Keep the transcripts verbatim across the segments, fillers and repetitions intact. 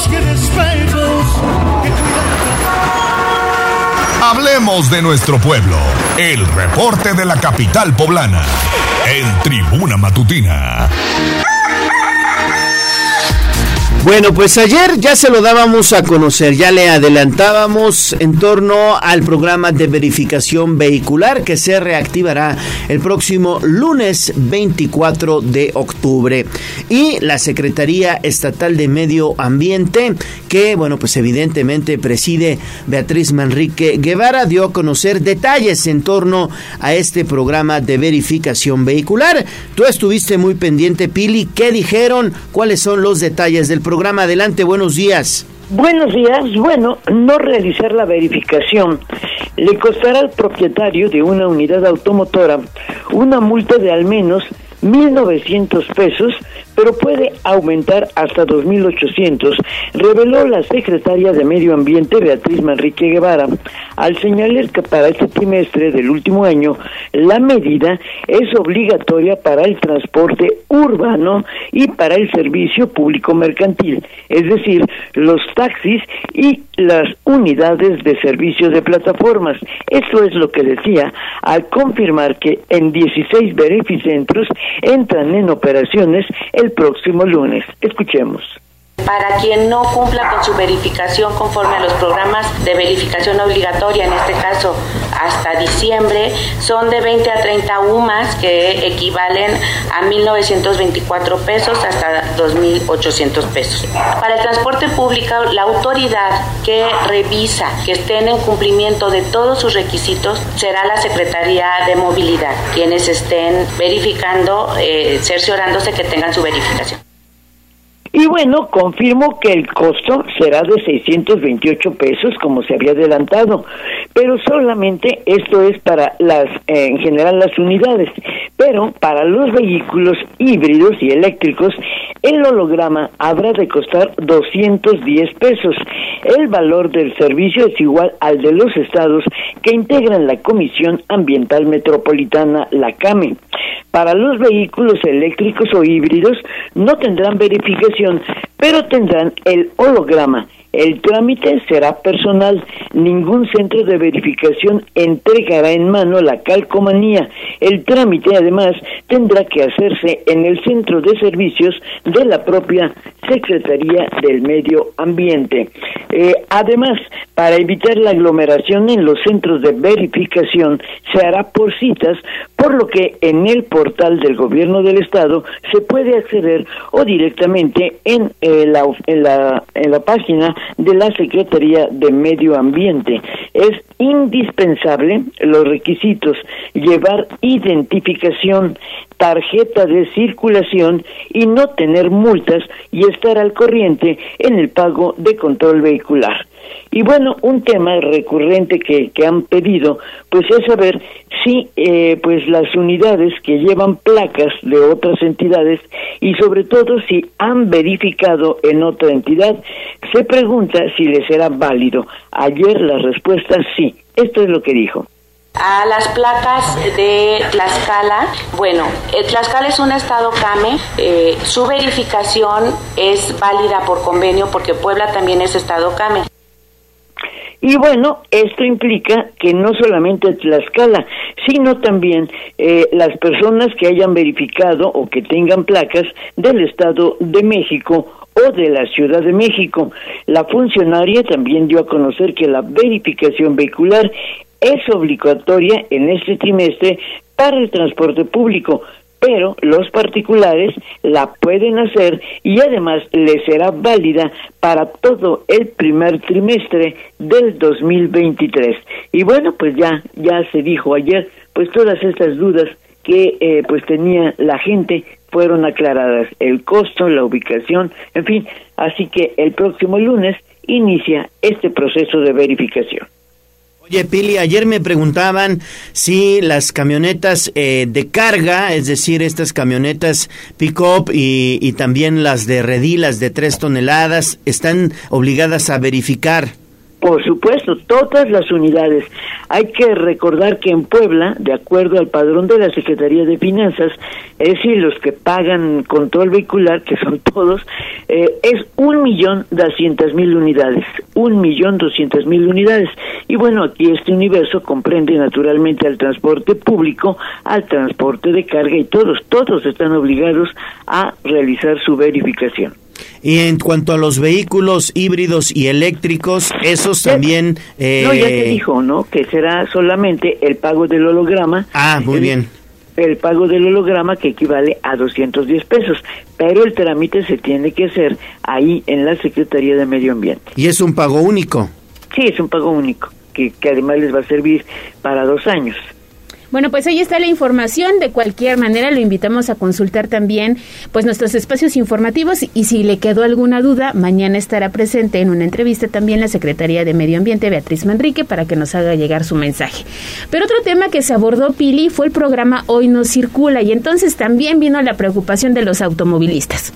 tiene espejos que Hablemos de nuestro pueblo. El reporte de la capital poblana. En Tribuna Matutina. Bueno, pues ayer ya se lo dábamos a conocer, ya le adelantábamos en torno al programa de verificación vehicular que se reactivará el próximo lunes veinticuatro de octubre. Y la Secretaría Estatal de Medio Ambiente, que bueno, pues evidentemente preside Beatriz Manrique Guevara, dio a conocer detalles en torno a este programa de verificación vehicular. Tú estuviste muy pendiente, Pili, ¿qué dijeron? ¿Cuáles son los detalles del programa? Adelante, buenos días. Buenos días. Bueno, no realizar la verificación le costará al propietario de una unidad automotora una multa de al menos mil novecientos pesos, pero puede aumentar hasta dos mil ochocientos, reveló la secretaria de Medio Ambiente Beatriz Manrique Guevara, al señalar que para este trimestre del último año la medida es obligatoria para el transporte urbano y para el servicio público mercantil, es decir, los taxis y las unidades de servicio de plataformas. Esto es lo que decía al confirmar que en dieciséis verificentros entran en operaciones el próximo lunes. Escuchemos. Para quien no cumpla con su verificación conforme a los programas de verificación obligatoria, en este caso hasta diciembre, son de veinte a treinta U M A S que equivalen a mil novecientos veinticuatro pesos hasta dos mil ochocientos pesos. Para el transporte público, la autoridad que revisa que estén en cumplimiento de todos sus requisitos será la Secretaría de Movilidad, quienes estén verificando, eh, cerciorándose que tengan su verificación. Y bueno, confirmo que el costo será de seiscientos veintiocho pesos, como se había adelantado, pero solamente esto es para las, eh, en general las unidades, pero para los vehículos híbridos y eléctricos, el holograma habrá de costar doscientos diez pesos. El valor del servicio es igual al de los estados que integran la Comisión Ambiental Metropolitana, la CAME. Para los vehículos eléctricos o híbridos no tendrán verificación, pero tendrán el holograma. El trámite será personal. Ningún centro de verificación entregará en mano la calcomanía. El trámite, además, tendrá que hacerse en el centro de servicios de la propia Secretaría del Medio Ambiente. Eh, además, para evitar la aglomeración en los centros de verificación, se hará por citas, por lo que en el portal del Gobierno del Estado se puede acceder o directamente en, eh, la, en, la, en la página de la Secretaría de Medio Ambiente. Es indispensable los requisitos: llevar identificación, tarjeta de circulación y no tener multas y estar al corriente en el pago de control vehicular. Y bueno, un tema recurrente que, que han pedido, pues es saber si eh, pues las unidades que llevan placas de otras entidades y sobre todo si han verificado en otra entidad, se pregunta si les será válido. Ayer la respuesta sí. Esto es lo que dijo. A las placas de Tlaxcala, bueno, Tlaxcala es un estado CAME, eh, su verificación es válida por convenio porque Puebla también es estado CAME. Y bueno, esto implica que no solamente Tlaxcala, sino también eh, las personas que hayan verificado o que tengan placas del Estado de México o de la Ciudad de México. La funcionaria también dio a conocer que la verificación vehicular es obligatoria en este trimestre para el transporte público, pero los particulares la pueden hacer y además les será válida para todo el primer trimestre del dos mil veintitrés. Y bueno, pues ya ya se dijo ayer, pues todas estas dudas que eh, pues tenía la gente fueron aclaradas, el costo, la ubicación, en fin, así que el próximo lunes inicia este proceso de verificación. Oye, Pili, ayer me preguntaban si las camionetas eh, de carga, es decir, estas camionetas pick-up y, y también las de redilas de tres toneladas, están obligadas a verificar. Por supuesto, todas las unidades. Hay que recordar que en Puebla, de acuerdo al padrón de la Secretaría de Finanzas, es decir, los que pagan control vehicular, que son todos, eh, es un millón doscientas mil unidades, un millón doscientas mil unidades. Y bueno, aquí este universo comprende naturalmente al transporte público, al transporte de carga y todos, todos están obligados a realizar su verificación. Y en cuanto a los vehículos híbridos y eléctricos, esos también... Eh... No, ya te dijo, ¿no? Que será solamente el pago del holograma. Ah, muy el, bien. El pago del holograma que equivale a doscientos diez pesos, pero el trámite se tiene que hacer ahí en la Secretaría de Medio Ambiente. ¿Y es un pago único? Sí, es un pago único, que, que además les va a servir para dos años. Bueno, pues ahí está la información. De cualquier manera, lo invitamos a consultar también pues nuestros espacios informativos y si le quedó alguna duda, mañana estará presente en una entrevista también la Secretaría de Medio Ambiente, Beatriz Manrique, para que nos haga llegar su mensaje. Pero otro tema que se abordó, Pili, fue el programa Hoy No Circula y entonces también vino la preocupación de los automovilistas.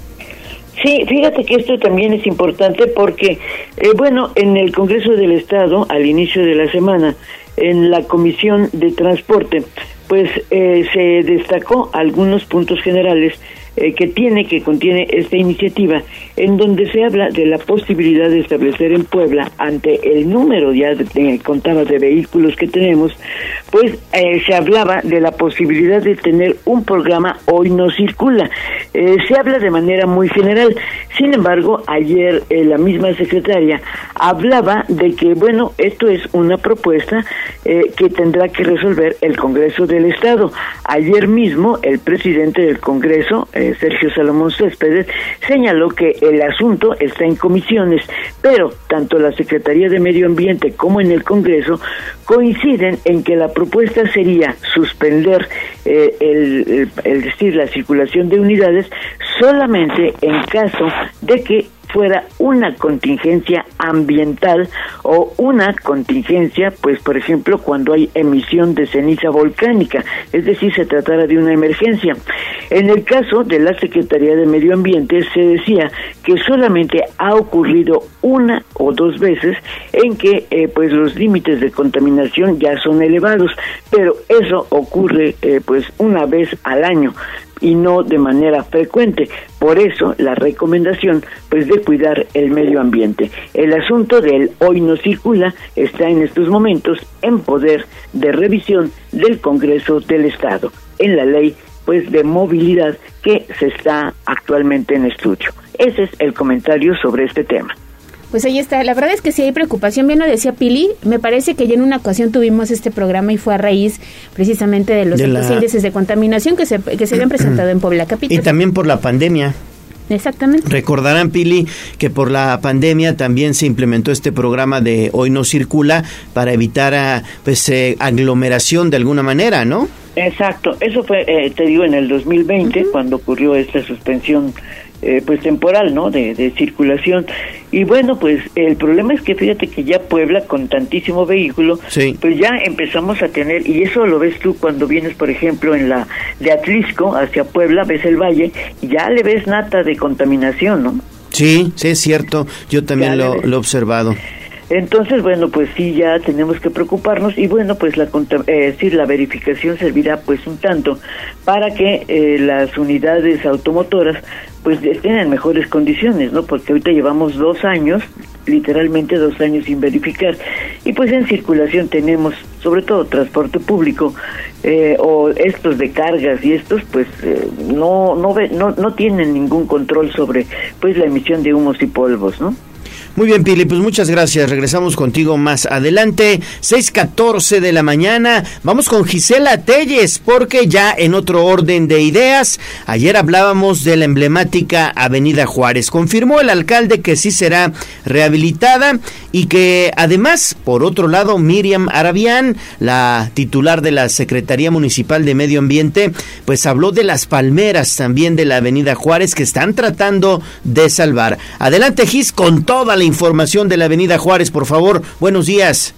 Sí, fíjate que esto también es importante porque, eh, bueno, en el Congreso del Estado, al inicio de la semana, en la Comisión de Transporte, pues eh, se destacó algunos puntos generales eh, que tiene, que contiene esta iniciativa, en donde se habla de la posibilidad de establecer en Puebla, ante el número ya de, de, contaba de vehículos que tenemos, pues eh, se hablaba de la posibilidad de tener un programa Hoy No Circula. Eh, se habla de manera muy general. Sin embargo, ayer eh, la misma secretaria hablaba de que, bueno, esto es una propuesta eh, que tendrá que resolver el Congreso del Estado. Ayer mismo, el presidente del Congreso, eh, Sergio Salomón Céspedes, señaló que el asunto está en comisiones, pero tanto la Secretaría de Medio Ambiente como en el Congreso coinciden en que la propuesta sería suspender eh, el, el, el decir la circulación de unidades solamente en caso de que fuera una contingencia ambiental o una contingencia, pues por ejemplo, cuando hay emisión de ceniza volcánica, es decir, se tratara de una emergencia. En el caso de la Secretaría de Medio Ambiente se decía que solamente ha ocurrido una o dos veces en que eh, pues los límites de contaminación ya son elevados, pero eso ocurre eh, pues una vez al año y no de manera frecuente. Por eso la recomendación pues de cuidar el medio ambiente. El asunto del Hoy No Circula está en estos momentos en poder de revisión del Congreso del Estado, en la ley pues de movilidad que se está actualmente en estudio. Ese es el comentario sobre este tema. Pues ahí está, la verdad es que sí hay preocupación, bien lo decía Pili, me parece que ya en una ocasión tuvimos este programa y fue a raíz precisamente de los de altos la... índices de contaminación que se, que se habían presentado en Puebla Capital. Y también por la pandemia. Exactamente. Recordarán, Pili, que por la pandemia también se implementó este programa de Hoy No Circula para evitar a, pues eh, aglomeración de alguna manera, ¿no? Exacto, eso fue, eh, te digo, en el dos mil veinte, uh-huh. cuando ocurrió esta suspensión Eh, pues temporal, ¿no? De, de circulación. Y bueno, pues el problema es que fíjate que ya Puebla, con tantísimo vehículo, sí. pues ya empezamos a tener, y eso lo ves tú cuando vienes, por ejemplo, en la de Atlisco hacia Puebla, ves el valle, y ya le ves nata de contaminación, ¿no? Sí, sí, es cierto, yo también lo, lo he observado. Entonces, bueno, pues sí, ya tenemos que preocuparnos y bueno, pues la eh, decir, la verificación servirá pues un tanto para que eh, las unidades automotoras pues estén en mejores condiciones, ¿no? Porque ahorita llevamos dos años, literalmente dos años sin verificar y pues en circulación tenemos sobre todo transporte público eh, o estos de cargas y estos pues eh, no no no no tienen ningún control sobre pues la emisión de humos y polvos, ¿no? Muy bien, Pili, pues muchas gracias. Regresamos contigo más adelante, seis catorce de la mañana. Vamos con Gisela Telles, porque ya en otro orden de ideas, ayer hablábamos de la emblemática Avenida Juárez. Confirmó el alcalde que sí será rehabilitada y que además, por otro lado, Miriam Arabián, la titular de la Secretaría Municipal de Medio Ambiente, pues habló de las palmeras también de la Avenida Juárez que están tratando de salvar. Adelante, Gis, con toda la información de la Avenida Juárez, por favor. Buenos días.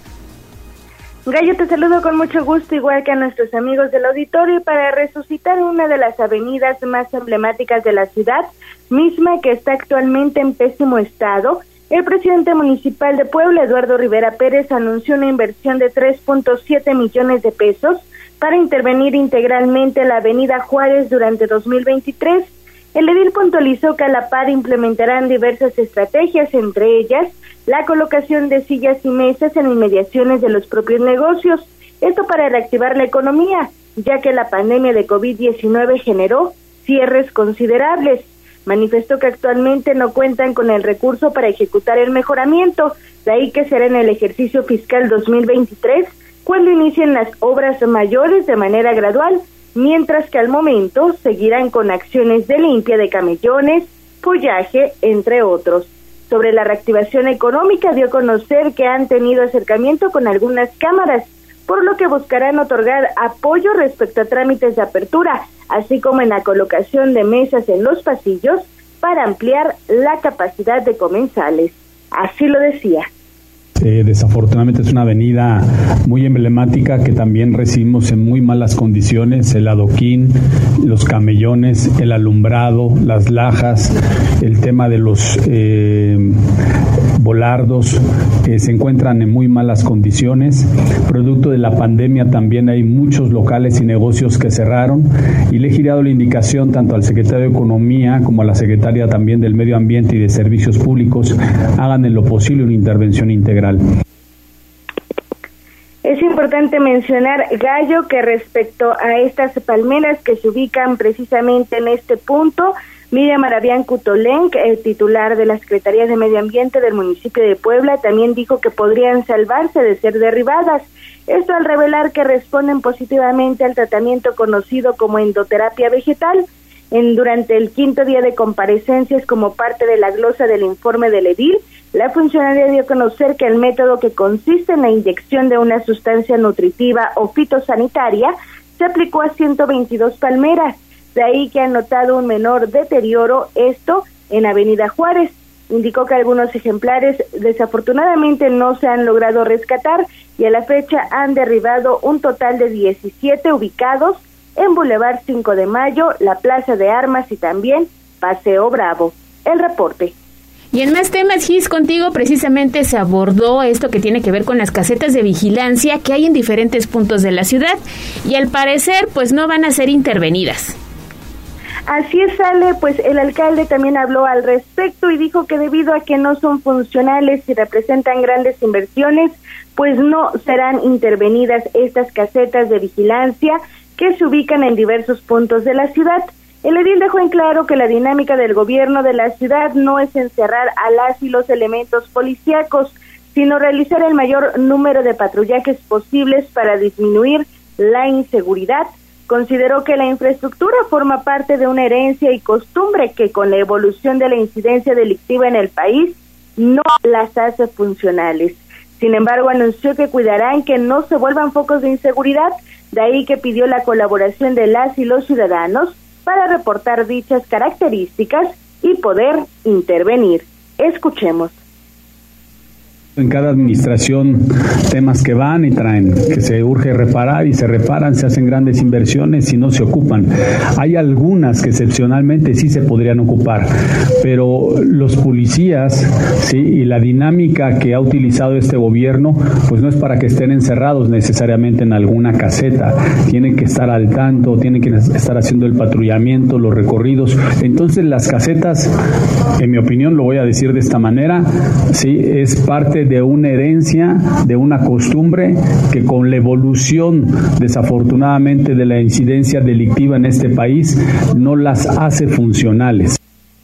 Gallo, te saludo con mucho gusto, igual que a nuestros amigos del auditorio, para resucitar una de las avenidas más emblemáticas de la ciudad, misma que está actualmente en pésimo estado, El presidente municipal de Puebla, Eduardo Rivera Pérez, anunció una inversión de tres punto siete millones de pesos para intervenir integralmente la avenida Juárez durante dos mil veintitrés. El edil puntualizó que a la par implementarán diversas estrategias, entre ellas la colocación de sillas y mesas en inmediaciones de los propios negocios, esto para reactivar la economía, ya que la pandemia de COVID diecinueve generó cierres considerables. Manifestó que actualmente no cuentan con el recurso para ejecutar el mejoramiento, de ahí que será en el ejercicio fiscal dos mil veintitrés cuando inicien las obras mayores de manera gradual, mientras que al momento seguirán con acciones de limpia de camellones, follaje, entre otros. Sobre la reactivación económica, dio a conocer que han tenido acercamiento con algunas cámaras, por lo que buscarán otorgar apoyo respecto a trámites de apertura, así como en la colocación de mesas en los pasillos para ampliar la capacidad de comensales. Así lo decía. Eh, desafortunadamente es una avenida muy emblemática que también recibimos en muy malas condiciones, el adoquín, los camellones, el alumbrado, las lajas, el tema de los eh, volardos, eh, se encuentran en muy malas condiciones. Producto de la pandemia también hay muchos locales y negocios que cerraron, y le he girado la indicación tanto al secretario de Economía como a la secretaria también del Medio Ambiente y de Servicios Públicos, hagan en lo posible una intervención integral. Es importante mencionar, Gallo, que respecto a estas palmeras que se ubican precisamente en este punto, Miriam Arabián Cutolenc, el titular de la Secretaría de Medio Ambiente del municipio de Puebla, también dijo que podrían salvarse de ser derribadas. Esto al revelar que responden positivamente al tratamiento conocido como endoterapia vegetal. En, durante el quinto día de comparecencias como parte de la glosa del informe del edil, la funcionaria dio a conocer que el método, que consiste en la inyección de una sustancia nutritiva o fitosanitaria, se aplicó a ciento veintidós palmeras, de ahí que ha notado un menor deterioro, esto en Avenida Juárez. Indicó que algunos ejemplares desafortunadamente no se han logrado rescatar y a la fecha han derribado un total de diecisiete ubicados en Boulevard cinco de Mayo, la Plaza de Armas y también Paseo Bravo. El reporte. Y en más temas, Gis, contigo precisamente se abordó esto que tiene que ver con las casetas de vigilancia que hay en diferentes puntos de la ciudad y al parecer pues no van a ser intervenidas. Así es, Ale, pues el alcalde también habló al respecto y dijo que debido a que no son funcionales y representan grandes inversiones, pues no serán intervenidas estas casetas de vigilancia que se ubican en diversos puntos de la ciudad. El edil dejó en claro que la dinámica del gobierno de la ciudad no es encerrar a las y los elementos policíacos, sino realizar el mayor número de patrullajes posibles para disminuir la inseguridad. Consideró que la infraestructura forma parte de una herencia y costumbre que con la evolución de la incidencia delictiva en el país no las hace funcionales. Sin embargo, anunció que cuidarán que no se vuelvan focos de inseguridad, de ahí que pidió la colaboración de las y los ciudadanos para reportar dichas características y poder intervenir. Escuchemos. En cada administración temas que van y traen, que se urge reparar y se reparan, se hacen grandes inversiones y no se ocupan. Hay algunas que excepcionalmente sí se podrían ocupar, pero los policías, sí, y la dinámica que ha utilizado este gobierno, pues no es para que estén encerrados necesariamente en alguna caseta, tienen que estar al tanto, tienen que estar haciendo el patrullamiento, los recorridos. Entonces las casetas, en mi opinión, lo voy a decir de esta manera, sí, es parte de una herencia, de una costumbre que con la evolución desafortunadamente de la incidencia delictiva en este país no las hace funcionales.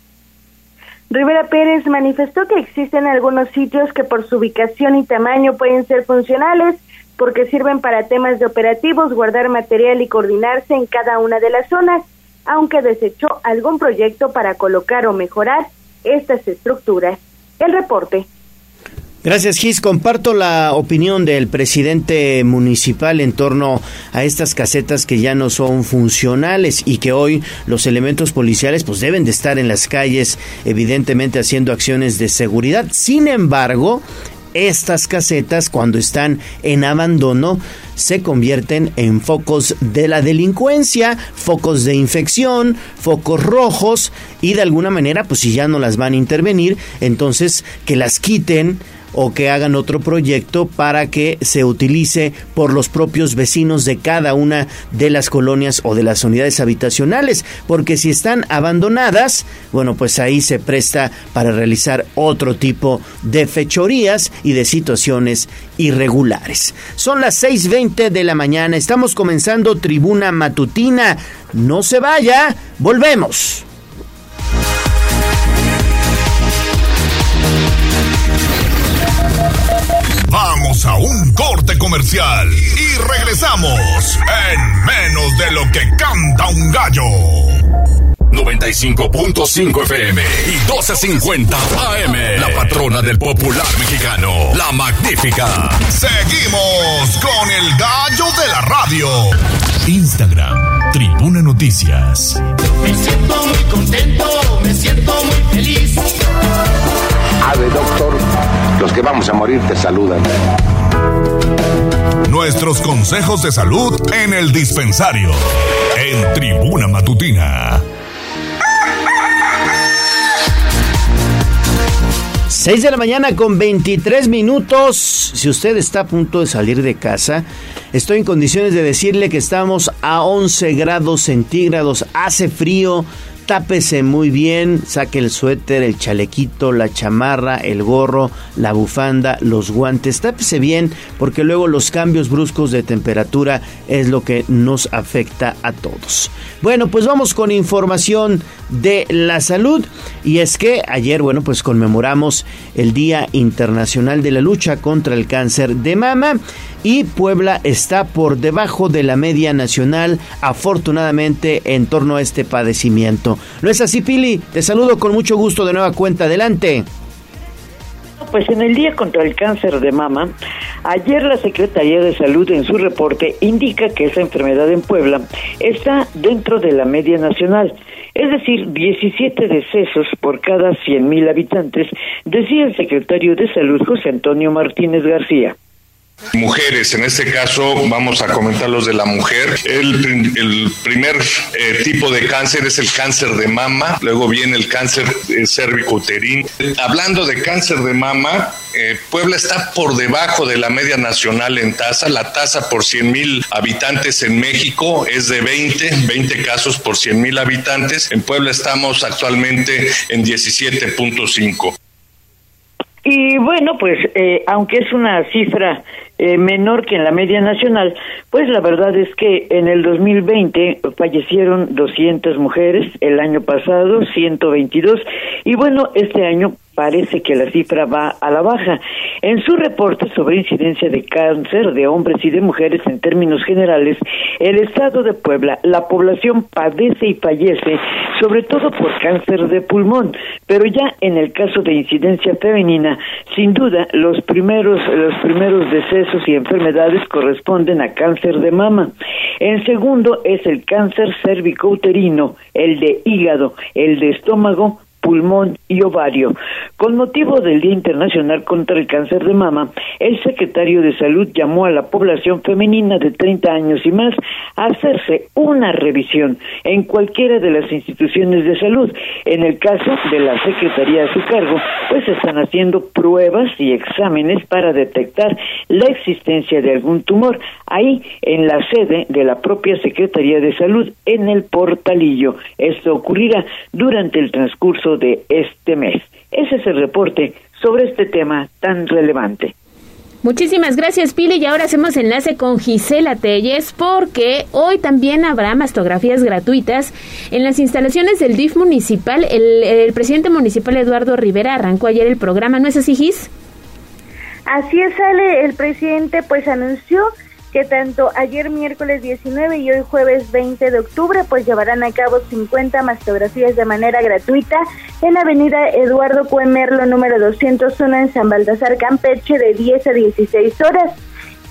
Rivera Pérez manifestó que existen algunos sitios que por su ubicación y tamaño pueden ser funcionales porque sirven para temas de operativos, guardar material y coordinarse en cada una de las zonas, aunque desechó algún proyecto para colocar o mejorar estas estructuras. El reporte. Gracias, Gis. Comparto la opinión del presidente municipal en torno a estas casetas que ya no son funcionales y que hoy los elementos policiales pues deben de estar en las calles, evidentemente haciendo acciones de seguridad. Sin embargo, estas casetas, cuando están en abandono, se convierten en focos de la delincuencia, focos de infección, focos rojos, y de alguna manera, pues si ya no las van a intervenir, entonces que las quiten o que hagan otro proyecto para que se utilice por los propios vecinos de cada una de las colonias o de las unidades habitacionales, porque si están abandonadas, bueno, pues ahí se presta para realizar otro tipo de fechorías y de situaciones irregulares. Son las seis veinte de la mañana, estamos comenzando Tribuna Matutina. No se vaya, volvemos. Vamos a un corte comercial y regresamos en menos de lo que canta un gallo. noventa y cinco punto cinco F M y doce cincuenta A M. La patrona del popular mexicano, la magnífica. Seguimos con el gallo de la radio. Instagram, Tribuna Noticias. Me siento muy contento, me siento muy feliz. Ave, doctor, los que vamos a morir te saludan. Nuestros consejos de salud en el dispensario, en Tribuna Matutina. seis de la mañana con veintitrés minutos. Si usted está a punto de salir de casa, estoy en condiciones de decirle que estamos a once grados centígrados. Hace frío. Tápese muy bien, saque el suéter, el chalequito, la chamarra, el gorro, la bufanda, los guantes. Tápese bien porque luego los cambios bruscos de temperatura es lo que nos afecta a todos. Bueno, pues vamos con información de la salud. Y es que ayer, bueno, pues conmemoramos el Día Internacional de la Lucha contra el Cáncer de Mama. Y Puebla está por debajo de la media nacional, afortunadamente, en torno a este padecimiento. ¿No es así, Pili? Te saludo con mucho gusto de nueva cuenta. Adelante. Pues en el Día contra el Cáncer de Mama, ayer la Secretaría de Salud en su reporte indica que esa enfermedad en Puebla está dentro de la media nacional, es decir, diecisiete decesos por cada cien mil habitantes, decía el secretario de Salud José Antonio Martínez García. Mujeres, en este caso vamos a comentar los de la mujer. El, el primer eh, tipo de cáncer es el cáncer de mama, luego viene el cáncer eh, cérvico-uterino. Hablando de cáncer de mama, eh, Puebla está por debajo de la media nacional en tasa. La tasa por cien mil habitantes en México es de veinte, veinte casos por cien mil habitantes. En Puebla estamos actualmente en diecisiete punto cinco. Y bueno, pues eh, aunque es una cifra eh, menor que en la media nacional, pues la verdad es que en el dos mil veinte fallecieron doscientas mujeres, el año pasado ciento veintidós, y bueno, este año parece que la cifra va a la baja. En su reporte sobre incidencia de cáncer de hombres y de mujeres en términos generales, el estado de Puebla, la población padece y fallece sobre todo por cáncer de pulmón, pero ya en el caso de incidencia femenina, sin duda los primeros los primeros decesos y enfermedades corresponden a cáncer de mama. En segundo es el cáncer cérvico-uterino, el de hígado, el de estómago, pulmón y ovario. Con motivo del Día Internacional contra el Cáncer de Mama, el secretario de Salud llamó a la población femenina de treinta años y más a hacerse una revisión en cualquiera de las instituciones de salud. En el caso de la Secretaría a su cargo, pues están haciendo pruebas y exámenes para detectar la existencia de algún tumor, ahí en la sede de la propia Secretaría de Salud, en el Portalillo. Esto ocurrirá durante el transcurso de este mes. Ese es el reporte sobre este tema tan relevante. Muchísimas gracias, Pili, y ahora hacemos enlace con Gisela Telles porque hoy también habrá mastografías gratuitas en las instalaciones del D I F municipal. El, el presidente municipal Eduardo Rivera arrancó ayer el programa, ¿no es así, Gis? Así es, Ale, el presidente pues anunció que tanto ayer miércoles diecinueve y hoy jueves veinte de octubre pues llevarán a cabo cincuenta mastografías de manera gratuita en la avenida Eduardo Cue Merlo número doscientos uno en San Baltasar, Campeche, de diez a dieciséis horas.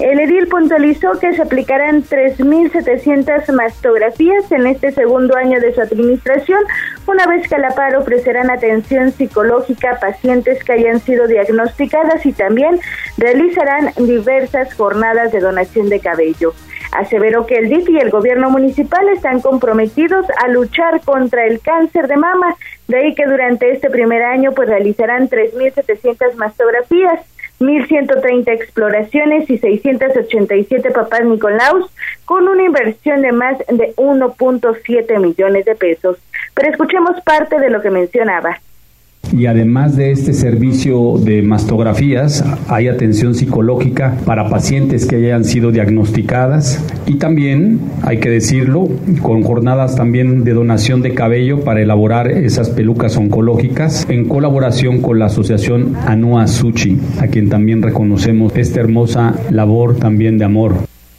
El edil puntualizó que se aplicarán tres mil setecientas mastografías en este segundo año de su administración, una vez que a la par ofrecerán atención psicológica a pacientes que hayan sido diagnosticadas y también realizarán diversas jornadas de donación de cabello. Aseveró que el D I F y el gobierno municipal están comprometidos a luchar contra el cáncer de mama, de ahí que durante este primer año pues realizarán tres mil setecientas mastografías, mil ciento treinta exploraciones y seiscientos ochenta y siete papás Nicolaus, con una inversión de más de uno punto siete millones de pesos. Pero escuchemos parte de lo que mencionaba. Y además de este servicio de mastografías, hay atención psicológica para pacientes que hayan sido diagnosticadas y también, hay que decirlo, con jornadas también de donación de cabello para elaborar esas pelucas oncológicas en colaboración con la asociación Anua Suchi, a quien también reconocemos esta hermosa labor también de amor.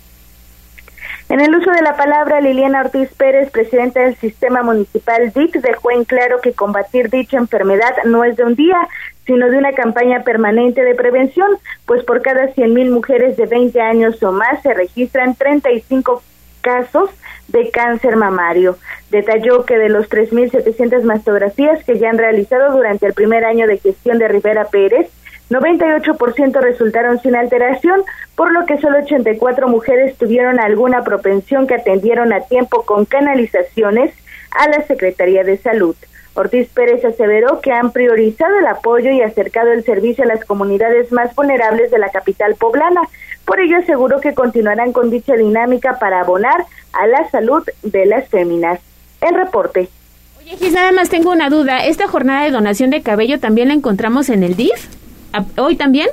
En el uso de la palabra, Liliana Ortiz Pérez, presidenta del Sistema Municipal D I F, dejó en claro que combatir dicha enfermedad no es de un día, sino de una campaña permanente de prevención, pues por cada cien mil mujeres de veinte años o más se registran treinta y cinco casos de cáncer mamario. Detalló que de los tres mil setecientas mastografías que ya han realizado durante el primer año de gestión de Rivera Pérez, noventa y ocho por ciento resultaron sin alteración, por lo que solo ochenta y cuatro mujeres tuvieron alguna propensión que atendieron a tiempo con canalizaciones a la Secretaría de Salud. Ortiz Pérez aseveró que han priorizado el apoyo y acercado el servicio a las comunidades más vulnerables de la capital poblana. Por ello aseguró que continuarán con dicha dinámica para abonar a la salud de las féminas. El reporte. Oye, Gis, nada más tengo una duda. ¿Esta jornada de donación de cabello también la encontramos en el D I F? ¿Hoy también?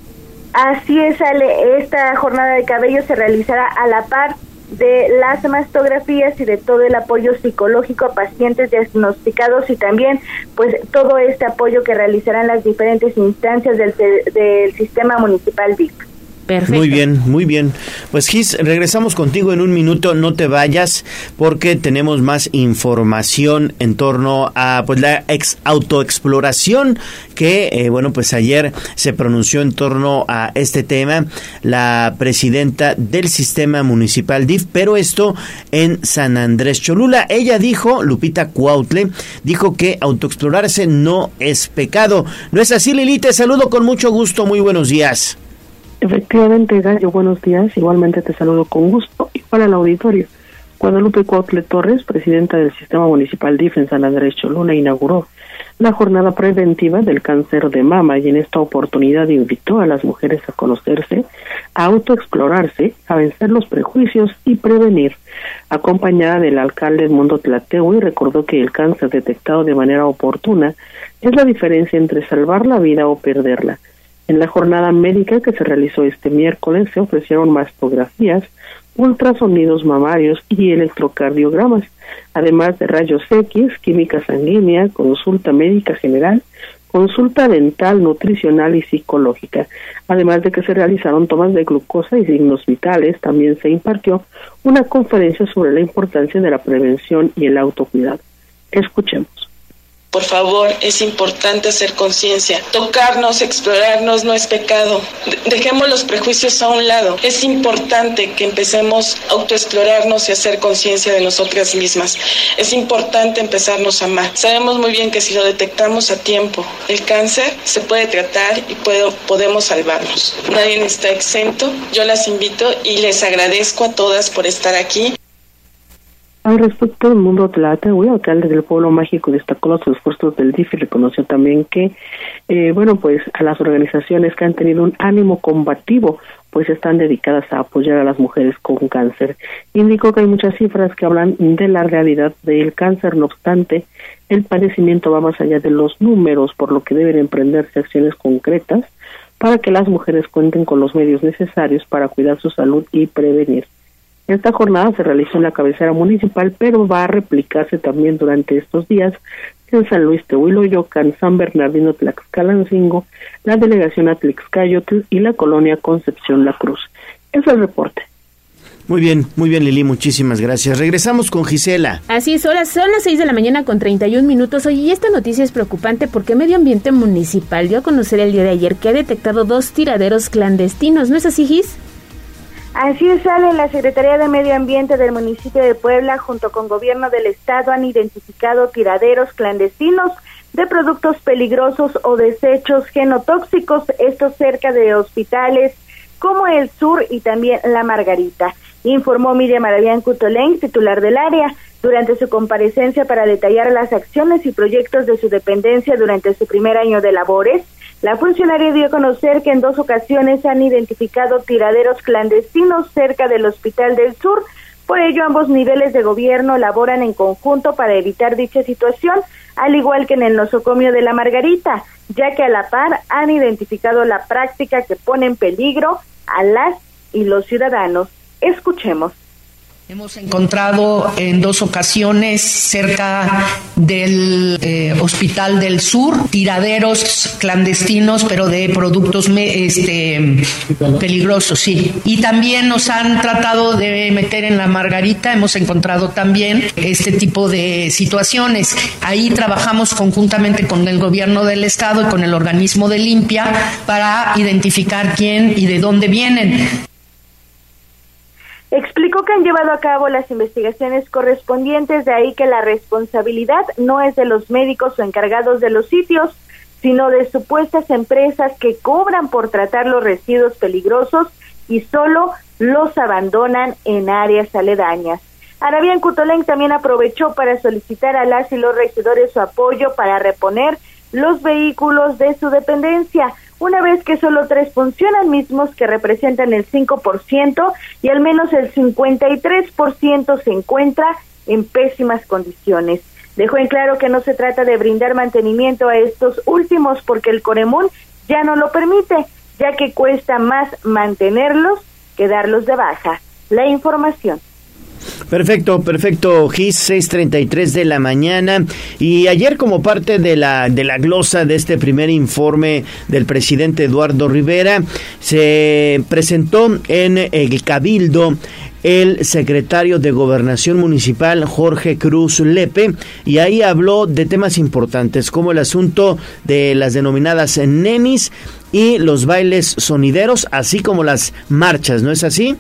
Así es, Ale. Esta jornada de cabello se realizará a la par de las mastografías y de todo el apoyo psicológico a pacientes diagnosticados y también pues todo este apoyo que realizarán las diferentes instancias del, del sistema municipal D I F. Perfecto. Muy bien, muy bien. Pues Gis, regresamos contigo en un minuto, no te vayas porque tenemos más información en torno a pues la ex autoexploración que eh, bueno, pues ayer se pronunció en torno a este tema la presidenta del Sistema Municipal D I F, pero esto en San Andrés Cholula. Ella dijo, Lupita Cuautle, dijo que autoexplorarse no es pecado. ¿No es así, Lili? Te saludo con mucho gusto, muy buenos días. Efectivamente, Gallo, buenos días. Igualmente te saludo con gusto. Igual al auditorio. Guadalupe Cuautle Torres, presidenta del Sistema Municipal D I F en San Andrés Cholula, inauguró la jornada preventiva del cáncer de mama y en esta oportunidad invitó a las mujeres a conocerse, a autoexplorarse, a vencer los prejuicios y prevenir. Acompañada del alcalde Edmundo Tlategui, recordó que el cáncer detectado de manera oportuna es la diferencia entre salvar la vida o perderla. En la jornada médica que se realizó este miércoles se ofrecieron mastografías, ultrasonidos mamarios y electrocardiogramas, además de rayos X, química sanguínea, consulta médica general, consulta dental, nutricional y psicológica. Además de que se realizaron tomas de glucosa y signos vitales, también se impartió una conferencia sobre la importancia de la prevención y el autocuidado. Escuchemos. Por favor, es importante hacer conciencia. Tocarnos, explorarnos no es pecado. Dejemos los prejuicios a un lado. Es importante que empecemos a autoexplorarnos y hacer conciencia de nosotras mismas. Es importante empezarnos a amar. Sabemos muy bien que si lo detectamos a tiempo, el cáncer se puede tratar y puedo, podemos salvarnos. Nadie está exento. Yo las invito y les agradezco a todas por estar aquí. Al respecto, el Mundo Tlategui, alcalde del Pueblo Mágico, destacó los esfuerzos del D I F y reconoció también que, eh, bueno, pues a las organizaciones que han tenido un ánimo combativo, pues están dedicadas a apoyar a las mujeres con cáncer. Indicó que hay muchas cifras que hablan de la realidad del cáncer, no obstante, el padecimiento va más allá de los números, por lo que deben emprenderse acciones concretas para que las mujeres cuenten con los medios necesarios para cuidar su salud y prevenir. Esta jornada se realizó en la cabecera municipal, pero va a replicarse también durante estos días en San Luis Tehuiloyocan, San Bernardino Tlaxcalancingo, la delegación Atlixcayotl y la colonia Concepción La Cruz. Es el reporte. Muy bien, muy bien, Lili, muchísimas gracias. Regresamos con Gisela. Así es, horas, son las seis de la mañana con treinta y un minutos. Oye, y esta noticia es preocupante porque Medio Ambiente Municipal dio a conocer el día de ayer que ha detectado dos tiraderos clandestinos. ¿No es así, Gis? Así es, Ale, la Secretaría de Medio Ambiente del municipio de Puebla, junto con gobierno del estado, han identificado tiraderos clandestinos de productos peligrosos o desechos genotóxicos, esto cerca de hospitales como el Sur y también La Margarita. Informó Miriam Arabián Cutolén, titular del área, durante su comparecencia para detallar las acciones y proyectos de su dependencia durante su primer año de labores. La funcionaria dio a conocer que en dos ocasiones han identificado tiraderos clandestinos cerca del Hospital del Sur. Por ello, ambos niveles de gobierno laboran en conjunto para evitar dicha situación, al igual que en el nosocomio de La Margarita, ya que a la par han identificado la práctica que pone en peligro a las y los ciudadanos. Escuchemos. Hemos encontrado en dos ocasiones cerca del eh, Hospital del Sur tiraderos clandestinos, pero de productos me, este, peligrosos, sí. Y también nos han tratado de meter en La Margarita, hemos encontrado también este tipo de situaciones. Ahí trabajamos conjuntamente con el gobierno del estado y con el organismo de limpia para identificar quién y de dónde vienen. Explicó que han llevado a cabo las investigaciones correspondientes, de ahí que la responsabilidad no es de los médicos o encargados de los sitios, sino de supuestas empresas que cobran por tratar los residuos peligrosos y solo los abandonan en áreas aledañas. Arabián Cutolén también aprovechó para solicitar a las y los regidores su apoyo para reponer los vehículos de su dependencia, una vez que solo tres funcionan, mismos que representan el cinco por ciento y al menos el cincuenta y tres por ciento se encuentra en pésimas condiciones. Dejó en claro que no se trata de brindar mantenimiento a estos últimos porque el Coremún ya no lo permite, ya que cuesta más mantenerlos que darlos de baja. La información. Perfecto, perfecto, Gis, seis treinta y tres de la mañana. Y ayer, como parte de la de la glosa de este primer informe del presidente Eduardo Rivera, se presentó en el Cabildo el secretario de Gobernación Municipal, Jorge Cruz Lepe, y ahí habló de temas importantes como el asunto de las denominadas nenis y los bailes sonideros, así como las marchas, ¿no es así?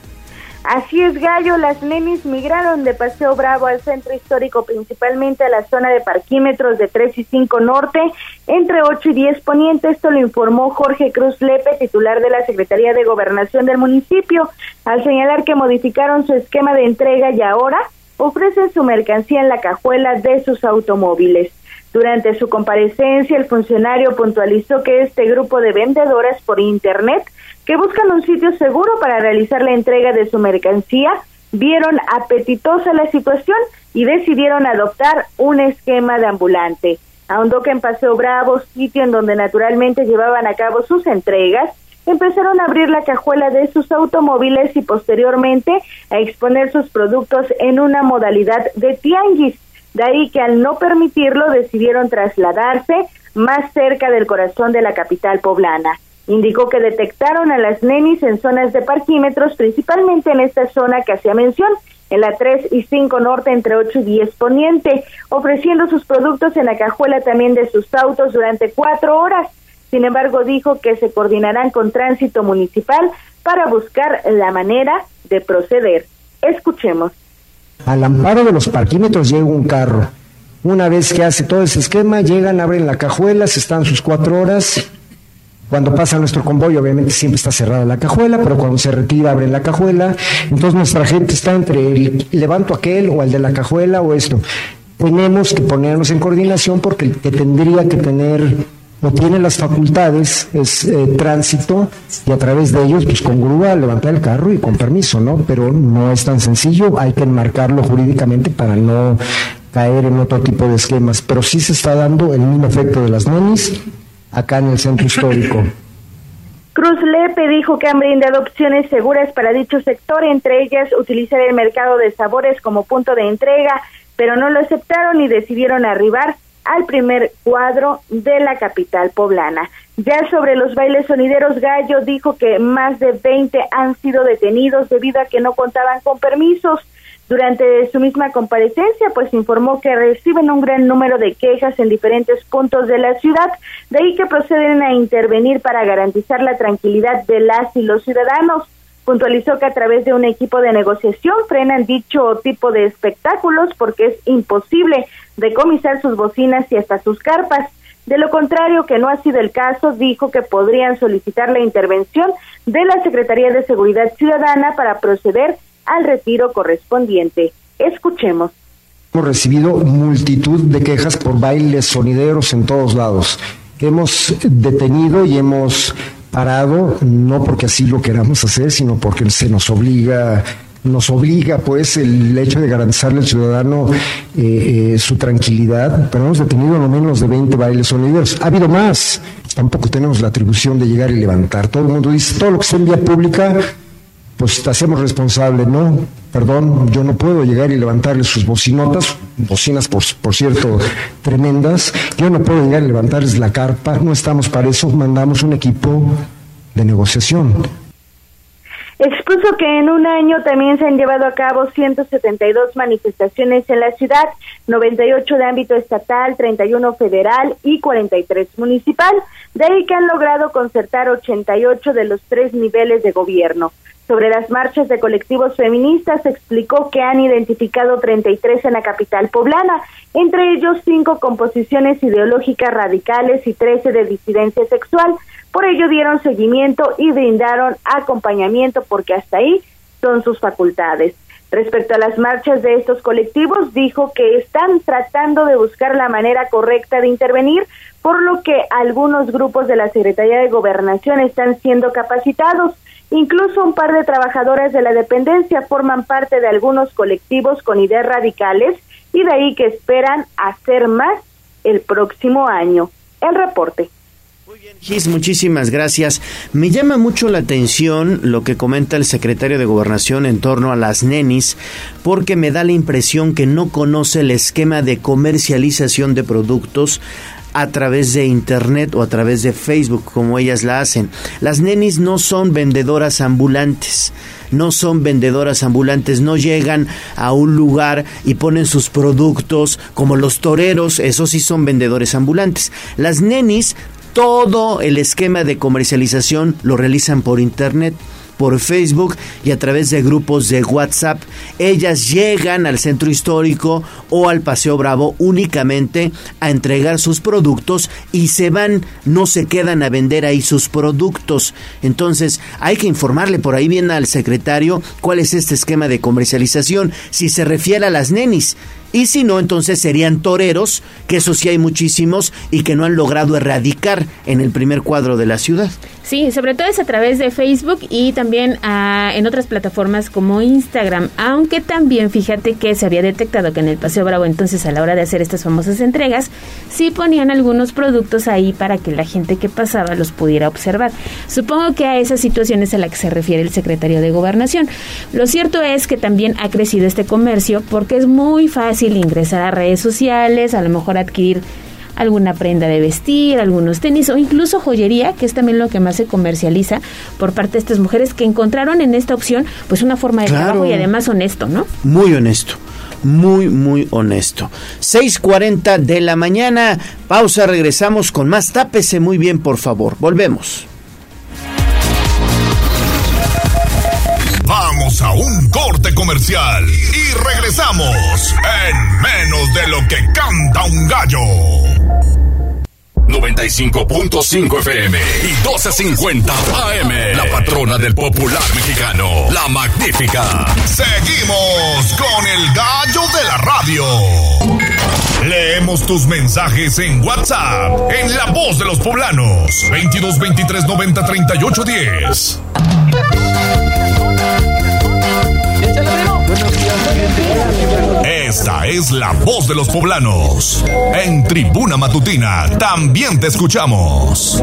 Así es, Gallo, las nenis migraron de Paseo Bravo al centro histórico, principalmente a la zona de parquímetros de tres y cinco Norte, entre ocho y diez Poniente. Esto lo informó Jorge Cruz Lepe, titular de la Secretaría de Gobernación del municipio, al señalar que modificaron su esquema de entrega y ahora ofrecen su mercancía en la cajuela de sus automóviles. Durante su comparecencia, el funcionario puntualizó que este grupo de vendedoras por internet que buscan un sitio seguro para realizar la entrega de su mercancía, vieron apetitosa la situación y decidieron adoptar un esquema de ambulante. Ahondó que en Paseo Bravo, sitio en donde naturalmente llevaban a cabo sus entregas, empezaron a abrir la cajuela de sus automóviles y posteriormente a exponer sus productos en una modalidad de tianguis. De ahí que al no permitirlo decidieron trasladarse más cerca del corazón de la capital poblana. Indicó que detectaron a las nenis en zonas de parquímetros, principalmente en esta zona que hacía mención, en la tres y cinco Norte entre ocho y diez Poniente, ofreciendo sus productos en la cajuela también de sus autos durante cuatro horas. Sin embargo, dijo que se coordinarán con Tránsito Municipal para buscar la manera de proceder. Escuchemos. Al amparo de los parquímetros llega un carro. Una vez que hace todo ese esquema, llegan, abren la cajuela, se están sus cuatro horas. Cuando pasa nuestro convoy, obviamente siempre está cerrada la cajuela, pero cuando se retira, abren la cajuela. Entonces nuestra gente está entre el levanto aquel o el de la cajuela o esto. Tenemos que ponernos en coordinación porque el que tendría que tener o tiene las facultades es eh, Tránsito, y a través de ellos, pues con grúa, levantar el carro y con permiso, ¿no? Pero no es tan sencillo, hay que enmarcarlo jurídicamente para no caer en otro tipo de esquemas. Pero sí se está dando el mismo efecto de las nenis acá en el centro histórico. Cruz Lepe dijo que han brindado opciones seguras para dicho sector, entre ellas utilizar el mercado de sabores como punto de entrega, pero no lo aceptaron y decidieron arribar al primer cuadro de la capital poblana. Ya sobre los bailes sonideros, Gallo dijo que más de veinte han sido detenidos debido a que no contaban con permisos. Durante su misma comparecencia, pues informó que reciben un gran número de quejas en diferentes puntos de la ciudad, de ahí que proceden a intervenir para garantizar la tranquilidad de las y los ciudadanos. Puntualizó que a través de un equipo de negociación frenan dicho tipo de espectáculos porque es imposible decomisar sus bocinas y hasta sus carpas. De lo contrario, que no ha sido el caso, dijo que podrían solicitar la intervención de la Secretaría de Seguridad Ciudadana para proceder al retiro correspondiente. Escuchemos. Hemos recibido multitud de quejas por bailes sonideros en todos lados. Hemos detenido y hemos parado, no porque así lo queramos hacer, sino porque se nos obliga, nos obliga pues el hecho de garantizarle al ciudadano eh, eh, su tranquilidad, pero hemos detenido no menos de veinte bailes sonideros. Ha habido más, tampoco tenemos la atribución de llegar y levantar. Todo el mundo dice, todo lo que está en vía pública, pues te hacemos responsable, ¿no? Perdón, yo no puedo llegar y levantarle sus bocinotas, bocinas por, por cierto tremendas, yo no puedo llegar y levantarles la carpa, no estamos para eso, mandamos un equipo de negociación. Expuso que en un año también se han llevado a cabo ciento setenta y dos manifestaciones en la ciudad, noventa y ocho de ámbito estatal, treinta y uno federal y cuarenta y tres municipal, de ahí que han logrado concertar ochenta y ocho de los tres niveles de gobierno. Sobre las marchas de colectivos feministas, explicó que han identificado treinta y tres en la capital poblana, entre ellos cinco con posiciones ideológicas radicales y trece de disidencia sexual. Por ello dieron seguimiento y brindaron acompañamiento porque hasta ahí son sus facultades. Respecto a las marchas de estos colectivos, dijo que están tratando de buscar la manera correcta de intervenir, por lo que algunos grupos de la Secretaría de Gobernación están siendo capacitados. Incluso un par de trabajadoras de la dependencia forman parte de algunos colectivos con ideas radicales y de ahí que esperan hacer más el próximo año. El reporte. Muy bien, Gis, muchísimas gracias. Me llama mucho la atención lo que comenta el secretario de Gobernación en torno a las nenis, porque me da la impresión que no conoce el esquema de comercialización de productos a través de internet o a través de Facebook, como ellas la hacen. Las nenis no son vendedoras ambulantes, no son vendedoras ambulantes, no llegan a un lugar y ponen sus productos como los toreros, esos sí son vendedores ambulantes. Las nenis, todo el esquema de comercialización lo realizan por internet, por Facebook y a través de grupos de WhatsApp. Ellas llegan al centro histórico o al Paseo Bravo únicamente a entregar sus productos y se van, no se quedan a vender ahí sus productos. Entonces hay que informarle por ahí bien al secretario cuál es este esquema de comercialización, si se refiere a las nenis. Y si no, entonces serían toreros, que eso sí hay muchísimos y que no han logrado erradicar en el primer cuadro de la ciudad. Sí, sobre todo es a través de Facebook y también uh, en otras plataformas como Instagram, aunque también fíjate que se había detectado que en el Paseo Bravo, entonces a la hora de hacer estas famosas entregas, sí ponían algunos productos ahí para que la gente que pasaba los pudiera observar. Supongo que a esas situaciones a las que se refiere el secretario de Gobernación. Lo cierto es que también ha crecido este comercio porque es muy fácil ingresar a redes sociales, a lo mejor adquirir alguna prenda de vestir, algunos tenis o incluso joyería, que es también lo que más se comercializa por parte de estas mujeres que encontraron en esta opción pues una forma de claro. trabajo y además honesto, ¿no? Muy honesto. Muy, muy honesto. seis cuarenta de la mañana. Pausa, regresamos con más. Tápese muy bien, por favor. Volvemos. Vamos a un corte comercial y regresamos en menos de lo que canta un gallo. noventa y cinco punto cinco F M y doce cincuenta A M. La patrona del popular mexicano, la magnífica. Seguimos con el gallo de la radio. Leemos tus mensajes en WhatsApp, en La Voz de los Poblanos, veintidós veintitrés noventa treinta y ocho diez. Esta es La Voz de los Poblanos. En Tribuna Matutina también te escuchamos.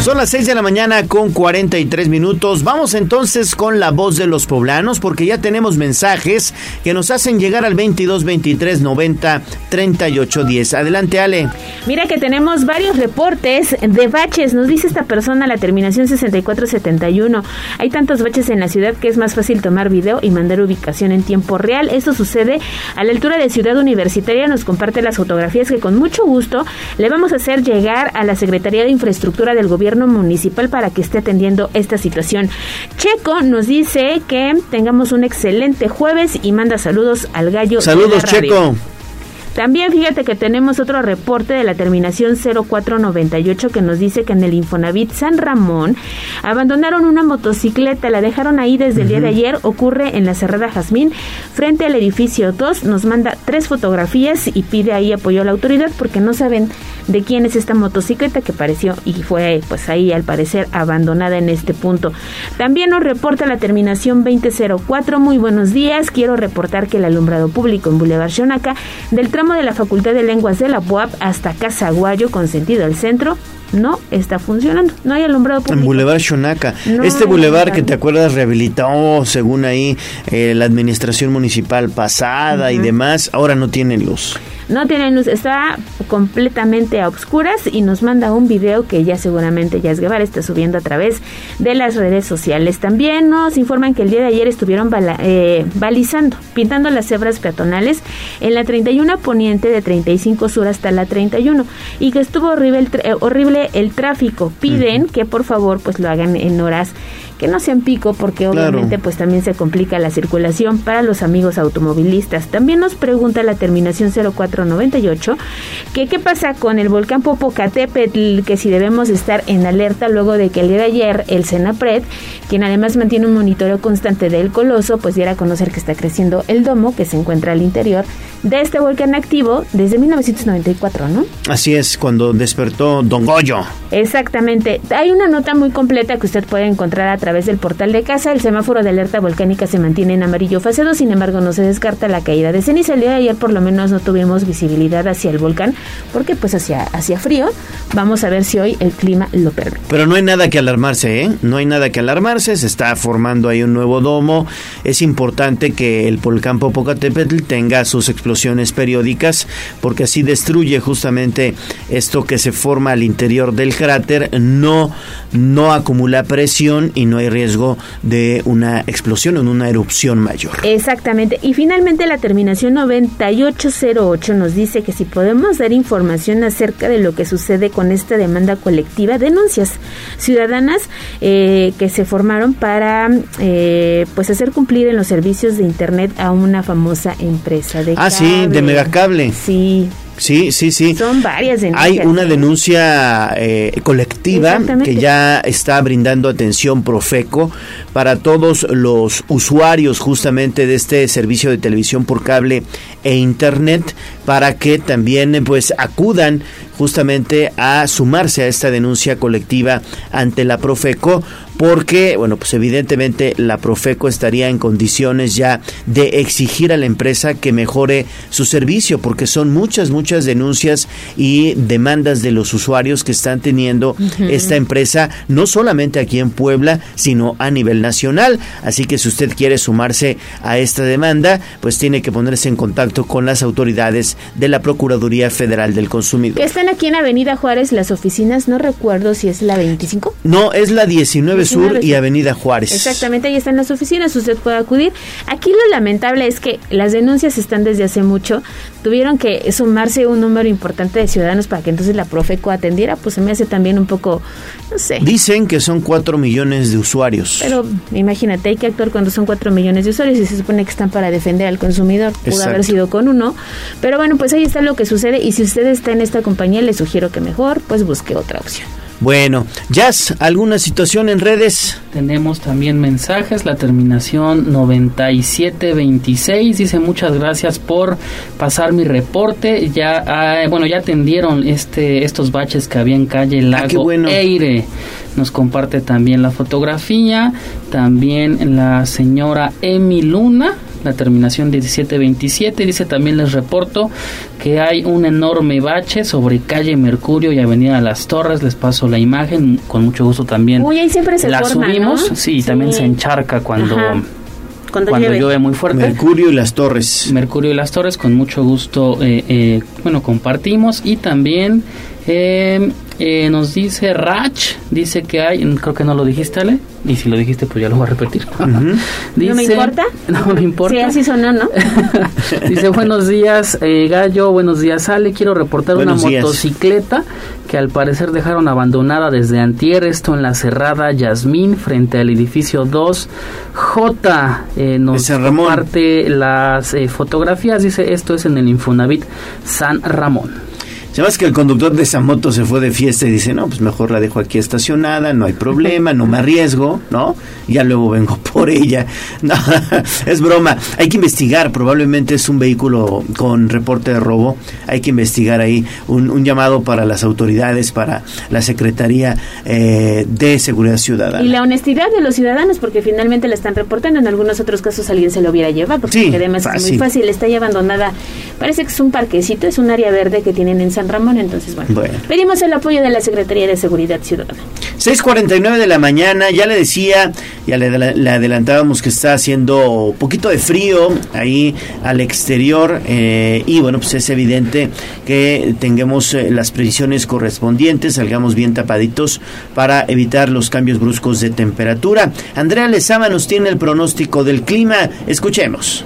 Son las seis de la mañana con cuarenta y tres minutos. Vamos entonces con la voz de los poblanos, porque ya tenemos mensajes que nos hacen llegar al veintidós veintitrés noventa treinta y ocho diez. Adelante, Ale. Mira que tenemos varios reportes de baches. Nos dice esta persona, la terminación sesenta y cuatro setenta y uno. Hay tantos baches en la ciudad que es más fácil tomar video y mandar ubicación en tiempo real. Esto sucede a la altura de Ciudad Universitaria. Nos comparte las fotografías que con mucho gusto le vamos a hacer llegar a la Secretaría de Infraestructura del Gobierno Municipal para que esté atendiendo esta situación. Checo nos dice que tengamos un excelente jueves y manda saludos al gallo. Saludos, Checo. También fíjate que tenemos otro reporte de la terminación cero cuatro noventa y ocho que nos dice que en el Infonavit San Ramón abandonaron una motocicleta, la dejaron ahí desde uh-huh. el día de ayer. Ocurre en la Cerrada Jazmín, frente al edificio dos. Nos manda tres fotografías y pide ahí apoyo a la autoridad porque no saben de quién es esta motocicleta que pareció y fue pues ahí al parecer abandonada en este punto. También nos reporta la terminación veinte cero cuatro. Muy buenos días, quiero reportar que el alumbrado público en Boulevard Xonaca del tramo de la Facultad de Lenguas de la U A P hasta Casaguayo con sentido al centro no está funcionando, no hay alumbrado público. En Boulevard Xonaca, no este bulevar que te acuerdas rehabilitó según ahí eh, la administración municipal pasada uh-huh. y demás, ahora no tiene luz. No tiene luz, está completamente a oscuras y nos manda un video que ya seguramente Jazz Guevara está subiendo a través de las redes sociales. También nos informan que el día de ayer estuvieron bala, eh, balizando, pintando las cebras peatonales en la treinta y uno poniente de treinta y cinco sur hasta la treinta y uno y que estuvo horrible el, tra- horrible el tráfico. Piden uh-huh. que por favor pues lo hagan en horas que no sean pico porque obviamente claro. pues también se complica la circulación para los amigos automovilistas. También nos pregunta la terminación cero cuatro noventa y ocho que qué pasa con el volcán Popocatépetl, que si debemos estar en alerta luego de que el día de ayer el Senapred, quien además mantiene un monitoreo constante del coloso, pues diera a conocer que está creciendo el domo que se encuentra al interior de este volcán activo desde mil novecientos noventa y cuatro, ¿no? Así es, cuando despertó Don Goyo. Exactamente. Hay una nota muy completa que usted puede encontrar a través del portal de casa. El semáforo de alerta volcánica se mantiene en amarillo fase dos, sin embargo no se descarta la caída de ceniza. El día de ayer por lo menos no tuvimos visibilidad hacia el volcán porque pues hacía, hacía frío. Vamos a ver si hoy el clima lo permite. Pero no hay nada que alarmarse, ¿eh? No hay nada que alarmarse, se está formando ahí un nuevo domo. Es importante que el volcán Popocatépetl tenga sus explosiones periódicas porque así destruye justamente esto que se forma al interior del cráter, no, no acumula presión y no hay riesgo de una explosión o una erupción mayor. Exactamente. Y finalmente la terminación noventa y ocho cero ocho nos dice que si podemos dar información acerca de lo que sucede con esta demanda colectiva, denuncias ciudadanas eh, que se formaron para eh, pues hacer cumplir en los servicios de internet a una famosa empresa de ah, cable. sí, de Megacable. Sí. Sí, sí, sí. Son varias denuncias. Hay una denuncia eh, colectiva que ya está brindando atención Profeco para todos los usuarios justamente de este servicio de televisión por cable e internet para que también pues acudan justamente a sumarse a esta denuncia colectiva ante la Profeco, porque, bueno, pues evidentemente la Profeco estaría en condiciones ya de exigir a la empresa que mejore su servicio, porque son muchas, muchas denuncias y demandas de los usuarios que están teniendo uh-huh. esta empresa, no solamente aquí en Puebla, sino a nivel nacional. Así que si usted quiere sumarse a esta demanda, pues tiene que ponerse en contacto con las autoridades de la Procuraduría Federal del Consumidor. Están aquí en Avenida Juárez las oficinas, no recuerdo si es la veinticinco. No, es la diecinueve Sur y Avenida Juárez. Exactamente, ahí están las oficinas, usted puede acudir. Aquí lo lamentable es que las denuncias están desde hace mucho, tuvieron que sumarse un número importante de ciudadanos para que entonces la Profeco atendiera, pues se me hace también un poco, no sé. Dicen que son cuatro millones de usuarios. Pero imagínate, hay que actuar cuando son cuatro millones de usuarios y se supone que están para defender al consumidor. Pudo Exacto. haber sido con uno, pero bueno, pues ahí está lo que sucede y si usted está en esta compañía, le sugiero que mejor pues busque otra opción. Bueno, Jazz, ¿alguna situación en redes? Tenemos también mensajes, la terminación noventa y siete veintiséis dice muchas gracias por pasar mi reporte, ya ah, bueno, ya atendieron este estos baches que había en calle Lago ah, qué bueno. Eire. Nos comparte también la fotografía, también la señora Emi Luna la terminación diecisiete veintisiete. Dice, también les reporto que hay un enorme bache sobre calle Mercurio y avenida Las Torres. Les paso la imagen, con mucho gusto también. Uy, ahí siempre se la forma, subimos, ¿no? sí, Sí. también se encharca cuando... Ajá. Cuando, cuando llueve. llueve muy fuerte. Mercurio y Las Torres. Mercurio y Las Torres, con mucho gusto, eh, eh, bueno, compartimos. Y también eh, eh, nos dice Rach, dice que hay, creo que no lo dijiste, Ale, y si lo dijiste, pues ya lo voy a repetir. Uh-huh. Dice, ¿No me importa? No me importa. Sí, así sonó, ¿no? Dice, buenos días, eh, Gallo, buenos días, Ale, quiero reportar Buenos una días. motocicleta que al parecer dejaron abandonada desde antier, esto en la Cerrada Yasmín, frente al edificio dos J. Eh, nos comparte las eh, fotografías, dice, esto es en el Infonavit San Ramón. Se llama que el conductor de esa moto se fue de fiesta y dice, no, pues mejor la dejo aquí estacionada, no hay problema, no me arriesgo, ¿no? Ya luego vengo por ella. No, es broma. Hay que investigar, probablemente es un vehículo con reporte de robo. Hay que investigar ahí un, un llamado para las autoridades, para la Secretaría eh, de Seguridad Ciudadana. Y la honestidad de los ciudadanos, porque finalmente la están reportando. En algunos otros casos alguien se lo hubiera llevado, porque Sí, además es fácil. muy fácil. Está ahí abandonada. Parece que es un parquecito, es un área verde que tienen en San Ramón. Entonces, bueno, Bueno. pedimos el apoyo de la Secretaría de Seguridad Ciudadana. seis cuarenta y nueve de la mañana, ya le decía, ya le, le adelantábamos que está haciendo un poquito de frío ahí al exterior eh, y bueno, pues es evidente que tengamos eh, las previsiones correspondientes, salgamos bien tapaditos para evitar los cambios bruscos de temperatura. Andrea Lezama nos tiene el pronóstico del clima, escuchemos.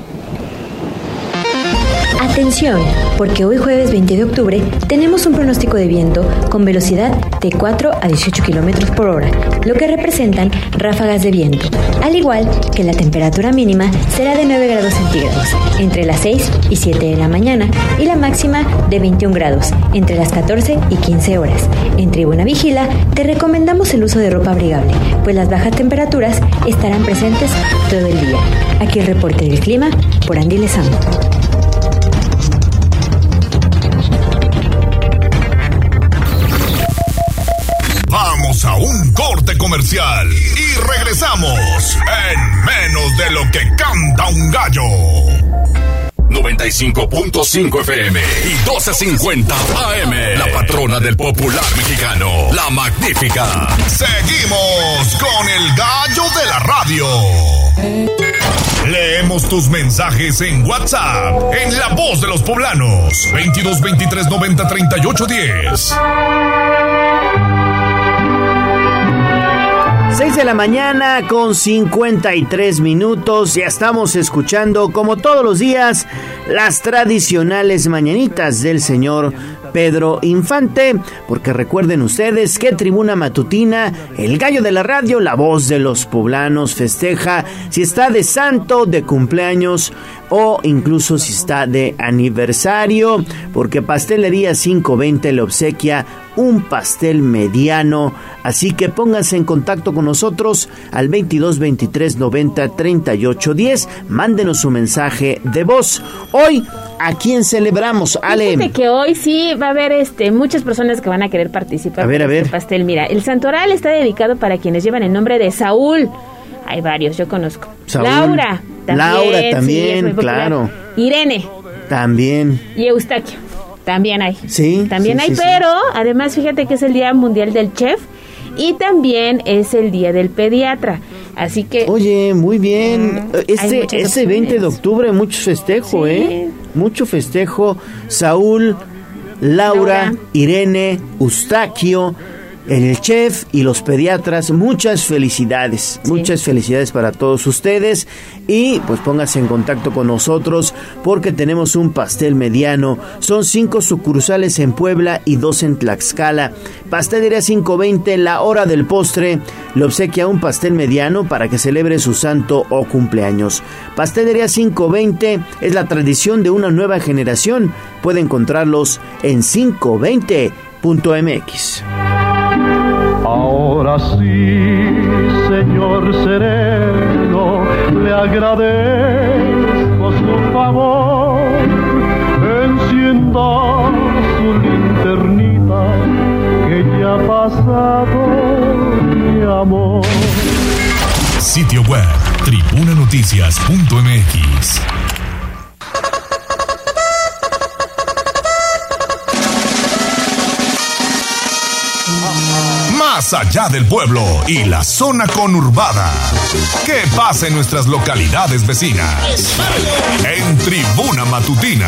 Atención, porque hoy jueves veinte de octubre tenemos un pronóstico de viento con velocidad de cuatro a dieciocho kilómetros por hora, lo que representan ráfagas de viento, al igual que la temperatura mínima será de nueve grados centígrados entre las seis y siete de la mañana y la máxima de veintiún grados entre las catorce y quince horas. En Tribuna Vigila te recomendamos el uso de ropa abrigable, pues las bajas temperaturas estarán presentes todo el día. Aquí el reporte del clima por Andy Lezama. Vamos a un corte comercial y regresamos en menos de lo que canta un gallo. noventa y cinco punto cinco F M y doce cincuenta A M. La patrona del popular mexicano, la magnífica. Seguimos con el gallo de la radio. Leemos tus mensajes en WhatsApp, en La Voz de los Poblanos, veintidós veintitrés noventa treinta y ocho diez. seis de la mañana con cincuenta y tres minutos. Ya estamos escuchando, como todos los días, las tradicionales mañanitas del señor Pedro Infante, porque recuerden ustedes que Tribuna Matutina, el gallo de la radio, la voz de los poblanos, festeja si está de santo, de cumpleaños o incluso si está de aniversario, porque Pastelería quinientos veinte le obsequia un pastel mediano, así que pónganse en contacto con nosotros al veintidós veintitrés noventa treinta y ocho diez, mándenos su mensaje de voz. Hoy, ¿a quién celebramos, Ale? Fíjate que hoy sí va a haber este muchas personas que van a querer participar. A ver, en a ver. este pastel. Mira, el santoral está dedicado para quienes llevan el nombre de Saúl. Hay varios, yo conozco. Saúl. Laura también. Laura sí, también, es muy popular. claro. Irene También. y Eustaquio. También hay. Sí. También sí, hay, sí, pero además fíjate que es el Día Mundial del Chef y también es el Día del Pediatra. Así que... Oye, muy bien. Mm, hay este muchas este veinte de octubre, mucho festejo, Sí. ¿eh? Mucho festejo. Saúl, Laura, Laura. Irene, Eustaquio, el chef y los pediatras, muchas felicidades, Sí. muchas felicidades para todos ustedes y pues pónganse en contacto con nosotros porque tenemos un pastel mediano, son cinco sucursales en Puebla y dos en Tlaxcala. Pastelería quinientos veinte, la hora del postre, le obsequia un pastel mediano para que celebre su santo o cumpleaños. Pastelería quinientos veinte es la tradición de una nueva generación, puede encontrarlos en quinientos veinte punto m x. Ahora sí, señor sereno, le agradezco su favor. Encienda su linternita, que ya ha pasado mi amor. Sitio web, tribuna noticias punto m x. Más allá del pueblo y la zona conurbada. ¿Qué pasa en nuestras localidades vecinas? En Tribuna Matutina.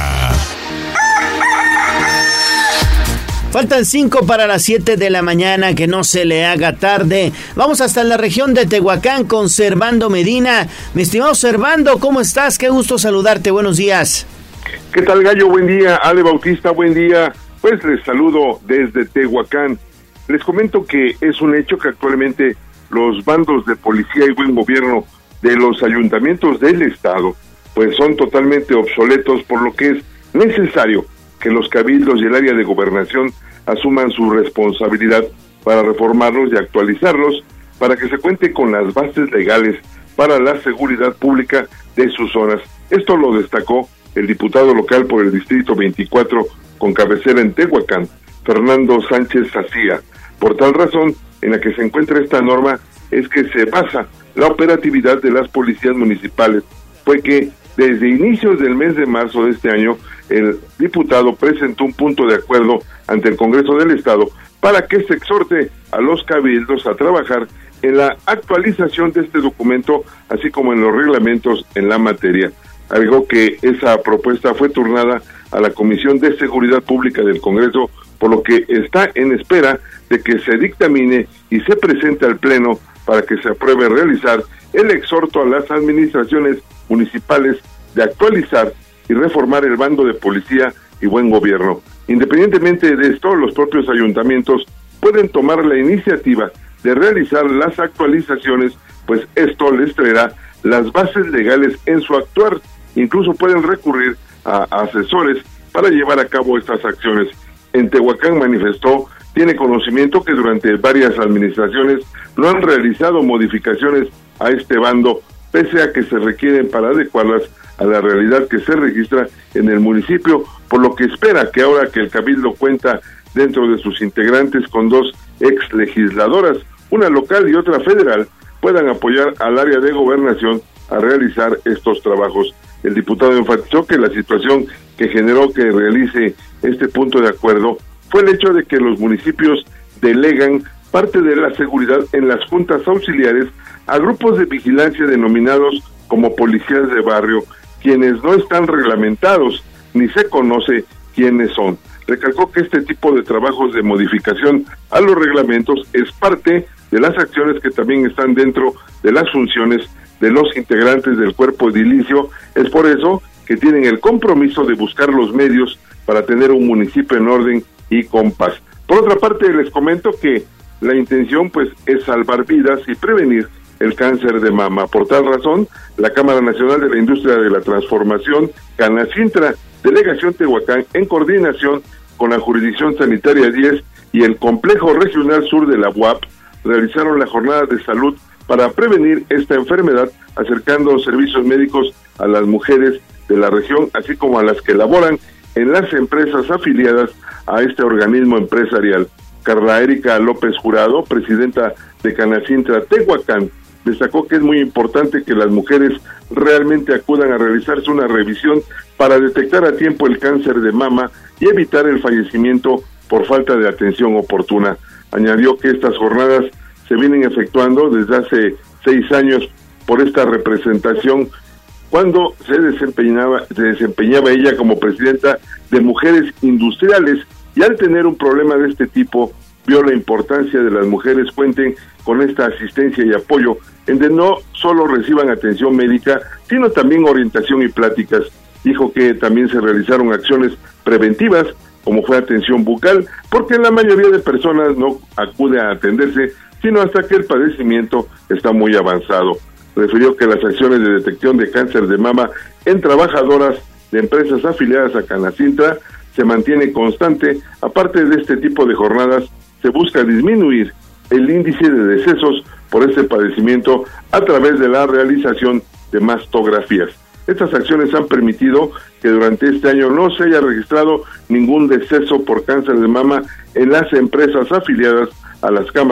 Faltan cinco para las siete de la mañana, que no se le haga tarde. Vamos hasta la región de Tehuacán con Servando Medina. Mi estimado Servando, ¿cómo estás? Qué gusto saludarte, buenos días. ¿Qué tal, Gallo? Buen día. Ale Bautista, buen día. Pues les saludo desde Tehuacán. Les comento que es un hecho que actualmente los bandos de policía y buen gobierno de los ayuntamientos del estado pues son totalmente obsoletos, por lo que es necesario que los cabildos y el área de gobernación asuman su responsabilidad para reformarlos y actualizarlos para que se cuente con las bases legales para la seguridad pública de sus zonas. Esto lo destacó el diputado local por el Distrito veinticuatro con cabecera en Tehuacán, Fernando Sánchez Sacía. Por tal razón, en la que se encuentra esta norma es que se basa la operatividad de las policías municipales. Fue que desde inicios del mes de marzo de este año, el diputado presentó un punto de acuerdo ante el Congreso del Estado para que se exhorte a los cabildos a trabajar en la actualización de este documento, así como en los reglamentos en la materia. Agregó que esa propuesta fue turnada a la Comisión de Seguridad Pública del Congreso, por lo que está en espera de que se dictamine y se presente al Pleno para que se apruebe realizar el exhorto a las administraciones municipales de actualizar y reformar el bando de policía y buen gobierno. Independientemente de esto, los propios ayuntamientos pueden tomar la iniciativa de realizar las actualizaciones, pues esto les traerá las bases legales en su actuar. Incluso pueden recurrir a asesores para llevar a cabo estas acciones. En Tehuacán manifestó, tiene conocimiento que durante varias administraciones no han realizado modificaciones a este bando, pese a que se requieren para adecuarlas a la realidad que se registra en el municipio, por lo que espera que ahora que el Cabildo cuenta dentro de sus integrantes con dos ex legisladoras, una local y otra federal, puedan apoyar al área de gobernación a realizar estos trabajos. El diputado enfatizó que la situación que generó que realice este punto de acuerdo fue el hecho de que los municipios delegan parte de la seguridad en las juntas auxiliares a grupos de vigilancia denominados como policías de barrio, quienes no están reglamentados ni se conoce quiénes son. Recalcó que este tipo de trabajos de modificación a los reglamentos es parte de las acciones que también están dentro de las funciones de los integrantes del cuerpo edilicio. Es por eso que tienen el compromiso de buscar los medios para tener un municipio en orden y con paz. Por otra parte, les comento que la intención pues es salvar vidas y prevenir el cáncer de mama. Por tal razón, la Cámara Nacional de la Industria de la Transformación, Canacintra, Delegación Tehuacán, en coordinación con la Jurisdicción Sanitaria diez y el Complejo Regional Sur de la U A P, realizaron la jornada de salud para prevenir esta enfermedad, acercando servicios médicos a las mujeres de la región, así como a las que laboran en las empresas afiliadas a este organismo empresarial. Carla Erika López Jurado, presidenta de Canacintra Tehuacán, destacó que es muy importante que las mujeres realmente acudan a realizarse una revisión para detectar a tiempo el cáncer de mama y evitar el fallecimiento por falta de atención oportuna. Añadió que estas jornadas se vienen efectuando desde hace seis años por esta representación, cuando se desempeñaba, se desempeñaba ella como presidenta de Mujeres Industriales, y al tener un problema de este tipo, vio la importancia de las mujeres cuenten con esta asistencia y apoyo, en donde no solo reciban atención médica, sino también orientación y pláticas. Dijo que también se realizaron acciones preventivas, como fue atención bucal, porque la mayoría de personas no acude a atenderse, sino hasta que el padecimiento está muy avanzado. Refirió que las acciones de detección de cáncer de mama en trabajadoras de empresas afiliadas a Canacintra se mantiene constante. Aparte de este tipo de jornadas, se busca disminuir el índice de decesos por este padecimiento a través de la realización de mastografías. Estas acciones han permitido que durante este año no se haya registrado ningún deceso por cáncer de mama en las empresas afiliadas a las cámaras,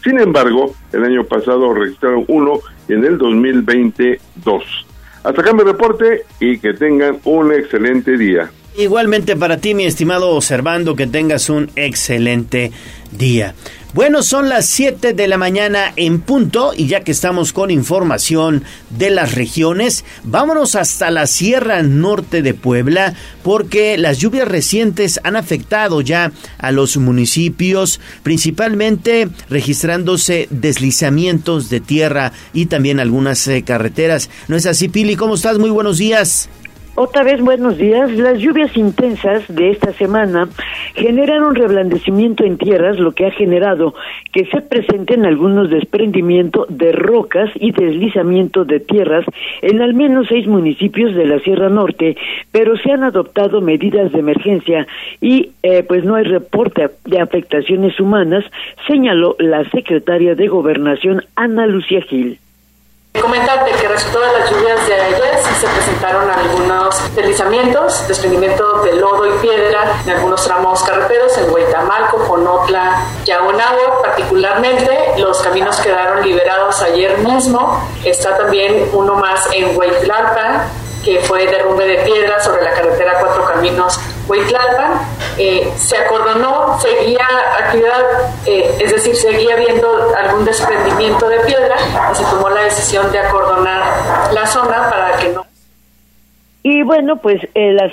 Sin embargo, el año pasado registraron uno y en el dos mil veinte dos. Hasta acá mi reporte y que tengan un excelente día. Igualmente para ti, mi estimado Servando, que tengas un excelente día. Bueno, son las siete de la mañana en punto y ya que estamos con información de las regiones, vámonos hasta la Sierra Norte de Puebla porque las lluvias recientes han afectado ya a los municipios, principalmente registrándose deslizamientos de tierra y también algunas eh, carreteras. ¿No es así, Pili? ¿Cómo estás? Muy buenos días. Otra vez buenos días. Las lluvias intensas de esta semana generaron reblandecimiento en tierras, lo que ha generado que se presenten algunos desprendimientos de rocas y deslizamiento de tierras en al menos seis municipios de la Sierra Norte, pero se han adoptado medidas de emergencia y eh, pues no hay reporte de afectaciones humanas, señaló la secretaria de Gobernación, Ana Lucía Gil. Comentarte que resultado de las lluvias de ayer sí se presentaron algunos deslizamientos, desprendimiento de lodo y piedra en algunos tramos carreteros en Hueytamalco, Jonotla, Yaguanáhuac. Particularmente los caminos quedaron liberados ayer mismo. Está también uno más en Hueytlalpan, que fue derrumbe de piedra sobre la carretera Cuatro Caminos Hueytlalpan. Eh, se acordonó, seguía actividad, eh, es decir, seguía habiendo algún desprendimiento de piedra y se tomó la decisión de acordonar la zona para que no. Y bueno, pues eh, las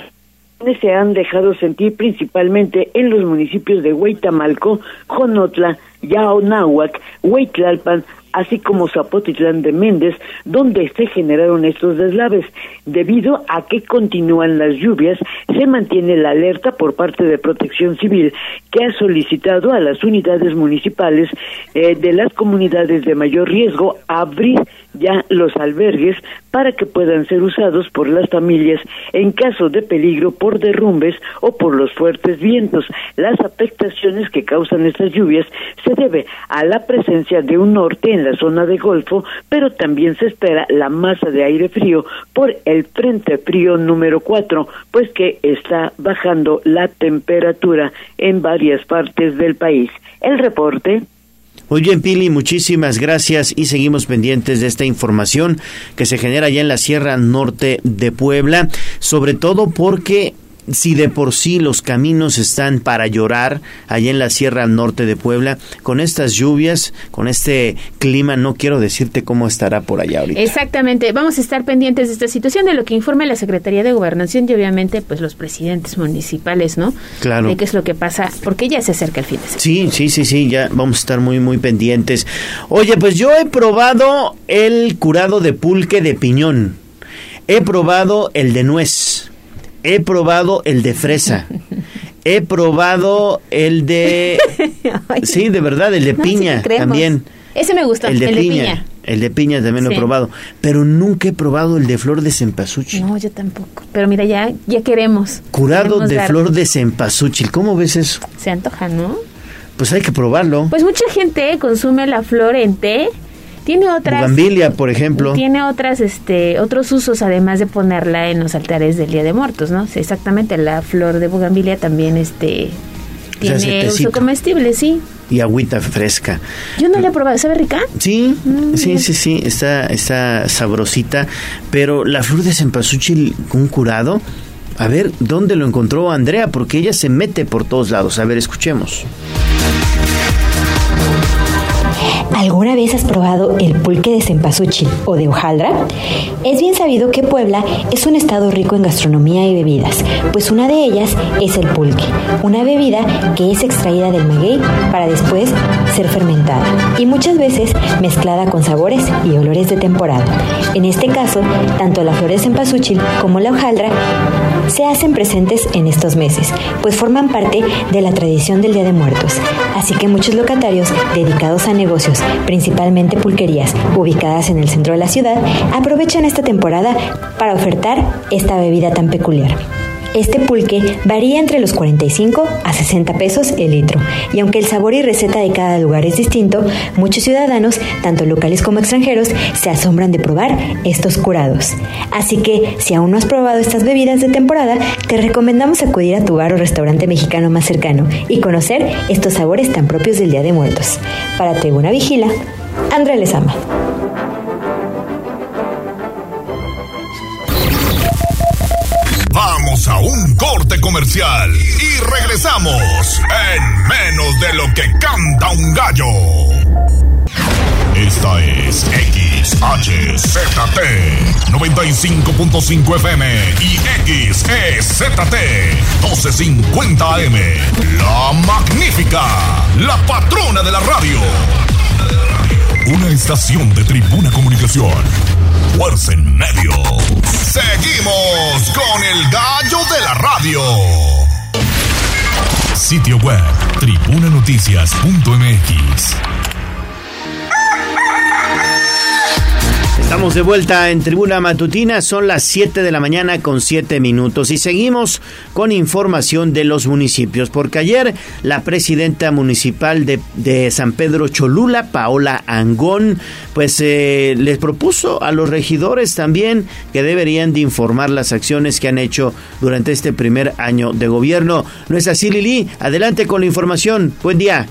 se han dejado sentir principalmente en los municipios de Hueytamalco, Jonotla, Yaguanáhuac, Hueytlalpan, así como Zapotitlán de Méndez, donde se generaron estos deslaves. Debido a que continúan las lluvias, se mantiene la alerta por parte de Protección Civil, que ha solicitado a las unidades municipales eh, de las comunidades de mayor riesgo abrir ya los albergues para que puedan ser usados por las familias en caso de peligro por derrumbes o por los fuertes vientos. Las afectaciones que causan estas lluvias se debe a la presencia de un norte en la zona de Golfo, pero también se espera la masa de aire frío por el frente frío número cuatro, pues que está bajando la temperatura en varias partes del país. El reporte. Muy bien, Pili, muchísimas gracias y seguimos pendientes de esta información que se genera ya en la Sierra Norte de Puebla, sobre todo porque si de por sí los caminos están para llorar allá en la Sierra Norte de Puebla, con estas lluvias, con este clima, no quiero decirte cómo estará por allá ahorita. Exactamente, vamos a estar pendientes de esta situación, de lo que informe la Secretaría de Gobernación y obviamente pues los presidentes municipales, ¿no? Claro. De qué es lo que pasa, porque ya se acerca el fin de semana. Sí, sí, sí, sí, ya vamos a estar muy, muy pendientes. Oye, pues yo he probado el curado de pulque de piñón, he probado el de nuez, he probado el de fresa. He probado el de... Sí, de verdad, el de no, piña sí también. Ese me gusta, el de, el piña, de piña. El de piña también sí. Lo he probado. Pero nunca he probado el de flor de cempasúchil. No, yo tampoco. Pero mira, ya, ya queremos. Curado queremos de dar. flor de cempasúchil. ¿Cómo ves eso? Se antoja, ¿no? Pues hay que probarlo. Pues mucha gente consume la flor en té. Tiene otras bugambilia, por ejemplo. Tiene otras este otros usos además de ponerla en los altares del Día de Muertos, ¿no? Sí, exactamente, la flor de bugambilia también este tiene uso comestible, sí. Y agüita fresca. Yo no la he probado, ¿sabe rica? Sí, mm, sí, sí, sí, está está sabrosita, pero la flor de cempasúchil con curado, a ver, ¿dónde lo encontró Andrea? Porque ella se mete por todos lados. A ver, escuchemos. ¿Alguna vez has probado el pulque de cempasúchil o de hojaldra? Es bien sabido que Puebla es un estado rico en gastronomía y bebidas, pues una de ellas es el pulque, una bebida que es extraída del maguey para después ser fermentada y muchas veces mezclada con sabores y olores de temporada. En este caso, tanto la flor de cempasúchil como la hojaldra se hacen presentes en estos meses, pues forman parte de la tradición del Día de Muertos. Así que muchos locatarios dedicados a negocios, principalmente pulquerías ubicadas en el centro de la ciudad, aprovechan esta temporada para ofertar esta bebida tan peculiar. Este pulque varía entre los cuarenta y cinco a sesenta pesos el litro, y aunque el sabor y receta de cada lugar es distinto, muchos ciudadanos, tanto locales como extranjeros, se asombran de probar estos curados. Así que, si aún no has probado estas bebidas de temporada, te recomendamos acudir a tu bar o restaurante mexicano más cercano y conocer estos sabores tan propios del Día de Muertos. Para Tribuna Vigila, Andrea Lezama. Vamos a un corte comercial y regresamos en menos de lo que canta un gallo. Esta es X H Z T noventa y cinco punto cinco F M y X E Z T doce cincuenta A M. La Magnífica, la patrona de la radio. Una estación de Tribuna Comunicación. Fuerza en medio. Seguimos con el gallo de la radio. Sitio web tribuna noticias punto m x. Estamos de vuelta en Tribuna Matutina, son las siete de la mañana con siete minutos y seguimos con información de los municipios, porque ayer la presidenta municipal de, de San Pedro Cholula, Paola Angón, pues eh, les propuso a los regidores también que deberían de informar las acciones que han hecho durante este primer año de gobierno. ¿No es así, Lili? Adelante con la información. Buen día.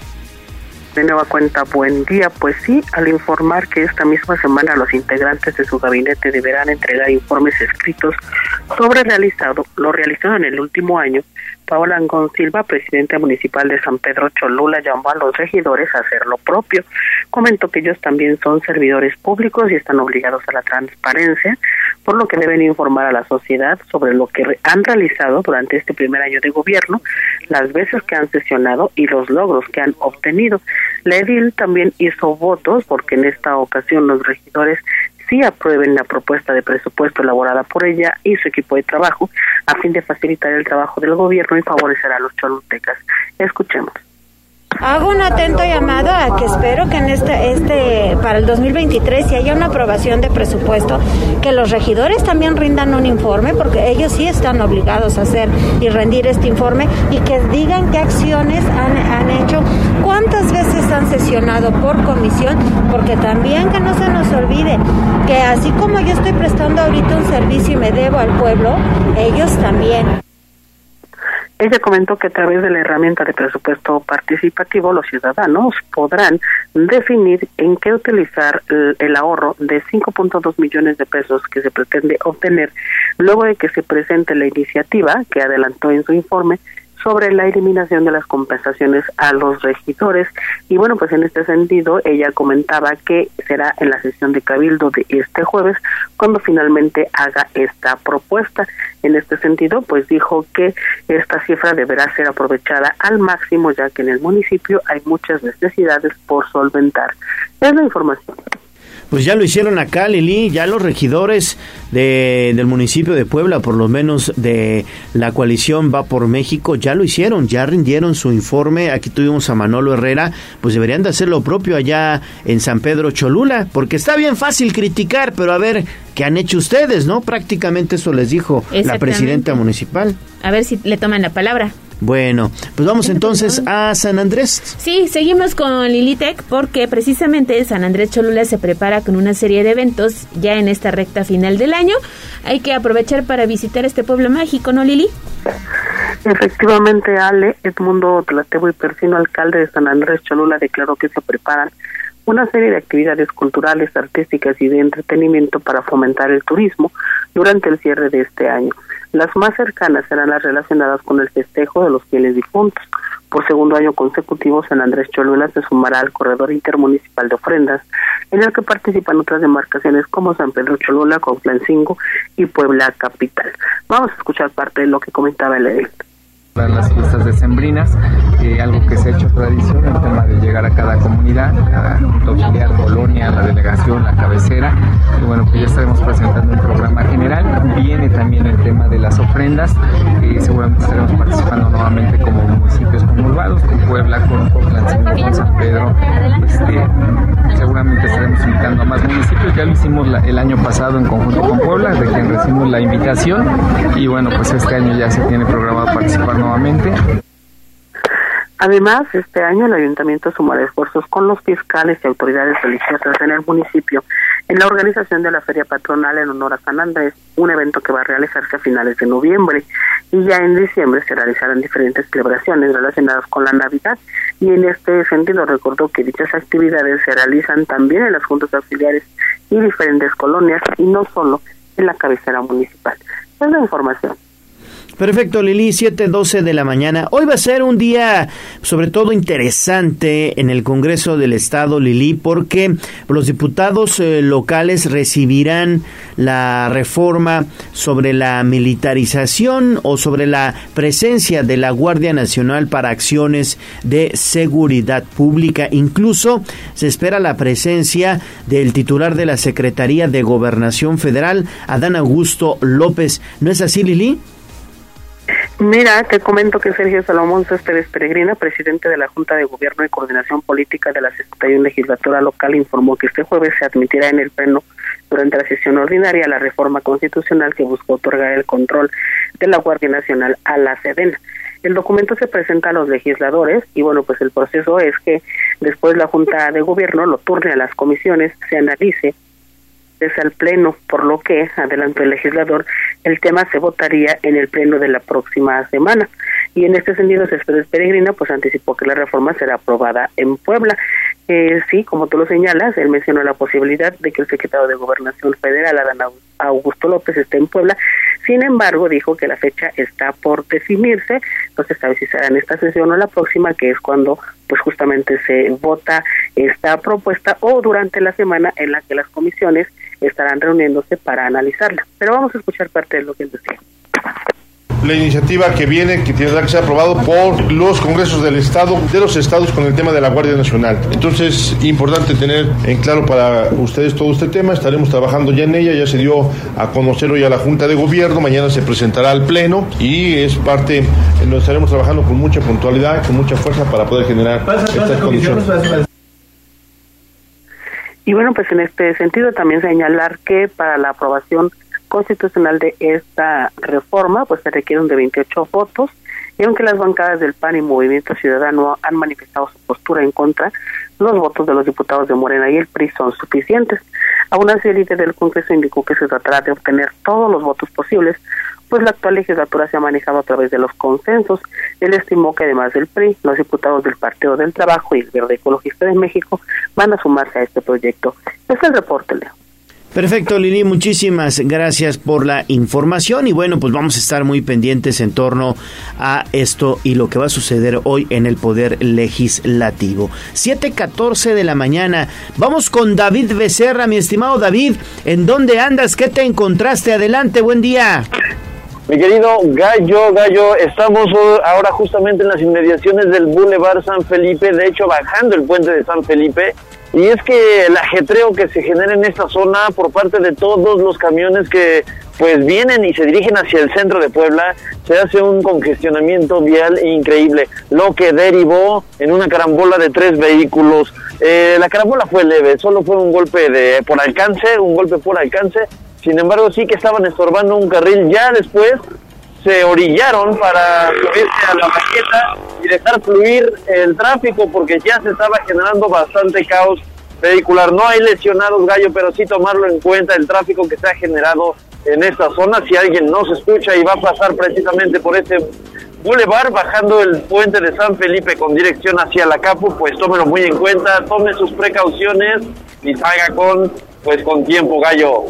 De nueva cuenta, buen día. Pues sí, al informar que esta misma semana los integrantes de su gabinete deberán entregar informes escritos sobre realizado, lo realizado en el último año, Paola Angón Silva, presidenta municipal de San Pedro Cholula, llamó a los regidores a hacer lo propio. Comentó que ellos también son servidores públicos y están obligados a la transparencia, por lo que deben informar a la sociedad sobre lo que han realizado durante este primer año de gobierno, las veces que han sesionado y los logros que han obtenido. La edil también hizo votos porque en esta ocasión los regidores sí aprueben la propuesta de presupuesto elaborada por ella y su equipo de trabajo a fin de facilitar el trabajo del gobierno y favorecer a los cholultecas. Escuchemos. Hago un atento llamado a que espero que en este, este para el dos mil veintitrés, si haya una aprobación de presupuesto, que los regidores también rindan un informe, porque ellos sí están obligados a hacer y rendir este informe, y que digan qué acciones han, han hecho, cuántas veces han sesionado por comisión, porque también que no se nos olvide que así como yo estoy prestando ahorita un servicio y me debo al pueblo, ellos también. Ella comentó que a través de la herramienta de presupuesto participativo los ciudadanos podrán definir en qué utilizar el, el ahorro de cinco punto dos millones de pesos que se pretende obtener luego de que se presente la iniciativa que adelantó en su informe sobre la eliminación de las compensaciones a los regidores. Y bueno, pues en este sentido ella comentaba que será en la sesión de cabildo de este jueves cuando finalmente haga esta propuesta. En este sentido, pues dijo que esta cifra deberá ser aprovechada al máximo, ya que en el municipio hay muchas necesidades por solventar. Es la información. Pues ya lo hicieron acá, Lili, ya los regidores de, del municipio de Puebla, por lo menos de la coalición Va por México, ya lo hicieron, ya rindieron su informe. Aquí tuvimos a Manolo Herrera, pues deberían de hacer lo propio allá en San Pedro Cholula, porque está bien fácil criticar, pero a ver qué han hecho ustedes, ¿no? Prácticamente eso les dijo la presidenta municipal. A ver si le toman la palabra. Bueno, pues vamos entonces a San Andrés. Sí, seguimos con Lilitec porque precisamente San Andrés Cholula se prepara con una serie de eventos ya en esta recta final del año. Hay que aprovechar para visitar este pueblo mágico, ¿no, Lili? Efectivamente, Ale, Edmundo Tlatebo y Persino, alcalde de San Andrés Cholula, declaró que se preparan una serie de actividades culturales, artísticas y de entretenimiento para fomentar el turismo durante el cierre de este año. Las más cercanas serán las relacionadas con el festejo de los fieles difuntos. Por segundo año consecutivo, San Andrés Cholula se sumará al corredor intermunicipal de ofrendas, en el que participan otras demarcaciones como San Pedro Cholula, Cuautlancingo y Puebla Capital. Vamos a escuchar parte de lo que comentaba el edil. Las fiestas decembrinas, eh, algo que se ha hecho tradición, el tema de llegar a cada comunidad, a auxiliar, colonia, la delegación, la cabecera, y bueno, pues ya estaremos presentando un programa general. Viene también el tema de las ofrendas, y eh, seguramente estaremos participando nuevamente como municipios conurbados, con Puebla, con Cuautlancingo, con San Pedro. Este, seguramente estaremos invitando llegando a más municipios. Ya lo hicimos la, el año pasado en conjunto con Puebla, de quien recibimos la invitación, y bueno, pues este año ya se tiene programado participar nuevamente. Además, este año el ayuntamiento sumará esfuerzos con los fiscales y autoridades religiosas en el municipio en la organización de la Feria Patronal en honor a San Andrés, un evento que va a realizarse a finales de noviembre, y ya en diciembre se realizarán diferentes celebraciones relacionadas con la Navidad, y en este sentido recordó que dichas actividades se realizan también en las juntas auxiliares y diferentes colonias, y no solo en la cabecera municipal. Esa es la información. Perfecto, Lili, siete doce de la mañana. Hoy va a ser un día sobre todo interesante en el Congreso del Estado, Lili, porque los diputados eh, locales recibirán la reforma sobre la militarización o sobre la presencia de la Guardia Nacional para acciones de seguridad pública. Incluso se espera la presencia del titular de la Secretaría de Gobernación Federal, Adán Augusto López. ¿No es así, Lili? Mira, te comento que Sergio Salomón Céspedes Peregrina, presidente de la Junta de Gobierno y Coordinación Política de la sesenta y una Legislatura Local, informó que este jueves se admitirá en el Pleno durante la sesión ordinaria la reforma constitucional que buscó otorgar el control de la Guardia Nacional a la Sedena. El documento se presenta a los legisladores y bueno, pues el proceso es que después la Junta de Gobierno lo turne a las comisiones, se analice desde el Pleno, por lo que, adelantó el legislador, el tema se votaría en el Pleno de la próxima semana. Y en este sentido, Céspedes Peregrina pues anticipó que la reforma será aprobada en Puebla. Eh, sí, como tú lo señalas, él mencionó la posibilidad de que el secretario de Gobernación Federal, Adán Augusto López, esté en Puebla. Sin embargo, dijo que la fecha está por definirse, entonces sabe si será en esta sesión o la próxima, que es cuando pues justamente se vota esta propuesta, o durante la semana en la que las comisiones estarán reuniéndose para analizarla. Pero vamos a escuchar parte de lo que él decía. La iniciativa que viene, que tendrá que ser aprobado por los congresos del estado, de los estados, con el tema de la Guardia Nacional. Entonces, importante tener en claro para ustedes todo este tema. Estaremos trabajando ya en ella, ya se dio a conocer hoy a la Junta de Gobierno, mañana se presentará al Pleno y es parte, lo estaremos trabajando con mucha puntualidad, con mucha fuerza para poder generar estas condiciones. Y bueno, pues en este sentido también señalar que para la aprobación constitucional de esta reforma pues se requieren de veintiocho votos, y aunque las bancadas del P A N y Movimiento Ciudadano han manifestado su postura en contra, los votos de los diputados de Morena y el P R I son suficientes. Aún así, el líder del Congreso indicó que se tratará de obtener todos los votos posibles, pues la actual legislatura se ha manejado a través de los consensos. Él estimó que además del P R I, los diputados del Partido del Trabajo y el Verde Ecologista de México van a sumarse a este proyecto. Este es el reporte, Leo. Perfecto, Lili, muchísimas gracias por la información y bueno, pues vamos a estar muy pendientes en torno a esto y lo que va a suceder hoy en el Poder Legislativo. siete catorce de la mañana, vamos con David Becerra, mi estimado David, ¿en dónde andas? ¿Qué te encontraste? Adelante, buen día. Mi querido Gallo, Gallo, estamos ahora justamente en las inmediaciones del Boulevard San Felipe, de hecho bajando el puente de San Felipe. Y es que el ajetreo que se genera en esta zona por parte de todos los camiones que pues vienen y se dirigen hacia el centro de Puebla, se hace un congestionamiento vial increíble, lo que derivó en una carambola de tres vehículos. Eh, la carambola fue leve, solo fue un golpe de por alcance, un golpe por alcance, sin embargo sí que estaban estorbando un carril. Ya después se orillaron para subirse a la banqueta y dejar fluir el tráfico porque ya se estaba generando bastante caos vehicular. No hay lesionados, Gallo, pero sí tomarlo en cuenta el tráfico que se ha generado en esta zona. Si alguien no se escucha y va a pasar precisamente por este bulevar bajando el puente de San Felipe con dirección hacia la Capu, pues tómelo muy en cuenta, tome sus precauciones y salga con pues con tiempo, Gallo.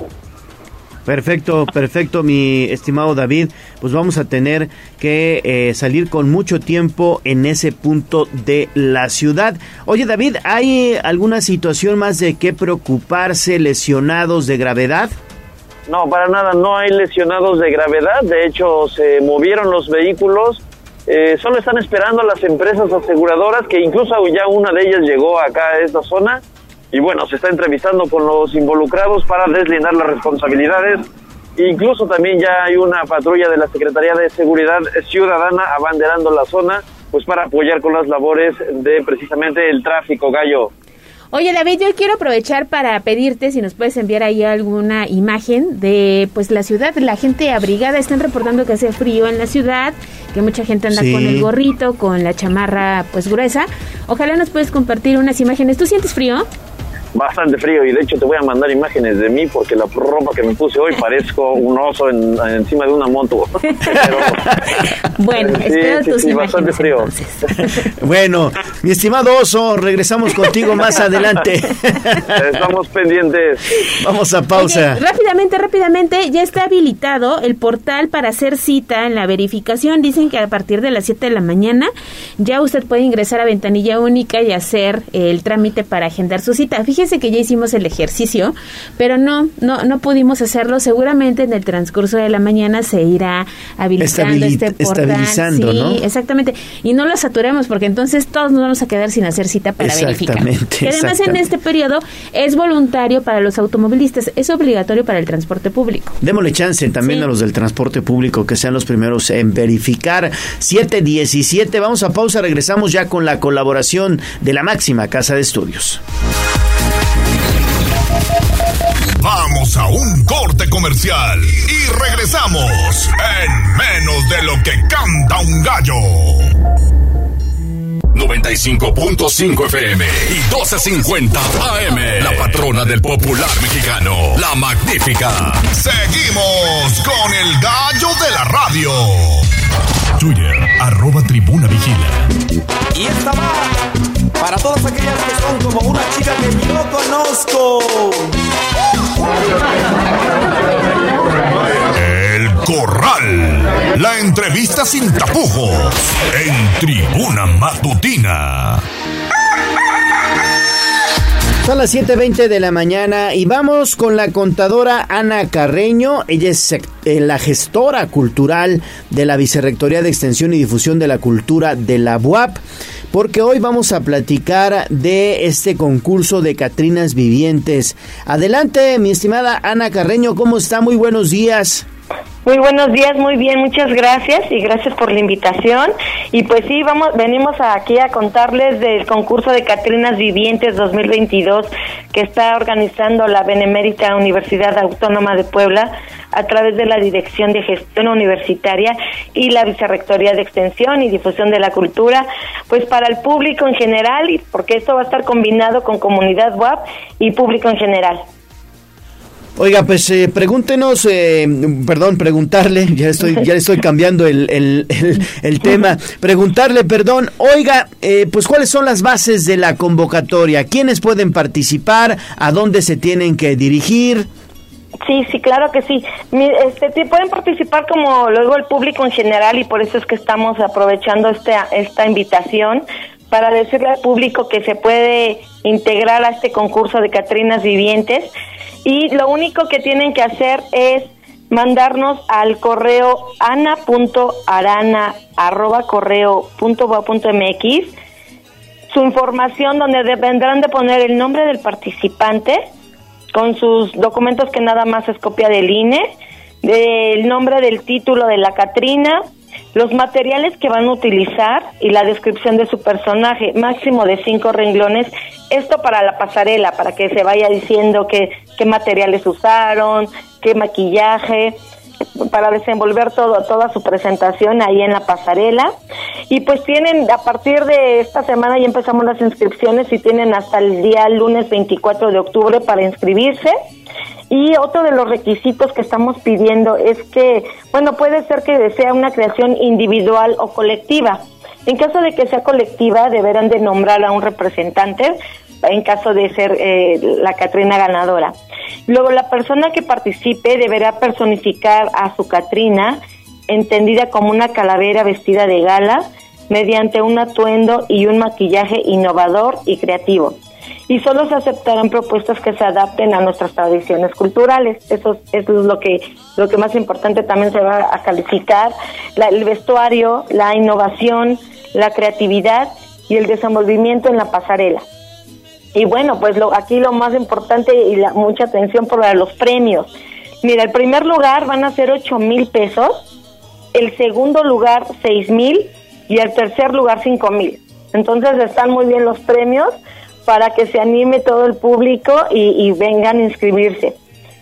Perfecto, perfecto, mi estimado David. Pues vamos a tener que eh, salir con mucho tiempo en ese punto de la ciudad. Oye, David, ¿hay alguna situación más de qué preocuparse, lesionados de gravedad? No, para nada, no hay lesionados de gravedad. De hecho, se movieron los vehículos. Eh, solo están esperando a las empresas aseguradoras, que incluso ya una de ellas llegó acá a esta zona. Y bueno, se está entrevistando con los involucrados para deslindar las responsabilidades. Incluso también ya hay una patrulla de la Secretaría de Seguridad Ciudadana abanderando la zona, pues para apoyar con las labores de precisamente el tráfico, Gallo. Oye, David, yo quiero aprovechar para pedirte si nos puedes enviar ahí alguna imagen de pues la ciudad, la gente abrigada. Están reportando que hace frío en la ciudad, que mucha gente anda sí. con el gorrito, con la chamarra pues gruesa. Ojalá nos puedes compartir unas imágenes. ¿Tú sientes frío? Bastante frío, y de hecho te voy a mandar imágenes de mí porque la ropa que me puse hoy parezco un oso en, encima de una moto. Pero, bueno, sí, espero sí, tus sí, imágenes, bastante frío. Bueno, mi estimado Oso, regresamos contigo más adelante. Estamos pendientes. Vamos a pausa. Oye, rápidamente, rápidamente, ya está habilitado el portal para hacer cita en la verificación. Dicen que a partir de las siete de la mañana ya usted puede ingresar a Ventanilla Única y hacer el trámite para agendar su cita. Fíjese que ya hicimos el ejercicio, pero no, no, no pudimos hacerlo. Seguramente en el transcurso de la mañana se irá habilitando Estabilit- este portal. Estabilizando, sí, ¿no? Exactamente. Y no lo saturemos porque entonces todos nos vamos a quedar sin hacer cita para verificar. Que además en este periodo es voluntario para los automovilistas, es obligatorio para el transporte público. Démosle chance también sí. a los del transporte público que sean los primeros en verificar. siete diecisiete, vamos a pausa, regresamos ya con la colaboración de la máxima casa de estudios. Vamos a un corte comercial y regresamos en menos de lo que canta un gallo. noventa y cinco punto cinco F M y doce cincuenta A M. La patrona del popular mexicano, la magnífica. Seguimos con el gallo de la radio. Twitter, arroba Tribuna Vigila. Y esta va para todas aquellas que son como una chica que yo conozco. El Corral. La entrevista sin tapujos en Tribuna Matutina. Son las siete veinte de la mañana y vamos con la contadora Ana Carreño. Ella es eh, la gestora cultural de la Vicerrectoría de Extensión y Difusión de la Cultura de la B U A P, porque hoy vamos a platicar de este concurso de Catrinas Vivientes. Adelante, mi estimada Ana Carreño, ¿cómo está? Muy buenos días. Muy buenos días, muy bien, muchas gracias y gracias por la invitación. Y pues sí, vamos, venimos aquí a contarles del concurso de Catrinas Vivientes dos mil veintidós que está organizando la Benemérita Universidad Autónoma de Puebla a través de la Dirección de Gestión Universitaria y la Vicerrectoría de Extensión y Difusión de la Cultura, pues para el público en general, y porque esto va a estar combinado con comunidad B U A P y público en general. Oiga, pues eh, pregúntenos, eh, perdón, preguntarle, ya estoy ya estoy cambiando el, el, el, el tema, preguntarle, perdón, oiga, eh, pues cuáles son las bases de la convocatoria, quiénes pueden participar, a dónde se tienen que dirigir. Sí, sí, claro que sí. Este, pueden participar como luego el público en general y por eso es que estamos aprovechando esta, esta invitación para decirle al público que se puede integrar a este concurso de Catrinas Vivientes. Y lo único que tienen que hacer es mandarnos al correo ana punto arana arroba correo punto b o a punto m x su información, donde vendrán de poner el nombre del participante con sus documentos, que nada más es copia del I N E, el nombre del título de la Catrina, los materiales que van a utilizar y la descripción de su personaje, máximo de cinco renglones. Esto para la pasarela, para que se vaya diciendo qué, qué materiales usaron, qué maquillaje, para desenvolver todo, toda su presentación ahí en la pasarela. Y pues tienen, a partir de esta semana ya empezamos las inscripciones y tienen hasta el día lunes veinticuatro de octubre para inscribirse. Y otro de los requisitos que estamos pidiendo es que, bueno, puede ser que sea una creación individual o colectiva. En caso de que sea colectiva, deberán de nombrar a un representante, en caso de ser eh, la Catrina ganadora. Luego, la persona que participe deberá personificar a su Catrina, entendida como una calavera vestida de gala, mediante un atuendo y un maquillaje innovador y creativo. Y solo se aceptarán propuestas que se adapten a nuestras tradiciones culturales. Eso, eso es lo que lo que más importante también se va a calificar: la, el vestuario, la innovación, la creatividad y el desenvolvimiento en la pasarela. Y bueno, pues lo, aquí lo más importante y la, mucha atención por los premios. Mira, el primer lugar van a ser ocho mil pesos, el segundo lugar seis mil y el tercer lugar cinco mil. Entonces están muy bien los premios para que se anime todo el público y, y vengan a inscribirse.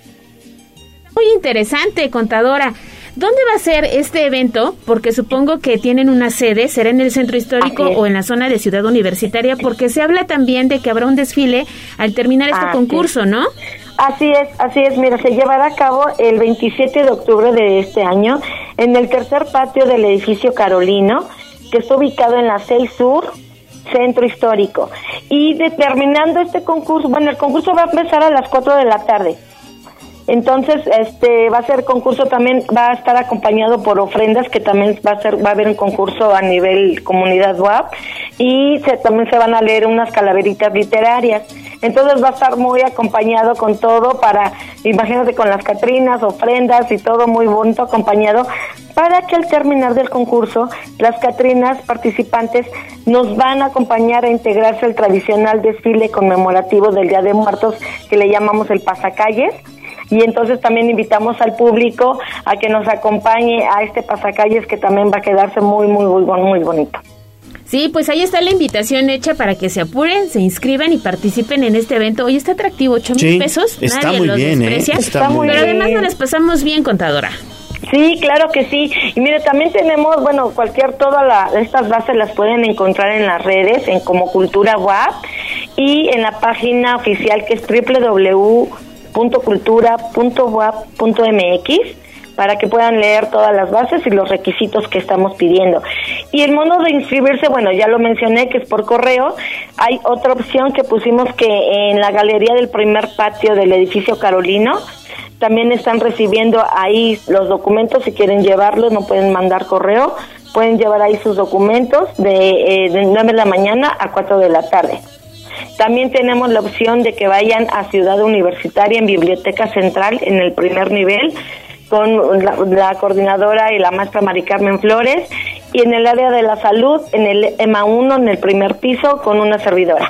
Muy interesante, contadora. ¿Dónde va a ser este evento? Porque supongo que tienen una sede, ¿será en el centro histórico o en la zona de Ciudad Universitaria? Porque se habla también de que habrá un desfile al terminar este así concurso, ¿no? Así es, así es. Mira, se llevará a cabo el veintisiete de octubre de este año en el tercer patio del edificio Carolino, que está ubicado en la seis Sur, Centro Histórico. Y determinando este concurso, bueno, el concurso va a empezar a las cuatro de la tarde. Entonces, este va a ser concurso también, va a estar acompañado por ofrendas, que también va a ser, va a haber un concurso a nivel comunidad W A P, y se, también se van a leer unas calaveritas literarias. Entonces va a estar muy acompañado con todo para, imagínate, con las catrinas, ofrendas y todo muy bonito acompañado, para que al terminar del concurso, las catrinas participantes nos van a acompañar a integrarse al tradicional desfile conmemorativo del Día de Muertos, que le llamamos el pasacalles. Y entonces también invitamos al público a que nos acompañe a este pasacalles, que también va a quedarse muy, muy, muy, muy bonito. Sí, pues ahí está la invitación hecha para que se apuren, se inscriban y participen en este evento. Hoy está atractivo, ocho mil sí, pesos. Está Nadie muy los bien, desprecia. ¿eh? Está muy Pero bien. además nos las pasamos bien, contadora. Sí, claro que sí. Y mire, también tenemos, bueno, cualquier, todas la, estas bases las pueden encontrar en las redes, en como Cultura W A P, y en la página oficial, que es doble u doble u doble u punto cultura punto w a p punto m x, para que puedan leer todas las bases y los requisitos que estamos pidiendo. Y el modo de inscribirse, bueno, ya lo mencioné, que es por correo. Hay otra opción que pusimos, que en la galería del primer patio del edificio Carolino también están recibiendo ahí los documentos. Si quieren llevarlos, no pueden mandar correo, pueden llevar ahí sus documentos de, eh, de nueve de la mañana a cuatro de la tarde. También tenemos la opción de que vayan a Ciudad Universitaria, en Biblioteca Central, en el primer nivel, con la, la coordinadora y la maestra Mari Carmen Flores, y en el área de la salud, en el E M A uno, en el primer piso, con una servidora.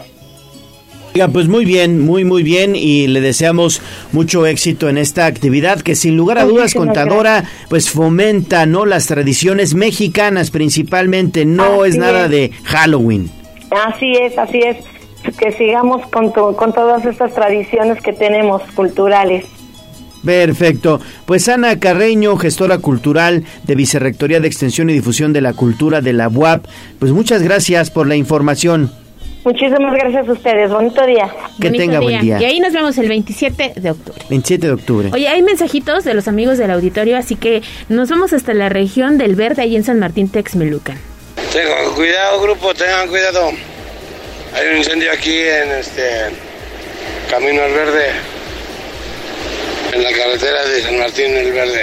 Oiga, pues muy bien, muy muy bien, y le deseamos mucho éxito en esta actividad que sin lugar a dudas, contadora, pues fomenta, ¿no?, las tradiciones mexicanas principalmente, no es nada de Halloween. Así es, así es, que sigamos con, to, con todas estas tradiciones que tenemos culturales. Perfecto. Pues Ana Carreño, gestora cultural de Vicerrectoría de Extensión y Difusión de la Cultura de la U A P, pues muchas gracias por la información. Muchísimas gracias a ustedes. Bonito día. Que Bonito tenga día. buen día. Y ahí nos vemos el veintisiete de octubre. veintisiete de octubre. Oye, hay mensajitos de los amigos del auditorio, así que nos vamos hasta la región del Verde, ahí en San Martín Texmelucan. Tengan cuidado, grupo, tengan cuidado. Hay un incendio aquí en este Camino al Verde, en la carretera de San Martín el Verde.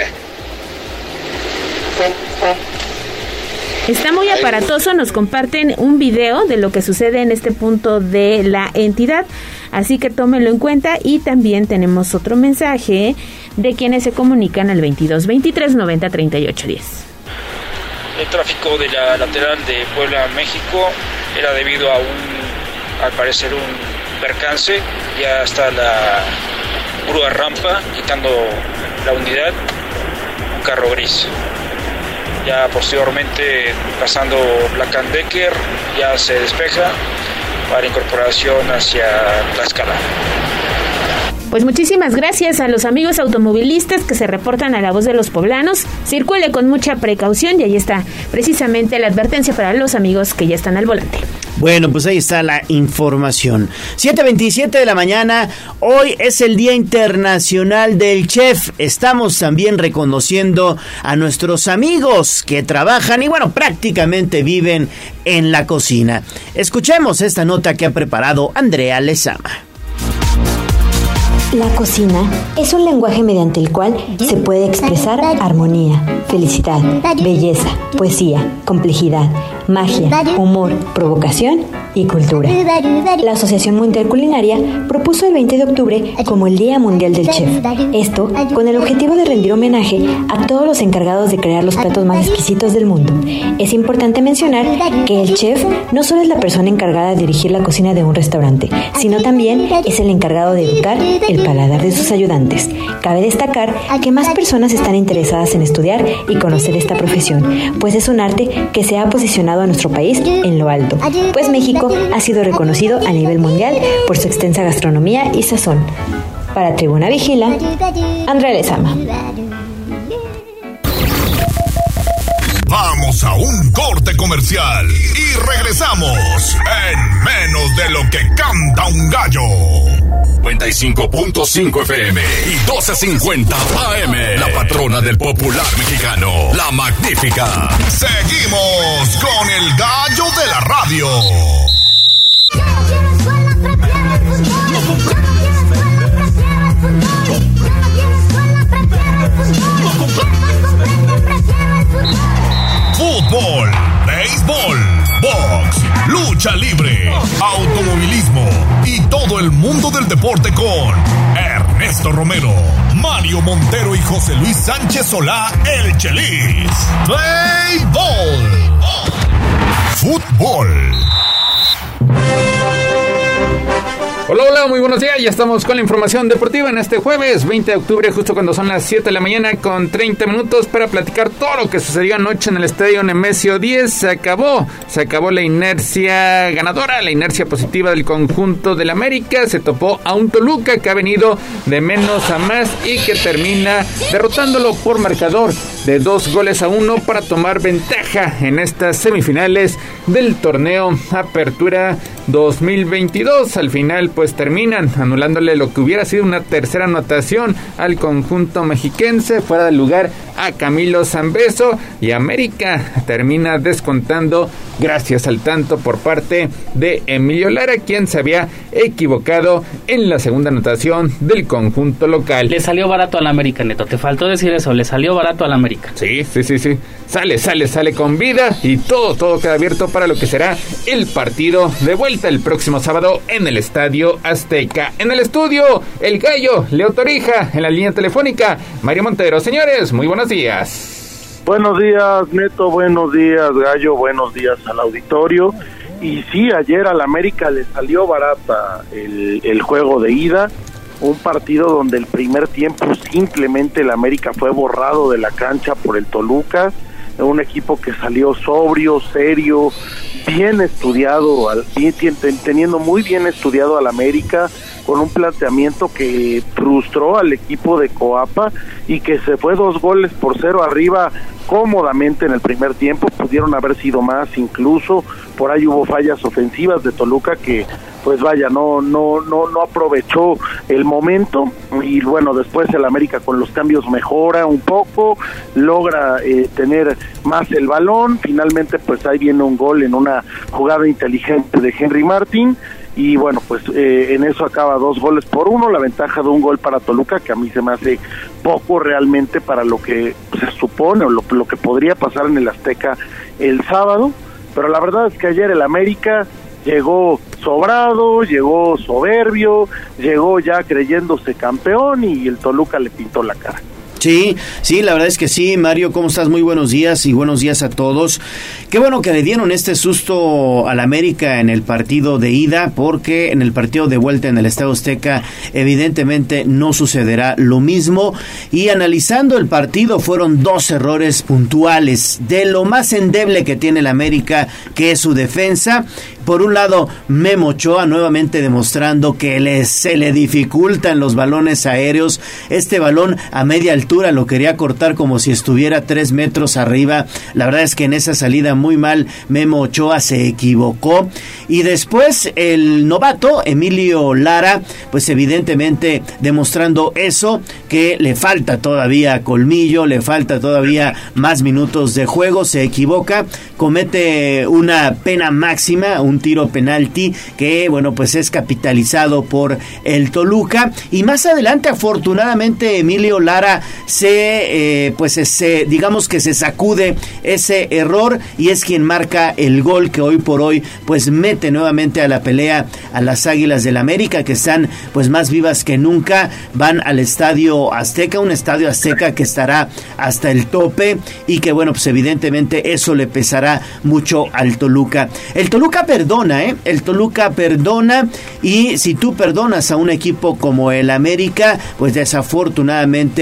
Está muy aparatoso, nos comparten un video de lo que sucede en este punto de la entidad, así que tómenlo en cuenta. Y también tenemos otro mensaje de quienes se comunican al veintidós veintitrés noventa treinta y ocho diez. El tráfico de la lateral de Puebla, México, era debido a un, al parecer, un percance. Ya está la grúa rampa quitando la unidad, un carro gris. Ya posteriormente, pasando Black and Decker, ya se despeja para incorporación hacia Tlaxcala. Pues muchísimas gracias a los amigos automovilistas que se reportan a La Voz de los Poblanos. Circule con mucha precaución, y ahí está precisamente la advertencia para los amigos que ya están al volante. Bueno, pues ahí está la información. siete veintisiete de la mañana, hoy es el Día Internacional del Chef. Estamos también reconociendo a nuestros amigos que trabajan y, bueno, prácticamente viven en la cocina. Escuchemos esta nota que ha preparado Andrea Lezama. La cocina es un lenguaje mediante el cual se puede expresar armonía, felicidad, belleza, poesía, complejidad, magia, humor, provocación y cultura. La Asociación Mundial Culinaria propuso el veinte de octubre como el Día Mundial del Chef. Esto con el objetivo de rendir homenaje a todos los encargados de crear los platos más exquisitos del mundo. Es importante mencionar que el chef no solo es la persona encargada de dirigir la cocina de un restaurante, sino también es el encargado de educar el paladar de sus ayudantes. Cabe destacar que más personas están interesadas en estudiar y conocer esta profesión, pues es un arte que se ha posicionado dejado a nuestro país en lo alto, pues México ha sido reconocido a nivel mundial por su extensa gastronomía y sazón. Para Tribuna Vigila, Andrea Lezama. Vamos a un corte comercial y regresamos en menos de lo que canta un gallo. noventa y cinco punto cinco F M y doce cincuenta A M. La patrona del popular mexicano, la magnífica. Seguimos con el gallo de la radio. Fútbol, béisbol, box, lucha libre, automovilismo y todo el mundo del deporte con Ernesto Romero, Mario Montero y José Luis Sánchez Solá, el Chelis. Béisbol, fútbol. Hola, hola, muy buenos días, ya estamos con la información deportiva en este jueves veinte de octubre, justo cuando son las siete de la mañana con treinta minutos para platicar todo lo que sucedió anoche en el estadio Nemesio diez. Se acabó, se acabó la inercia ganadora, la inercia positiva del conjunto del América, se topó a un Toluca que ha venido de menos a más y que termina derrotándolo por marcador de dos goles a uno para tomar ventaja en estas semifinales del torneo Apertura dos mil veintidós. Al final pues terminan anulándole lo que hubiera sido una tercera anotación al conjunto mexiquense, fuera del lugar a Camilo Zambeso, y América termina descontando gracias al tanto por parte de Emilio Lara, quien se había equivocado en la segunda anotación del conjunto local. Le salió barato al América, Neto, te faltó decir eso, le salió barato al América. Sí, sí, sí, sí, sale, sale, sale con vida y todo, todo queda abierto para lo que será el partido de vuelta el próximo sábado en el Estadio Azteca. En el estudio, el gallo Leo Torija, en la línea telefónica Mario Montero. Señores, muy buenos días. Buenos días, Neto, buenos días, gallo, buenos días al auditorio. Y sí, ayer al América le salió barata el, el juego de ida, un partido donde el primer tiempo simplemente el América fue borrado de la cancha por el Toluca, un equipo que salió sobrio, serio, bien estudiado, bien, teniendo muy bien estudiado al América, con un planteamiento que frustró al equipo de Coapa y que se fue dos goles por cero arriba cómodamente en el primer tiempo. Pudieron haber sido más incluso, por ahí hubo fallas ofensivas de Toluca que pues vaya, no no no no aprovechó el momento, y bueno, después el América con los cambios mejora un poco, logra eh, tener más el balón, finalmente pues ahí viene un gol en una jugada inteligente de Henry Martín, y bueno, pues eh, en eso acaba dos goles por uno, la ventaja de un gol para Toluca, que a mí se me hace poco realmente para lo que se supone o lo, lo que podría pasar en el Azteca el sábado, pero la verdad es que ayer el América llegó sobrado, llegó soberbio, llegó ya creyéndose campeón y el Toluca le pintó la cara. Sí, sí, la verdad es que sí. Mario, ¿cómo estás? Muy buenos días y buenos días a todos. Qué bueno que le dieron este susto al América en el partido de ida, porque en el partido de vuelta en el Estadio Azteca evidentemente no sucederá lo mismo. Y analizando el partido, fueron dos errores puntuales de lo más endeble que tiene el América, que es su defensa. Por un lado, Memo Ochoa nuevamente demostrando que le, se le dificultan los balones aéreos. Este balón a media altura lo quería cortar como si estuviera tres metros arriba. La verdad es que en esa salida muy mal Memo Ochoa se equivocó. Y después el novato Emilio Lara, pues evidentemente demostrando eso, que le falta todavía colmillo, le falta todavía más minutos de juego. Se equivoca, comete una pena máxima, un tiro penalti que, bueno, pues es capitalizado por el Toluca. Y más adelante, afortunadamente, Emilio Lara se, eh, pues se, digamos que se sacude ese error y es quien marca el gol que hoy por hoy, pues mete nuevamente a la pelea a las Águilas del América, que están pues más vivas que nunca. Van al Estadio Azteca, un Estadio Azteca que estará hasta el tope y que, bueno, pues evidentemente eso le pesará mucho al Toluca. El Toluca perdona, ¿eh? El Toluca perdona, y si tú perdonas a un equipo como el América, pues desafortunadamente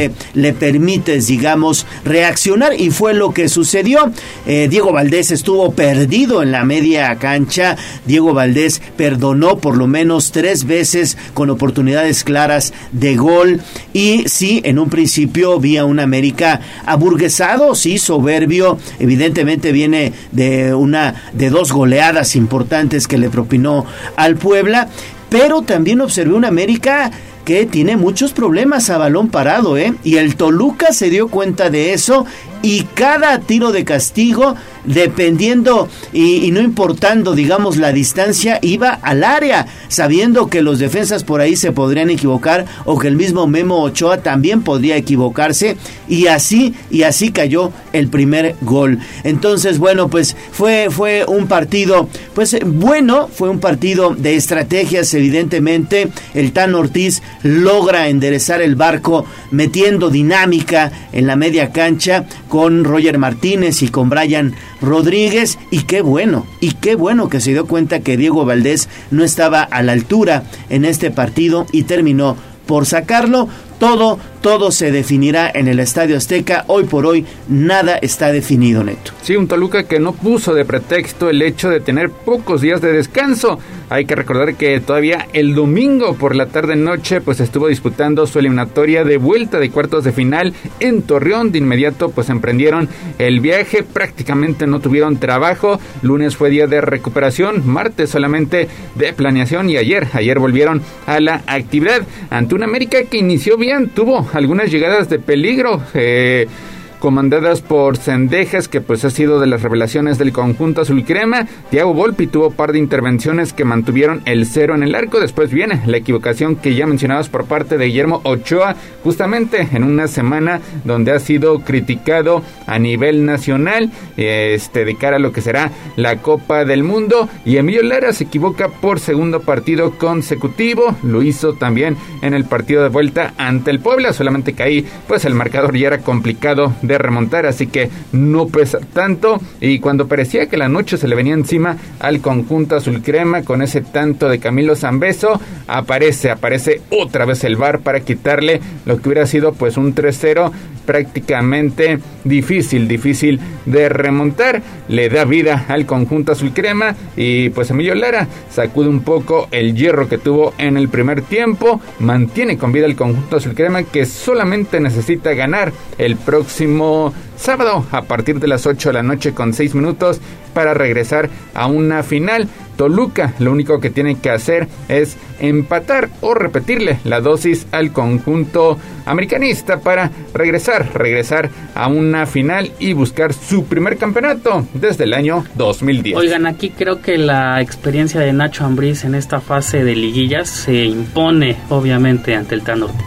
le permites, digamos, reaccionar, y fue lo que sucedió. Eh, Diego Valdés estuvo perdido en la media cancha. Diego Valdés perdonó por lo menos tres veces con oportunidades claras de gol, y sí, en un principio vi a un América aburguesado, sí, soberbio. Evidentemente viene de una de dos goleadas importantes que le propinó al Puebla, pero también observé un América que tiene muchos problemas a balón parado, ¿eh? Y el Toluca se dio cuenta de eso, y cada tiro de castigo, dependiendo y, y no importando, digamos, la distancia, iba al área, sabiendo que los defensas por ahí se podrían equivocar, o que el mismo Memo Ochoa también podría equivocarse, y así, y así cayó el primer gol. Entonces, bueno, pues fue, fue un partido, pues bueno, fue un partido de estrategias, evidentemente. El Tan Ortiz logra enderezar el barco metiendo dinámica en la media cancha con Roger Martínez y con Brian Rodríguez, y qué bueno, y qué bueno que se dio cuenta que Diego Valdés no estaba a la altura en este partido y terminó por sacarlo. Todo, todo se definirá en el Estadio Azteca. Hoy por hoy nada está definido, Neto. Sí, un Toluca que no puso de pretexto el hecho de tener pocos días de descanso. Hay que recordar que todavía el domingo por la tarde-noche pues estuvo disputando su eliminatoria de vuelta de cuartos de final en Torreón. De inmediato pues emprendieron el viaje, prácticamente no tuvieron trabajo. Lunes fue día de recuperación, martes solamente de planeación, y ayer, ayer volvieron a la actividad ante una América que inició bien. Tuvo algunas llegadas de peligro, eh, comandadas por Cendejas, que pues ha sido de las revelaciones del conjunto azul crema. Thiago Volpi tuvo par de intervenciones que mantuvieron el cero en el arco. Después viene la equivocación que ya mencionabas por parte de Guillermo Ochoa, justamente en una semana donde ha sido criticado a nivel nacional, este, de cara a lo que será la Copa del Mundo. Y Emilio Lara se equivoca por segundo partido consecutivo, lo hizo también en el partido de vuelta ante el Puebla, solamente que ahí pues el marcador ya era complicado de remontar, así que no pesa tanto. Y cuando parecía que la noche se le venía encima al conjunto azul crema con ese tanto de Camilo Zambeso, aparece, aparece otra vez el V A R para quitarle lo que hubiera sido pues un tres cero prácticamente difícil, difícil de remontar. Le da vida al conjunto azul crema, y pues Emilio Lara sacude un poco el hierro que tuvo en el primer tiempo, mantiene con vida el conjunto azul crema, que solamente necesita ganar el próximo sábado a partir de las ocho de la noche con seis minutos para regresar a una final. Toluca lo único que tiene que hacer es empatar o repetirle la dosis al conjunto americanista para regresar, regresar a una final y buscar su primer campeonato desde el año dos mil diez. Oigan, aquí creo que la experiencia de Nacho Ambriz en esta fase de liguillas se impone obviamente ante el Tan Ortiz.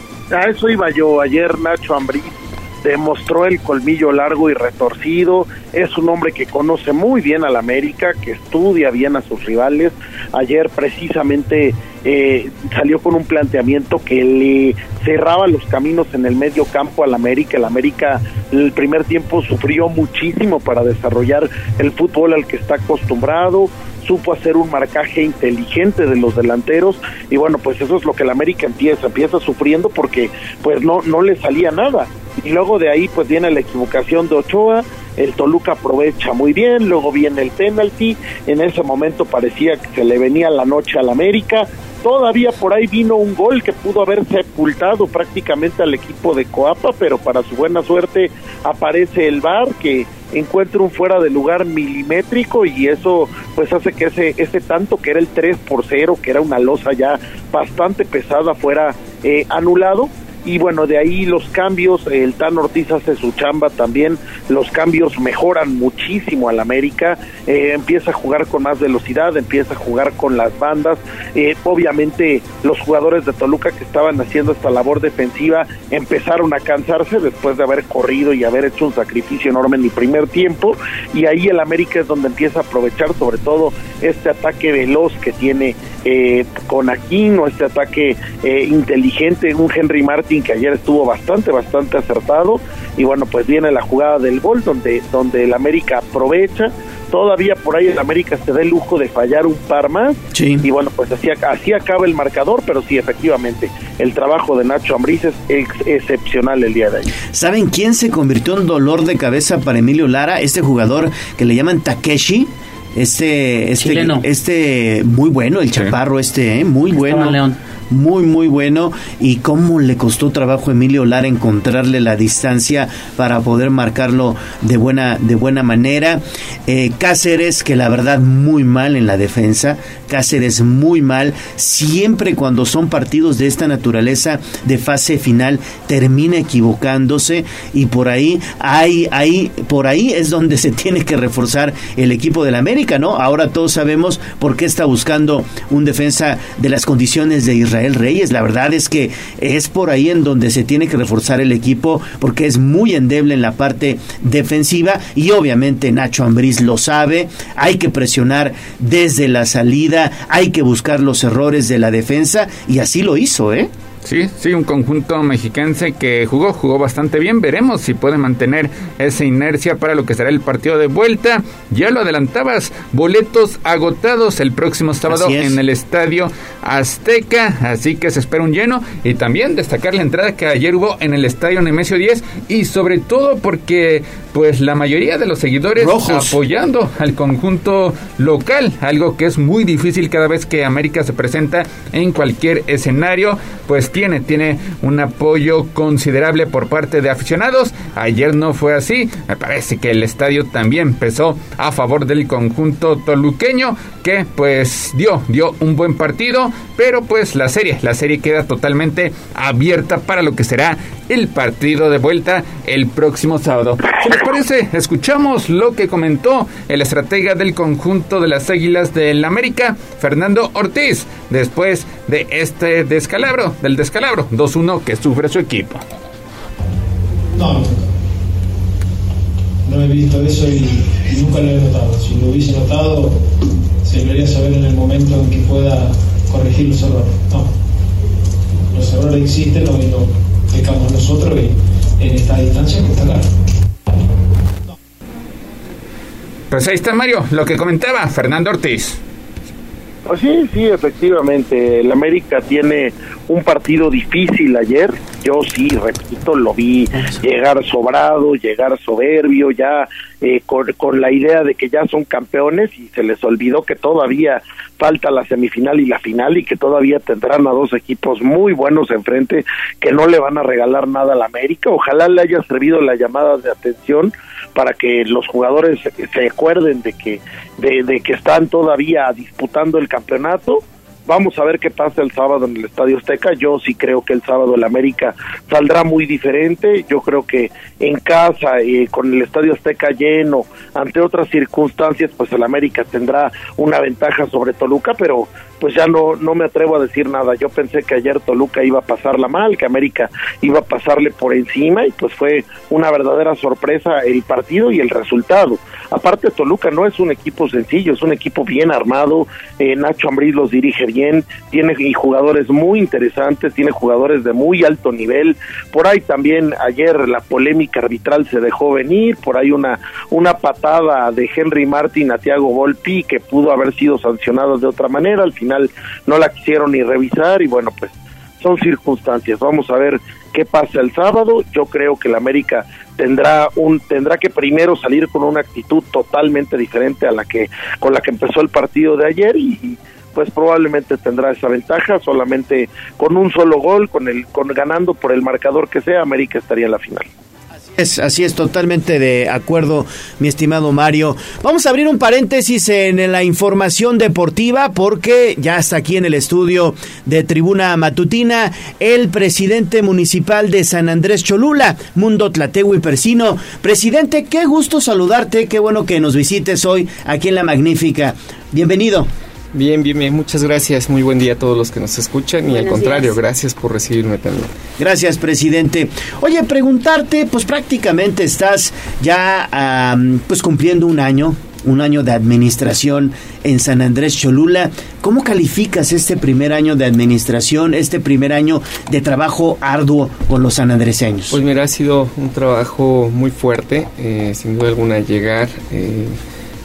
A eso iba yo. Ayer Nacho Ambriz demostró el colmillo largo y retorcido. Es un hombre que conoce muy bien al América, que estudia bien a sus rivales. Ayer precisamente eh, salió con un planteamiento que le cerraba los caminos en el medio campo al América. El América el primer tiempo sufrió muchísimo para desarrollar el fútbol al que está acostumbrado. Supo hacer un marcaje inteligente de los delanteros, y bueno, pues eso es lo que el América empieza, empieza sufriendo porque pues no, no le salía nada, y luego de ahí pues viene la equivocación de Ochoa, el Toluca aprovecha muy bien, luego viene el penalti, en ese momento parecía que se le venía la noche al América. Todavía por ahí vino un gol que pudo haber sepultado prácticamente al equipo de Coapa, pero para su buena suerte aparece el V A R que encuentra un fuera de lugar milimétrico, y eso pues hace que ese ese tanto que era el tres por cero, que era una losa ya bastante pesada, fuera eh, anulado. Y bueno, de ahí los cambios, el Tan Ortiz hace su chamba también, los cambios mejoran muchísimo al América, eh, empieza a jugar con más velocidad, empieza a jugar con las bandas, eh, obviamente los jugadores de Toluca que estaban haciendo esta labor defensiva empezaron a cansarse después de haber corrido y haber hecho un sacrificio enorme en el primer tiempo, y ahí el América es donde empieza a aprovechar sobre todo este ataque veloz que tiene eh, con Aquino, este ataque eh, inteligente, un Henry Martin que ayer estuvo bastante, bastante acertado, y bueno, pues viene la jugada del gol donde, donde el América aprovecha, todavía por ahí el América se da el lujo de fallar un par más, sí. Y bueno, pues así, así acaba el marcador, pero sí, efectivamente, el trabajo de Nacho Ambriz es ex excepcional el día de ayer. ¿Saben quién se convirtió en dolor de cabeza para Emilio Lara? Este jugador que le llaman Takeshi, este, este, Chileno. este, muy bueno, el chaparro este, ¿eh? Muy Estaba bueno. en León. Muy, muy bueno. Y cómo le costó trabajo a Emilio Lara encontrarle la distancia para poder marcarlo de buena, de buena manera. Eh, Cáceres, que la verdad muy mal en la defensa. Cáceres muy mal. Siempre cuando son partidos de esta naturaleza de fase final termina equivocándose. Y por ahí, ahí, ahí, por ahí es donde se tiene que reforzar el equipo del América, ¿no? Ahora todos sabemos por qué está buscando un defensa de las condiciones de Israel Reyes. La verdad es que es por ahí en donde se tiene que reforzar el equipo, porque es muy endeble en la parte defensiva, y obviamente Nacho Ambriz lo sabe. Hay que presionar desde la salida, hay que buscar los errores de la defensa, y así lo hizo, ¿eh? Sí, sí, un conjunto mexiquense que jugó, jugó bastante bien. Veremos si puede mantener esa inercia para lo que será el partido de vuelta. Ya lo adelantabas, boletos agotados el próximo sábado en el Estadio Azteca, así que se espera un lleno. Y también destacar la entrada que ayer hubo en el Estadio Nemesio diez, y sobre todo porque pues la mayoría de los seguidores Rojos. apoyando al conjunto local, algo que es muy difícil cada vez que América se presenta en cualquier escenario. Pues tiene, tiene un apoyo considerable por parte de aficionados. Ayer no fue así. Me parece que el estadio también pesó a favor del conjunto toluqueño, que pues dio, dio un buen partido, pero pues la serie, la serie queda totalmente abierta para lo que será el partido de vuelta el próximo sábado. ¿Qué les parece? Escuchamos lo que comentó el estratega del conjunto de las Águilas del América, Fernando Ortiz, después de este descalabro, del descalabro dos uno que sufre su equipo. No, nunca. No he visto eso y, y nunca lo he notado. Si lo hubiese notado, se lo haría saber en el momento en que pueda corregir los errores. No. Los errores existen, no, y lo pecamos nosotros, y en esta distancia que está claro. Pues ahí está, Mario, lo que comentaba Fernando Ortiz. Pues sí, sí, efectivamente, el América tiene un partido difícil ayer. Yo sí, repito, lo vi llegar sobrado, llegar soberbio, ya eh, con, con la idea de que ya son campeones, y se les olvidó que todavía falta la semifinal y la final, y que todavía tendrán a dos equipos muy buenos enfrente que no le van a regalar nada al América. Ojalá le haya servido la llamada de atención para que los jugadores se acuerden de que de, de que están todavía disputando el campeonato. Vamos a ver qué pasa el sábado en el Estadio Azteca. Yo sí creo que el sábado el América saldrá muy diferente. Yo creo que en casa, eh, con el Estadio Azteca lleno, ante otras circunstancias, pues el América tendrá una ventaja sobre Toluca, pero pues ya no no me atrevo a decir nada. Yo pensé que ayer Toluca iba a pasarla mal, que América iba a pasarle por encima, y pues fue una verdadera sorpresa el partido y el resultado. Aparte, Toluca no es un equipo sencillo, es un equipo bien armado. eh, Nacho Ambriz los dirige bien, tiene y jugadores muy interesantes, tiene jugadores de muy alto nivel. Por ahí también ayer la polémica arbitral se dejó venir, por ahí una una patada de Henry Martin a Thiago Volpi que pudo haber sido sancionado de otra manera. Al final no la quisieron ni revisar, y bueno, pues son circunstancias. Vamos a ver qué pasa el sábado. Yo creo que el América tendrá un tendrá que primero salir con una actitud totalmente diferente a la que con la que empezó el partido de ayer, y pues probablemente tendrá esa ventaja. Solamente con un solo gol, con el con ganando por el marcador que sea, América estaría en la final. Es, así es, totalmente de acuerdo, mi estimado Mario. Vamos a abrir un paréntesis en la información deportiva, porque ya está aquí en el estudio de Tribuna Matutina el presidente municipal de San Andrés Cholula, Mundo Tlategui Persino. Presidente, qué gusto saludarte, qué bueno que nos visites hoy aquí en La Magnífica. Bienvenido. Bien, bien, bien, muchas gracias, muy buen día a todos los que nos escuchan. Buenos y al contrario, días. Gracias por recibirme también. Gracias, presidente. Oye, preguntarte, pues prácticamente estás ya um, pues cumpliendo un año, un año de administración en San Andrés Cholula. ¿Cómo calificas este primer año de administración, este primer año de trabajo arduo con los sanandreseños? Pues mira, ha sido un trabajo muy fuerte, eh, sin duda alguna llegar... Eh,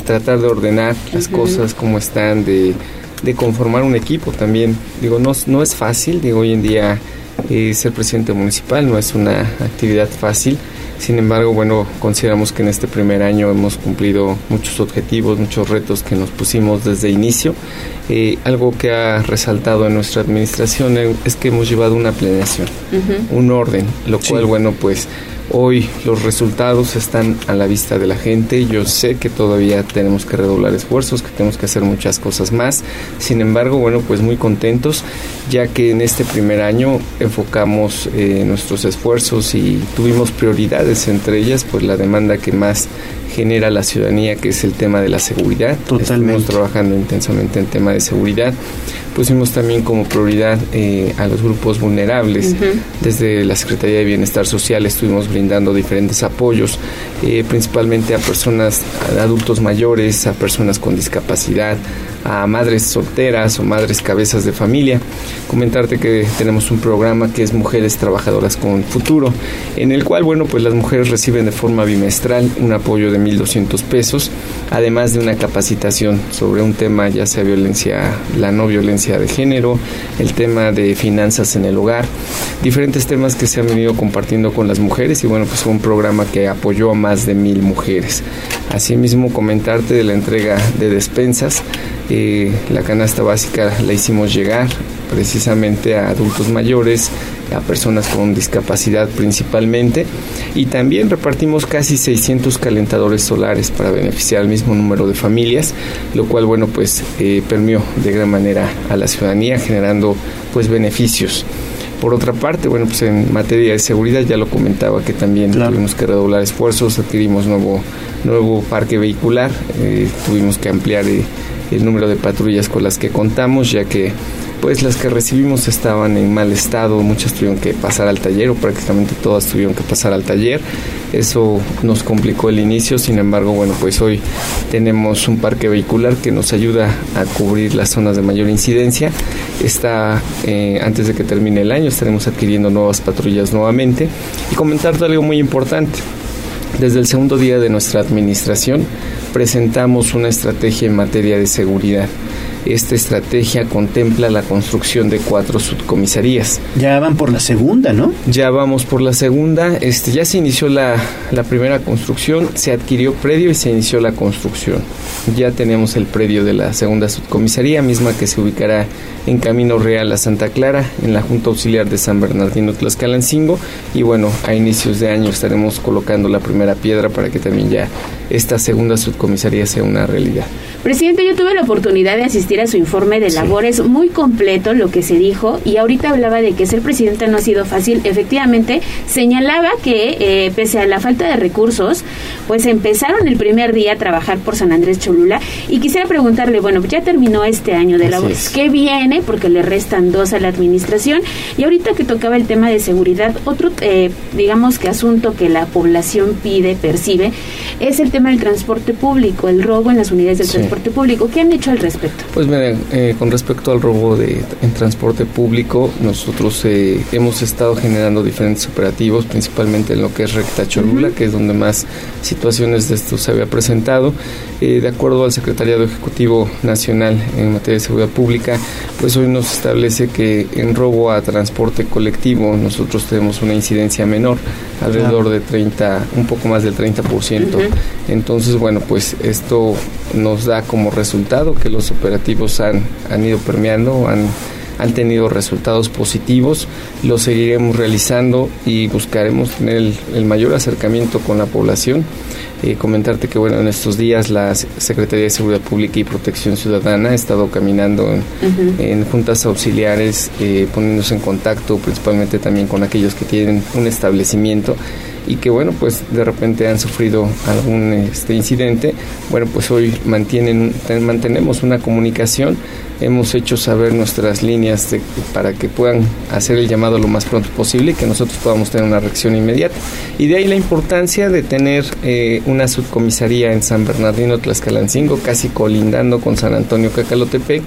tratar de ordenar las uh-huh. cosas como están, de, de conformar un equipo también. Digo, no, no es fácil, digo, hoy en día eh, ser presidente municipal no es una actividad fácil. Sin embargo, bueno, consideramos que en este primer año hemos cumplido muchos objetivos, muchos retos que nos pusimos desde inicio. Eh, algo que ha resaltado en nuestra administración es que hemos llevado una planeación, uh-huh. un orden, lo cual, sí. bueno, pues hoy los resultados están a la vista de la gente. Yo sé que todavía tenemos que redoblar esfuerzos, que tenemos que hacer muchas cosas más. Sin embargo, bueno, pues muy contentos, ya que en este primer año enfocamos eh, nuestros esfuerzos y tuvimos prioridades, entre ellas pues la demanda que más genera la ciudadanía, que es el tema de la seguridad. Totalmente. Estamos trabajando intensamente en tema de seguridad. Pusimos también como prioridad eh, a los grupos vulnerables. Uh-huh. Desde la Secretaría de Bienestar Social estuvimos brindando diferentes apoyos, eh, principalmente a personas, a adultos mayores, a personas con discapacidad, a madres solteras o madres cabezas de familia. Comentarte que tenemos un programa que es Mujeres Trabajadoras con Futuro, en el cual, bueno, pues las mujeres reciben de forma bimestral un apoyo de mil doscientos pesos, además de una capacitación sobre un tema, ya sea violencia, la no violencia de género, el tema de finanzas en el hogar, diferentes temas que se han venido compartiendo con las mujeres y bueno, pues fue un programa que apoyó a más de mil mujeres. Asimismo, comentarte de la entrega de despensas. Eh, la canasta básica la hicimos llegar precisamente a adultos mayores, a personas con discapacidad principalmente, y también repartimos casi seiscientos calentadores solares para beneficiar al mismo número de familias, lo cual, bueno, pues eh, permeó de gran manera a la ciudadanía, generando pues beneficios. Por otra parte, bueno, pues en materia de seguridad ya lo comentaba que también claro. tuvimos que redoblar esfuerzos, adquirimos nuevo nuevo parque vehicular, eh, tuvimos que ampliar eh, el número de patrullas con las que contamos, ya que pues las que recibimos estaban en mal estado, muchas tuvieron que pasar al taller, o prácticamente todas tuvieron que pasar al taller. Eso nos complicó el inicio. Sin embargo, bueno, pues hoy tenemos un parque vehicular que nos ayuda a cubrir las zonas de mayor incidencia. Está, eh, antes de que termine el año, estaremos adquiriendo nuevas patrullas nuevamente. Y comentarte algo muy importante. Desde el segundo día de nuestra administración presentamos una estrategia en materia de seguridad. Esta estrategia contempla la construcción de cuatro subcomisarías. Ya van por la segunda, ¿no? Ya vamos por la segunda. Este, ya se inició la, la primera construcción, se adquirió predio y se inició la construcción. Ya tenemos el predio de la segunda subcomisaría, misma que se ubicará en Camino Real a Santa Clara, en la Junta Auxiliar de San Bernardino Tlaxcalancingo. Y bueno, a inicios de año estaremos colocando la primera piedra para que también ya esta segunda subcomisaría sea una realidad. Presidente, yo tuve la oportunidad de asistir a su informe de labores, sí. muy completo lo que se dijo, y ahorita hablaba de que ser presidenta no ha sido fácil. Efectivamente, señalaba que eh, pese a la falta de recursos, pues empezaron el primer día a trabajar por San Andrés Cholula, y quisiera preguntarle, bueno, ya terminó este año de labores, ¿qué viene? Porque le restan dos a la administración, y ahorita que tocaba el tema de seguridad, otro, eh, digamos que asunto que la población pide, percibe, es el tema del transporte público, el robo en las unidades del sí. transporte público. ¿Qué han hecho al respecto? Pues miren, eh, con respecto al robo de, en transporte público, nosotros eh, hemos estado generando diferentes operativos, principalmente en lo que es Recta Cholula, uh-huh. que es donde más situaciones de esto se había presentado. Eh, de acuerdo al Secretariado Ejecutivo Nacional en materia de seguridad pública, pues hoy nos establece que en robo a transporte colectivo nosotros tenemos una incidencia menor, alrededor claro. de treinta, un poco más del treinta por ciento. Uh-huh. Entonces, bueno, pues esto nos da como resultado que los operativos han, han ido permeando, han, han tenido resultados positivos. Lo seguiremos realizando y buscaremos tener el, el mayor acercamiento con la población. Eh, comentarte que bueno, en estos días la Secretaría de Seguridad Pública y Protección Ciudadana ha estado caminando en, uh-huh. en juntas auxiliares, eh, poniéndose en contacto principalmente también con aquellos que tienen un establecimiento y que bueno, pues de repente han sufrido algún este incidente. Bueno, pues hoy mantienen ten, mantenemos una comunicación. Hemos hecho saber nuestras líneas de, para que puedan hacer el llamado lo más pronto posible y que nosotros podamos tener una reacción inmediata. Y de ahí la importancia de tener eh, una subcomisaría en San Bernardino Tlaxcalancingo, casi colindando con San Antonio Cacalotepec,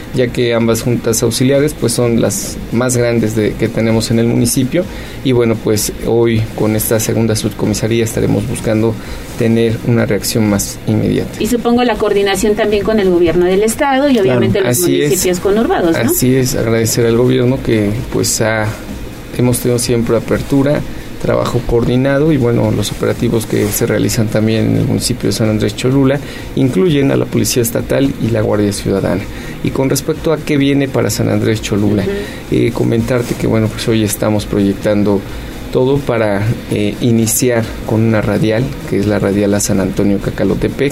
ya que ambas juntas auxiliares pues son las más grandes de, que tenemos en el municipio, y bueno, pues hoy con esta segunda subcomisaría estaremos buscando tener una reacción más inmediata. Y supongo la coordinación también con el gobierno del estado y obviamente claro, los municipios es, conurbados, ¿no? Así es, agradecer al gobierno que pues ha, hemos tenido siempre apertura, trabajo coordinado, y bueno, los operativos que se realizan también en el municipio de San Andrés Cholula incluyen a la Policía Estatal y la Guardia Ciudadana. Y con respecto a qué viene para San Andrés Cholula, uh-huh. eh, comentarte que bueno, pues hoy estamos proyectando todo para eh, iniciar con una radial, que es la radial a San Antonio Cacalotepec,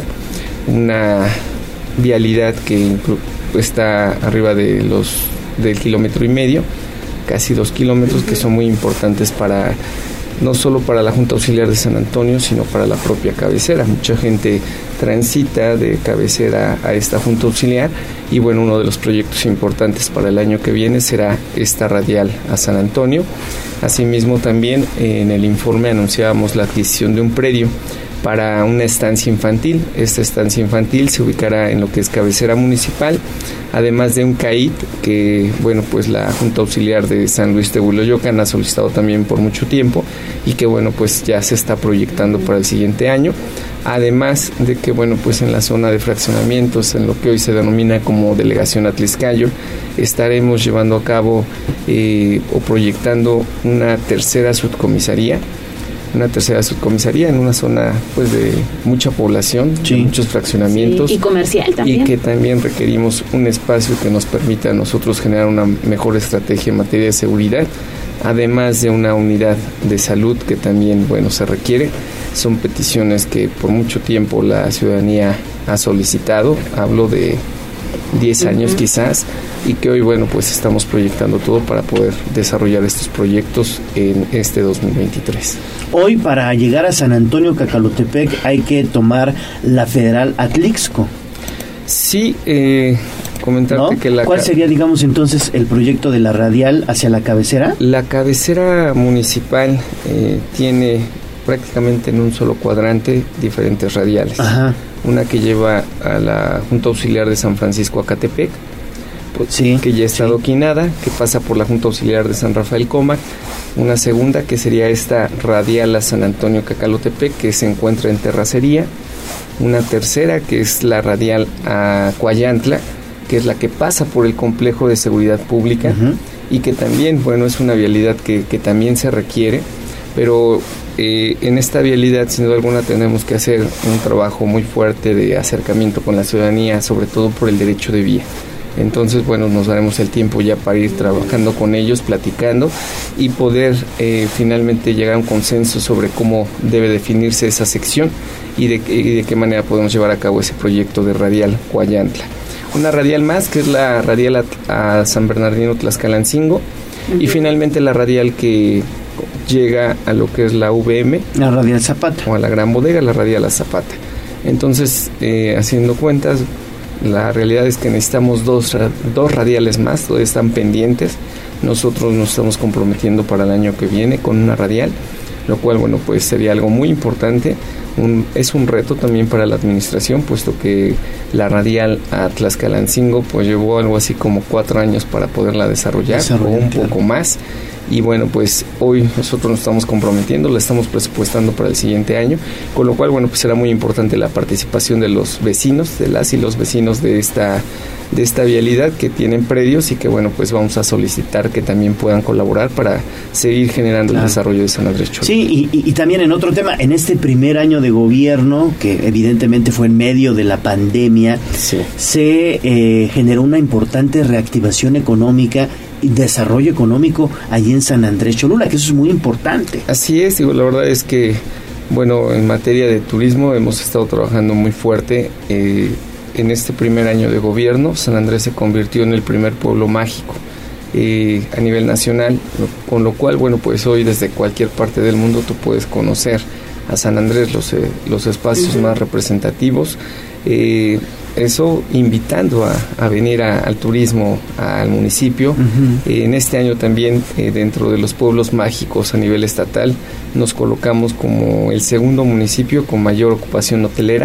una vialidad que inclu- está arriba de los del kilómetro y medio, casi dos kilómetros, que son muy importantes para no solo para la Junta Auxiliar de San Antonio, sino para la propia cabecera. Mucha gente transita de cabecera a esta Junta Auxiliar, y bueno, uno de los proyectos importantes para el año que viene será esta radial a San Antonio. Asimismo, también eh, en el informe anunciábamos la adquisición de un predio para una estancia infantil. Esta estancia infantil se ubicará en lo que es cabecera municipal, además de un C A I T que, bueno, pues la Junta Auxiliar de San Luis Tehuiloyocan ha solicitado también por mucho tiempo, y que, bueno, pues ya se está proyectando para el siguiente año. Además de que, bueno, pues en la zona de fraccionamientos, en lo que hoy se denomina como Delegación Atliscayo, estaremos llevando a cabo eh, o proyectando una tercera subcomisaría, una tercera subcomisaría en una zona pues de mucha población, sí. de muchos fraccionamientos, sí, y comercial también, y que también requerimos un espacio que nos permita a nosotros generar una mejor estrategia en materia de seguridad, además de una unidad de salud que también, bueno, se requiere. Son peticiones que por mucho tiempo la ciudadanía ha solicitado, hablo de diez años uh-huh. quizás, y que hoy, bueno, pues estamos proyectando todo para poder desarrollar estos proyectos en este dos mil veintitrés. Hoy, para llegar a San Antonio Cacalotepec, hay que tomar la Federal Atlixco. Sí, eh, comentarte ¿no? que la... ¿Cuál sería, digamos, entonces el proyecto de la radial hacia la cabecera? La cabecera municipal eh, tiene prácticamente en un solo cuadrante diferentes radiales. Ajá. Una que lleva a la Junta Auxiliar de San Francisco Acatepec, pues, sí, que ya está sí. adoquinada, que pasa por la Junta Auxiliar de San Rafael Comac. Una segunda que sería esta radial a San Antonio Cacalotepec, que se encuentra en Terracería. Una tercera que es la radial a Coayantla, que es la que pasa por el complejo de seguridad pública, uh-huh. y que también, bueno, es una vialidad que, que también se requiere, pero eh, en esta vialidad sin duda alguna tenemos que hacer un trabajo muy fuerte de acercamiento con la ciudadanía, sobre todo por el derecho de vía. Entonces, bueno, nos daremos el tiempo ya para ir trabajando con ellos, platicando y poder eh, finalmente llegar a un consenso sobre cómo debe definirse esa sección y de, y de qué manera podemos llevar a cabo ese proyecto de radial Coayantla. Una radial más, que es la radial a, a San Bernardino Tlaxcalancingo, uh-huh. y finalmente la radial que llega a lo que es la V M, la radial Zapata, o a la Gran Bodega, la radial a Zapata. Entonces, eh, haciendo cuentas, la realidad es que necesitamos dos, dos radiales más, todavía están pendientes. Nosotros nos estamos comprometiendo para el año que viene con una radial, lo cual, bueno, pues sería algo muy importante. Un, es un reto también para la administración, puesto que la radial a Tlaxcalancingo pues llevó algo así como cuatro años para poderla desarrollar, o un poco más. Y bueno, pues hoy nosotros nos estamos comprometiendo, la estamos presupuestando para el siguiente año, con lo cual, bueno, pues será muy importante la participación de los vecinos, de las y los vecinos de esta de esta vialidad que tienen predios, y que, bueno, pues vamos a solicitar que también puedan colaborar para seguir generando claro. el desarrollo de San Andrés Cholula. Sí, y, y también en otro tema, en este primer año de gobierno, que evidentemente fue en medio de la pandemia, sí. se eh, generó una importante reactivación económica y desarrollo económico allí en San Andrés Cholula, que eso es muy importante. Así es, digo, la verdad es que, bueno, en materia de turismo hemos estado trabajando muy fuerte. Eh, en este primer año de gobierno, San Andrés se convirtió en el primer pueblo mágico eh, a nivel nacional, con lo cual, bueno, pues hoy desde cualquier parte del mundo tú puedes conocer a San Andrés, los, eh, los espacios uh-huh. más representativos. Eh, eso invitando a, a venir a, al turismo al municipio. Uh-huh. Eh, en este año también, eh, dentro de los pueblos mágicos a nivel estatal, nos colocamos como el segundo municipio con mayor ocupación hotelera,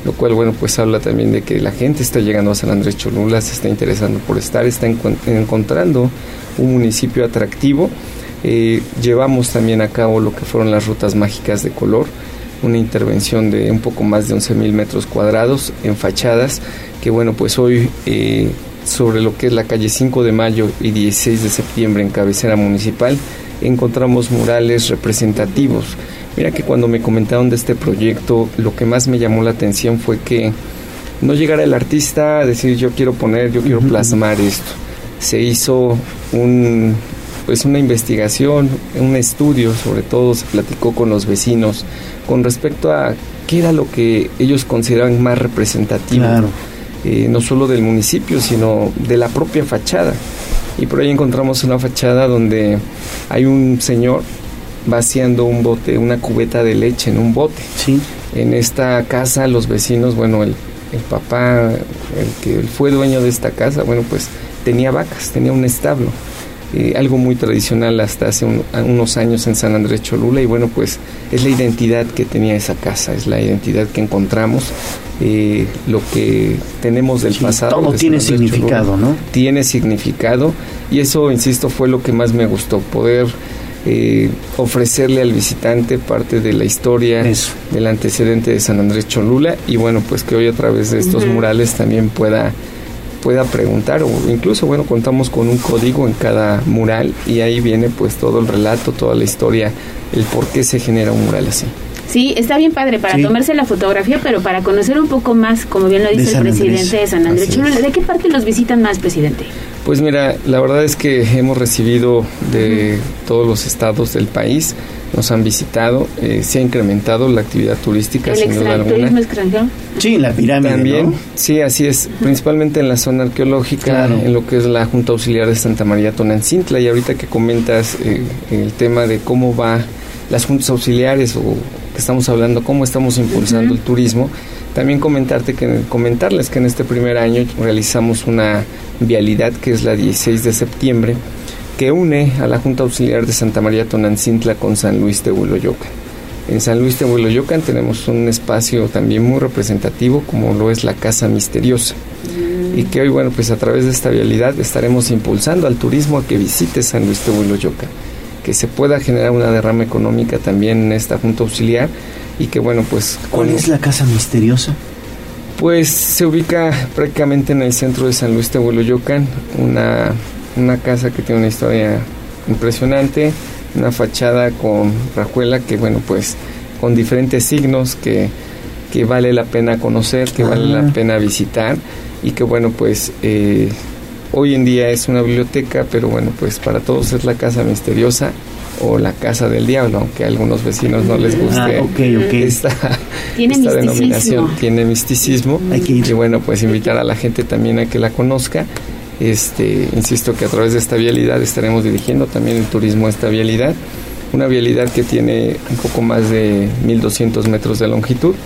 lo cual, bueno, pues habla también de que la gente está llegando a San Andrés Cholula, se está interesando por estar, está encu- encontrando un municipio atractivo. Eh, llevamos también a cabo lo que fueron las rutas mágicas de color, una intervención de un poco más de once mil metros cuadrados en fachadas, que bueno, pues hoy eh, sobre lo que es la calle cinco de mayo y dieciséis de septiembre en cabecera municipal, encontramos murales representativos. Mira que cuando me comentaron de este proyecto, lo que más me llamó la atención fue que no llegara el artista a decir yo quiero poner, yo quiero plasmar esto. Se hizo un, pues una investigación, un estudio, sobre todo se platicó con los vecinos con respecto a qué era lo que ellos consideraban más representativo, claro. eh, no solo del municipio, sino de la propia fachada. Y por ahí encontramos una fachada donde hay un señor vaciando un bote, una cubeta de leche en un bote. Sí. En esta casa los vecinos, bueno, el, el papá, el que fue dueño de esta casa, bueno, pues tenía vacas, tenía un establo. Eh, algo muy tradicional hasta hace un, unos años en San Andrés Cholula, y bueno, pues es la identidad que tenía esa casa, es la identidad que encontramos, eh, lo que tenemos del sí, pasado. Todo tiene significado, Cholula, ¿no? Tiene significado, y eso, insisto, fue lo que más me gustó, poder eh, ofrecerle al visitante parte de la historia, eso. del antecedente de San Andrés Cholula, y bueno, pues que hoy a través de estos uh-huh. murales también pueda pueda preguntar, o incluso, bueno, contamos con un código en cada mural, y ahí viene pues todo el relato, toda la historia, el por qué se genera un mural así. Sí, está bien padre para sí. tomarse la fotografía, pero para conocer un poco más, como bien lo dice el presidente de San Andrés Cholula. ¿De qué parte los visitan más, presidente? Pues mira, la verdad es que hemos recibido de uh-huh. todos los estados del país, nos han visitado, eh, se ha incrementado la actividad turística. ¿El extranjerismo extranjero? Sí, la pirámide, también, ¿no? Sí, así es, uh-huh. principalmente en la zona arqueológica, claro. en lo que es la Junta Auxiliar de Santa María Tonantzintla, y ahorita que comentas eh, el tema de cómo va las juntas auxiliares, o que estamos hablando, cómo estamos impulsando uh-huh. el turismo, también comentarte que comentarles que en este primer año realizamos una vialidad que es la dieciséis de septiembre, que une a la Junta Auxiliar de Santa María Tonantzintla con San Luis Tehuiloyocan. En San Luis Tehuiloyocan tenemos un espacio también muy representativo, como lo es la Casa Misteriosa, mm. y que hoy, bueno, pues a través de esta vialidad estaremos impulsando al turismo a que visite San Luis Tehuiloyocan, que se pueda generar una derrama económica también en esta Junta Auxiliar, y que, bueno, pues... ¿Cuál es la Casa Misteriosa? Pues se ubica prácticamente en el centro de San Luis Tehuiloyocan, una... una casa que tiene una historia impresionante, una fachada con rajuela que, bueno, pues con diferentes signos que, que vale la pena conocer, que ah. vale la pena visitar, y que, bueno, pues eh, hoy en día es una biblioteca, pero bueno, pues para todos es la Casa Misteriosa o la Casa del Diablo, aunque a algunos vecinos no les guste ah, okay, okay. esta, ¿Tiene esta misticismo? denominación, tiene misticismo, Hay que ir. Y bueno, pues invitar a la gente también a que la conozca. Este, insisto que a través de esta vialidad estaremos dirigiendo también el turismo a esta vialidad, una vialidad que tiene un poco más de mil doscientos metros de longitud,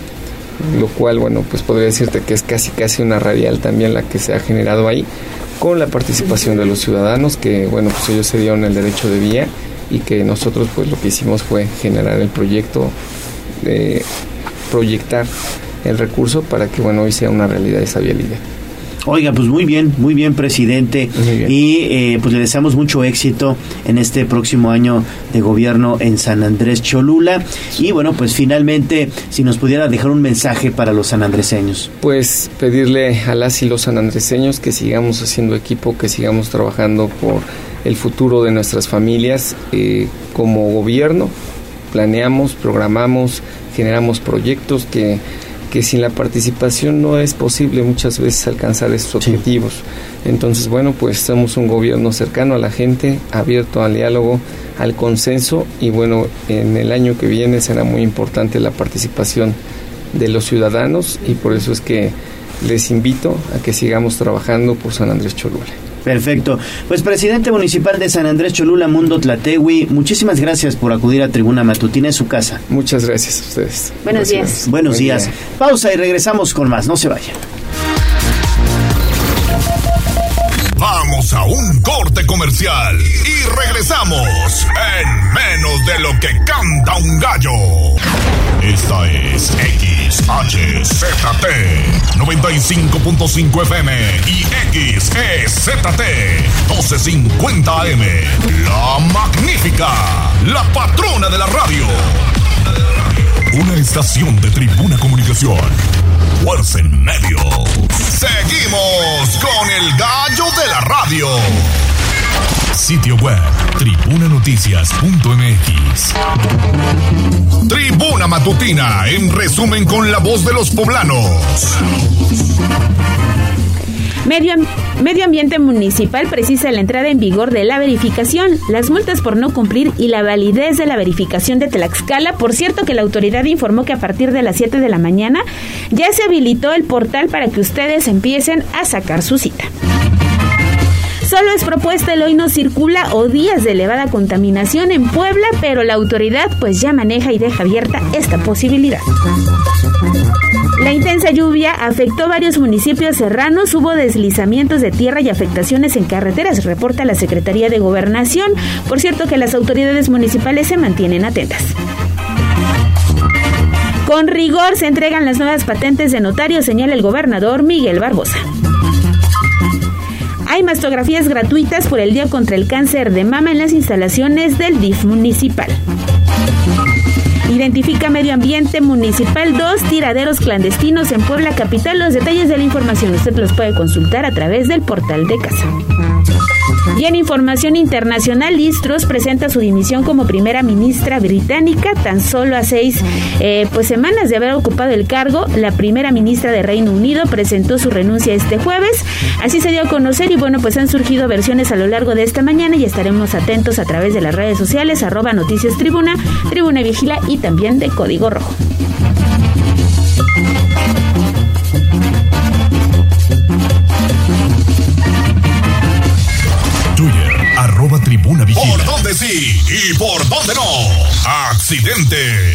lo cual, bueno, pues podría decirte que es casi casi una radial también la que se ha generado ahí, con la participación de los ciudadanos, que, bueno, pues ellos se dieron el derecho de vía, y que nosotros pues lo que hicimos fue generar el proyecto, de proyectar el recurso para que, bueno, hoy sea una realidad esa vialidad. Oiga, pues muy bien, muy bien, presidente, muy bien. Y eh, pues le deseamos mucho éxito en este próximo año de gobierno en San Andrés Cholula, y bueno, pues finalmente, si nos pudiera dejar un mensaje para los sanandreseños. Pues pedirle a las y los sanandreseños que sigamos haciendo equipo, que sigamos trabajando por el futuro de nuestras familias. Eh, como gobierno planeamos, programamos, generamos proyectos que que sin la participación no es posible muchas veces alcanzar esos objetivos. Sí. Entonces, bueno, pues somos un gobierno cercano a la gente, abierto al diálogo, al consenso, y bueno, en el año que viene será muy importante la participación de los ciudadanos, y por eso es que les invito a que sigamos trabajando por San Andrés Cholula. Perfecto. Pues, presidente municipal de San Andrés Cholula, Mundo Tlategui, muchísimas gracias por acudir a Tribuna Matutina en su casa. Muchas gracias a ustedes. Buenos gracias. días. Buenos Buen días. Día. Pausa y regresamos con más. No se vayan. Vamos a un corte comercial. comercial y regresamos en Menos de lo que canta un gallo. Esta es X H Z T noventa y cinco punto cinco F M y X E Z T doce cincuenta A M. La Magnífica, la patrona de la radio. Una estación de Tribuna Comunicación. Fuerza en medio. Seguimos con el gallo de la radio. Sitio web tribuna noticias punto m x. Tribuna Matutina, en resumen con la voz de los poblanos. Medio, Medio Ambiente Municipal precisa la entrada en vigor de la verificación, las multas por no cumplir y la validez de la verificación de Tlaxcala. Por cierto, que la autoridad informó que a partir de las siete de la mañana ya se habilitó el portal para que ustedes empiecen a sacar su cita. Solo es propuesta el hoy no circula o días de elevada contaminación en Puebla, pero la autoridad pues ya maneja y deja abierta esta posibilidad. La intensa lluvia afectó varios municipios serranos, hubo deslizamientos de tierra y afectaciones en carreteras, reporta la Secretaría de Gobernación. Por cierto que las autoridades municipales se mantienen atentas. Con rigor se entregan las nuevas patentes de notario, señala el gobernador Miguel Barbosa. Hay mastografías gratuitas por el Día contra el Cáncer de Mama en las instalaciones del D I F municipal. Identifica Medio Ambiente Municipal dos tiraderos clandestinos en Puebla capital. Los detalles de la información usted los puede consultar a través del portal de casa. Y en información internacional, Liz Truss presenta su dimisión como primera ministra británica. Tan solo a seis eh, pues semanas de haber ocupado el cargo, la primera ministra de Reino Unido presentó su renuncia este jueves. Así se dio a conocer y bueno, pues han surgido versiones a lo largo de esta mañana y estaremos atentos a través de las redes sociales, arroba Noticias Tribuna, Tribuna Vigila y también de Código Rojo. Twitter, arroba Tribuna Vigila. ¿Por dónde sí y por dónde no? Accidente.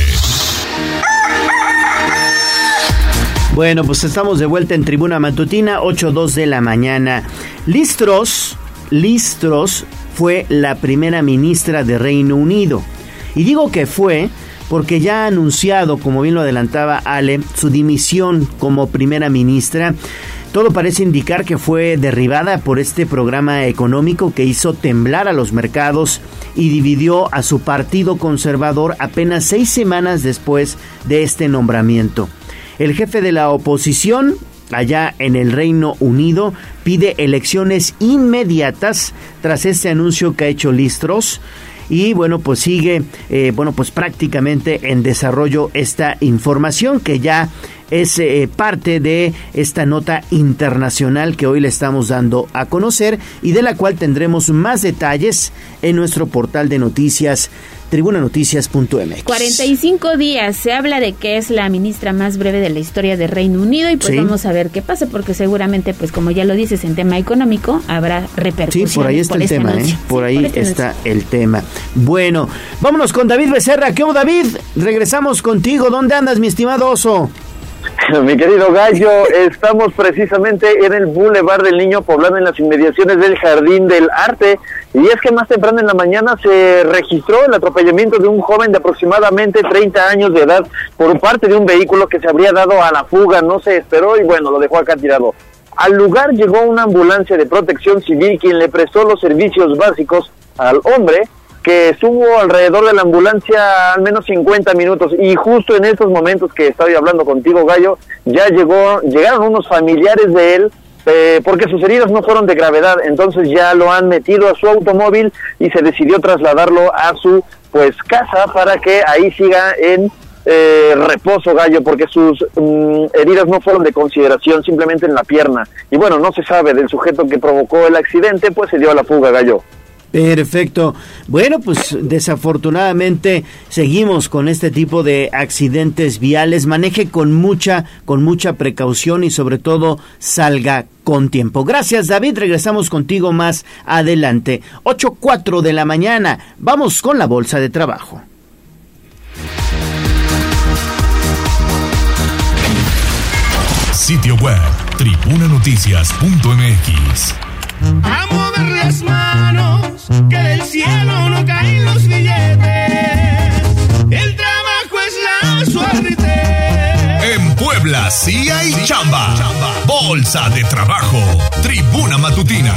Bueno, pues estamos de vuelta en Tribuna Matutina, ocho dos de la mañana. Liz Truss, Liz Truss fue la primera ministra de Reino Unido. Y digo que fue porque ya ha anunciado, como bien lo adelantaba Ale, su dimisión como primera ministra. Todo parece indicar que fue derribada por este programa económico que hizo temblar a los mercados y dividió a su partido conservador apenas seis semanas después de este nombramiento. El jefe de la oposición allá en el Reino Unido pide elecciones inmediatas tras este anuncio que ha hecho Liz Truss. Y bueno, pues sigue, eh, bueno, pues prácticamente en desarrollo esta información que ya es eh, parte de esta nota internacional que hoy le estamos dando a conocer y de la cual tendremos más detalles en nuestro portal de noticias tribuna noticias punto m x. cuarenta y cinco días, se habla de que es la ministra más breve de la historia de Reino Unido y pues sí, vamos a ver qué pasa porque seguramente pues como ya lo dices en tema económico habrá repercusiones. Sí, por ahí está por el este tema, anuncio. ¿eh? Por sí, ahí por este está anuncio. el tema. Bueno, vámonos con David Becerra. ¿Qué hubo, David? Regresamos contigo. ¿Dónde andas, mi estimado oso? Mi querido Gallo, estamos precisamente en el Boulevard del Niño Poblano, en las inmediaciones del Jardín del Arte, y es que más temprano en la mañana se registró el atropellamiento de un joven de aproximadamente treinta años de edad por parte de un vehículo que se habría dado a la fuga, no se esperó y bueno, lo dejó acá tirado. Al lugar llegó una ambulancia de protección civil quien le prestó los servicios básicos al hombre, que estuvo alrededor de la ambulancia al menos cincuenta minutos y justo en estos momentos que estoy hablando contigo, Gallo, ya llegó, llegaron unos familiares de él eh, porque sus heridas no fueron de gravedad, entonces ya lo han metido a su automóvil y se decidió trasladarlo a su pues casa para que ahí siga en eh, reposo, Gallo, porque sus um, heridas no fueron de consideración, simplemente en la pierna. Y bueno, no se sabe del sujeto que provocó el accidente, pues se dio a la fuga, Gallo. Perfecto. Bueno, pues desafortunadamente seguimos con este tipo de accidentes viales. Maneje con mucha, con mucha precaución y sobre todo salga con tiempo. Gracias, David. Regresamos contigo más adelante. ocho cuatro de la mañana. Vamos con la bolsa de trabajo. Sitio web tribuna noticias punto m x. A mover las manos Puebla sí hay chamba. Bolsa de trabajo. Tribuna Matutina.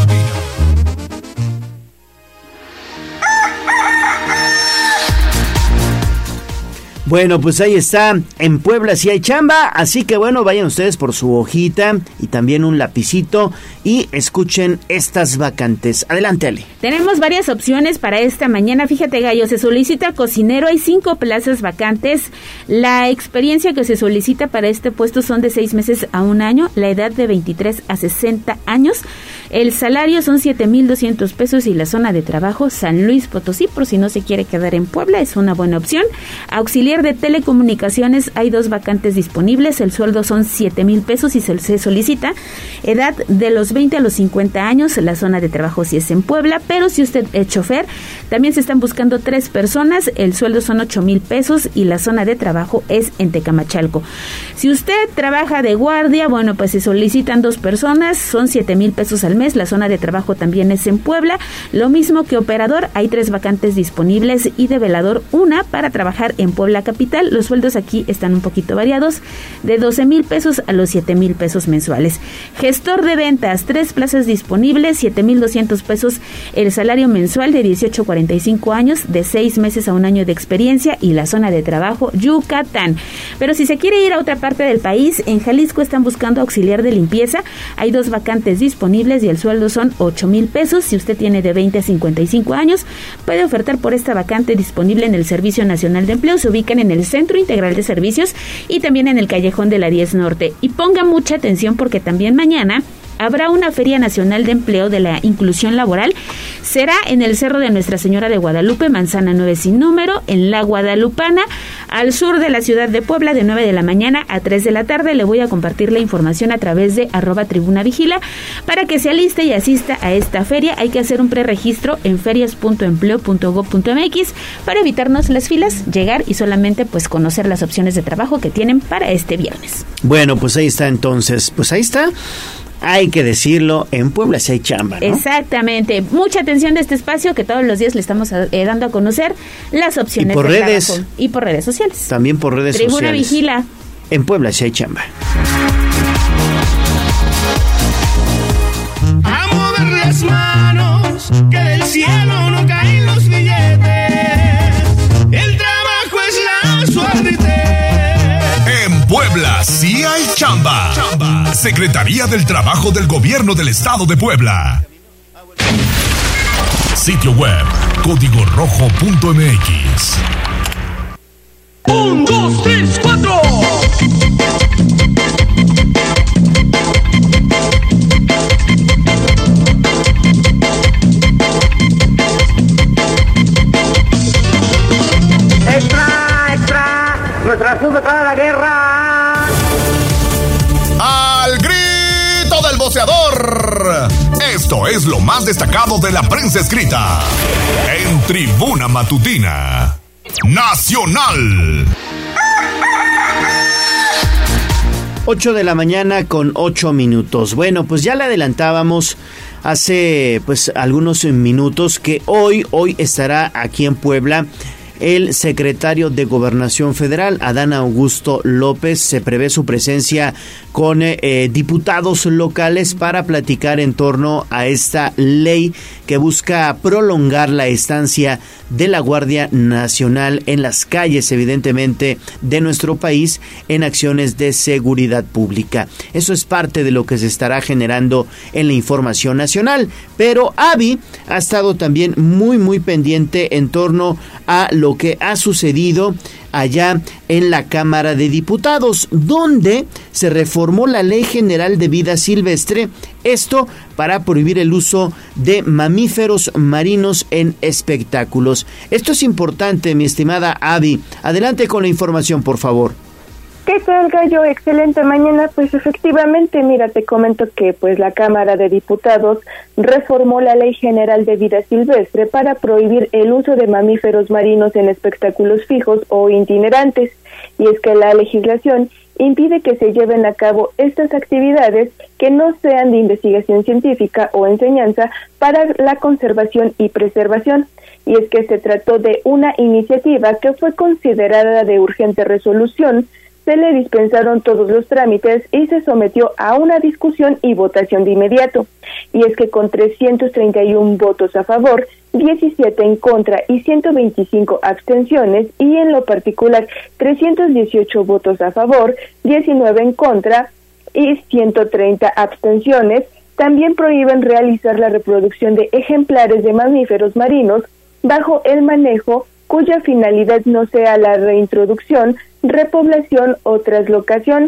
Bueno, pues ahí está, en Puebla sí hay chamba, así que bueno, vayan ustedes por su hojita y también un lapicito y escuchen estas vacantes. Adelante, Ale. Tenemos varias opciones para esta mañana. Fíjate, Gallo, se solicita cocinero, hay cinco plazas vacantes. La experiencia que se solicita para este puesto son de seis meses a un año, la edad de veintitrés a sesenta años. El salario son siete mil doscientos pesos y la zona de trabajo San Luis Potosí, por si no se quiere quedar en Puebla, es una buena opción. Auxiliar de telecomunicaciones, hay dos vacantes disponibles, el sueldo son siete mil pesos y se, se solicita edad de los veinte a los cincuenta años, la zona de trabajo sí es en Puebla, pero si usted es chofer, también se están buscando tres personas, el sueldo son ocho mil pesos y la zona de trabajo es en Tecamachalco. Si usted trabaja de guardia, bueno, pues se solicitan dos personas, son siete mil pesos al mes, la zona de trabajo también es en Puebla, lo mismo que operador, hay tres vacantes disponibles y de velador una para trabajar en Puebla capital, los sueldos aquí están un poquito variados, de doce mil pesos a los siete mil pesos mensuales. Gestor de ventas, tres plazas disponibles, siete mil doscientos pesos el salario mensual de dieciocho a cuarenta y cinco años, de seis meses a un año de experiencia y la zona de trabajo Yucatán. Pero si se quiere ir a otra parte del país, en Jalisco están buscando auxiliar de limpieza, hay dos vacantes disponibles y el sueldo son ocho mil pesos. Si usted tiene de veinte a cincuenta y cinco años, puede ofertar por esta vacante disponible en el Servicio Nacional de Empleo, se ubican en el Centro Integral de Servicios y también en el Callejón de la diez Norte. Y ponga mucha atención porque también mañana habrá una Feria Nacional de Empleo de la Inclusión Laboral. Será en el Cerro de Nuestra Señora de Guadalupe, Manzana nueve sin número, en La Guadalupana, al sur de la ciudad de Puebla, de nueve de la mañana a tres de la tarde. Le voy a compartir la información a través de arroba Tribuna Vigila para que se aliste y asista a esta feria. Hay que hacer un preregistro en ferias punto empleo punto gob punto mx para evitarnos las filas, llegar y solamente pues conocer las opciones de trabajo que tienen para este viernes. Bueno, pues ahí está entonces, pues ahí está. Hay que decirlo, en Puebla sí hay chamba, ¿no? Exactamente. Mucha atención de este espacio que todos los días le estamos eh, dando a conocer las opciones y por de redes trabajo. Y por redes sociales. También por redes Tribuna sociales. Tribuna Vigila. En Puebla sí hay chamba. A mover las manos, que del cielo no caen los billetes. El trabajo es la suerte. En Puebla sí hay chamba. Chamba. Secretaría del Trabajo del Gobierno del Estado de Puebla. Sitio web código rojo punto m x. Un, dos, tres, cuatro. Extra, extra. Nuestra sube para la guerra. ¡Al grito del voceador! Esto es lo más destacado de la prensa escrita en Tribuna Matutina Nacional. ocho de la mañana con ocho minutos. Bueno, pues ya le adelantábamos hace pues algunos minutos que hoy, hoy estará aquí en Puebla el secretario de Gobernación Federal, Adán Augusto López. Se prevé su presencia con eh, diputados locales para platicar en torno a esta ley que busca prolongar la estancia de la Guardia Nacional en las calles, evidentemente, de nuestro país en acciones de seguridad pública. Eso es parte de lo que se estará generando en la información nacional. Pero Avi ha estado también muy, muy pendiente en torno a lo que ha sucedido allá en la Cámara de Diputados, donde se reformó la Ley General de Vida Silvestre, esto para prohibir el uso de mamíferos marinos en espectáculos. Esto es importante, mi estimada Avi. Adelante con la información, por favor. ¿Qué tal, Gallo? Excelente mañana. Pues efectivamente, mira, te comento que pues la Cámara de Diputados reformó la Ley General de Vida Silvestre para prohibir el uso de mamíferos marinos en espectáculos fijos o itinerantes. Y es que la legislación impide que se lleven a cabo estas actividades que no sean de investigación científica o enseñanza para la conservación y preservación. Y es que se trató de una iniciativa que fue considerada de urgente resolución se le dispensaron todos los trámites y se sometió a una discusión y votación de inmediato. Y es que con trescientos treinta y uno votos a favor, diecisiete en contra y ciento veinticinco abstenciones, y en lo particular trescientos dieciocho votos a favor, diecinueve en contra y ciento treinta abstenciones, también prohíben realizar la reproducción de ejemplares de mamíferos marinos bajo el manejo cuya finalidad no sea la reintroducción, repoblación o traslocación.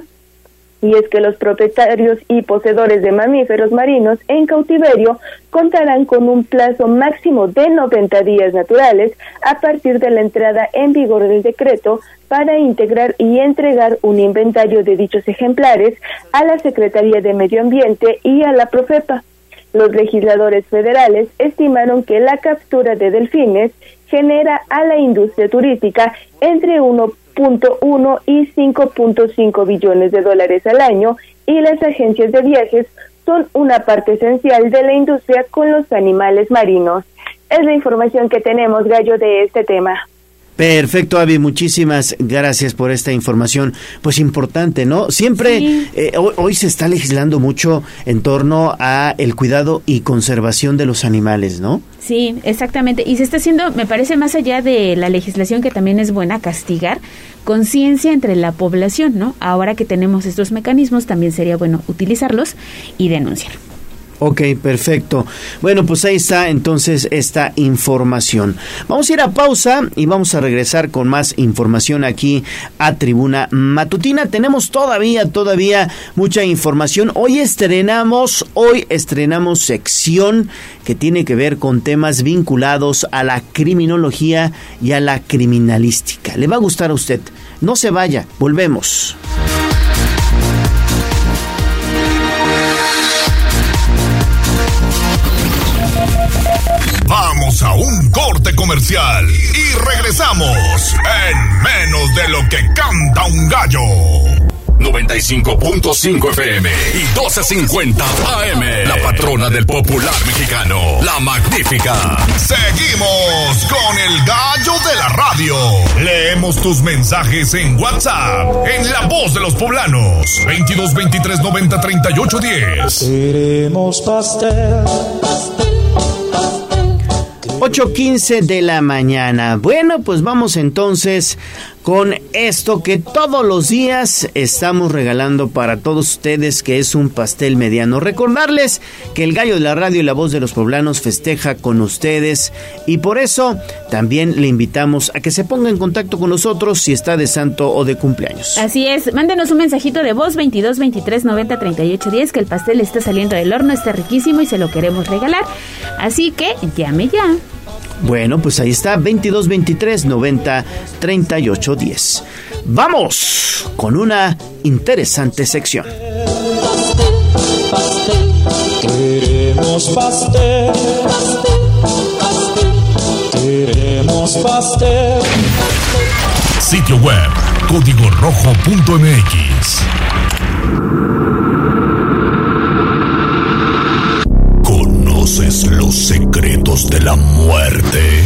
Y es que los propietarios y poseedores de mamíferos marinos en cautiverio contarán con un plazo máximo de noventa días naturales a partir de la entrada en vigor del decreto para integrar y entregar un inventario de dichos ejemplares a la Secretaría de Medio Ambiente y a la Profepa. Los legisladores federales estimaron que la captura de delfines genera a la industria turística entre uno punto uno y cinco punto cinco billones de dólares al año, y las agencias de viajes son una parte esencial de la industria con los animales marinos. Es la información que tenemos, Gallo, de este tema. Perfecto, Avi, muchísimas gracias por esta información, pues importante, ¿no? Siempre, sí. eh, hoy, hoy se está legislando mucho en torno a el cuidado y conservación de los animales, ¿no? Sí, exactamente, y se está haciendo, me parece, más allá de la legislación, que también es buena castigar, conciencia entre la población, ¿no? Ahora que tenemos estos mecanismos, también sería bueno utilizarlos y denunciar. Ok, perfecto. Bueno, pues ahí está entonces esta información. Vamos a ir a pausa y vamos a regresar con más información aquí a Tribuna Matutina. Tenemos todavía, todavía mucha información. Hoy estrenamos, hoy estrenamos sección que tiene que ver con temas vinculados a la criminología y a la criminalística. Le va a gustar a usted. No se vaya, volvemos. Vamos a un corte comercial y regresamos en menos de lo que canta un gallo. noventa y cinco punto cinco F M y doce cincuenta A M. La patrona del popular mexicano, la magnífica. Seguimos con el gallo de la radio. Leemos tus mensajes en WhatsApp, en La Voz de los Poblanos, veintidós veintitrés noventa treinta y ocho diez. Queremos pastel. ocho quince de la mañana. Bueno, pues vamos entonces con esto que todos los días estamos regalando para todos ustedes, que es un pastel mediano. Recordarles que el gallo de la radio y la voz de los poblanos festeja con ustedes, y por eso también le invitamos a que se ponga en contacto con nosotros si está de santo o de cumpleaños. Así es, mándenos un mensajito de voz veintidós veintitrés noventa treinta y ocho diez, que el pastel está saliendo del horno, está riquísimo y se lo queremos regalar. Así que llame ya. Bueno, pues ahí está, veintidós veintitrés noventa treinta y ocho diez. Vamos con una interesante sección. Queremos pastel, queremos pastel. Sitio web código rojo punto m x. ¿Conoces los secretos de la muerte?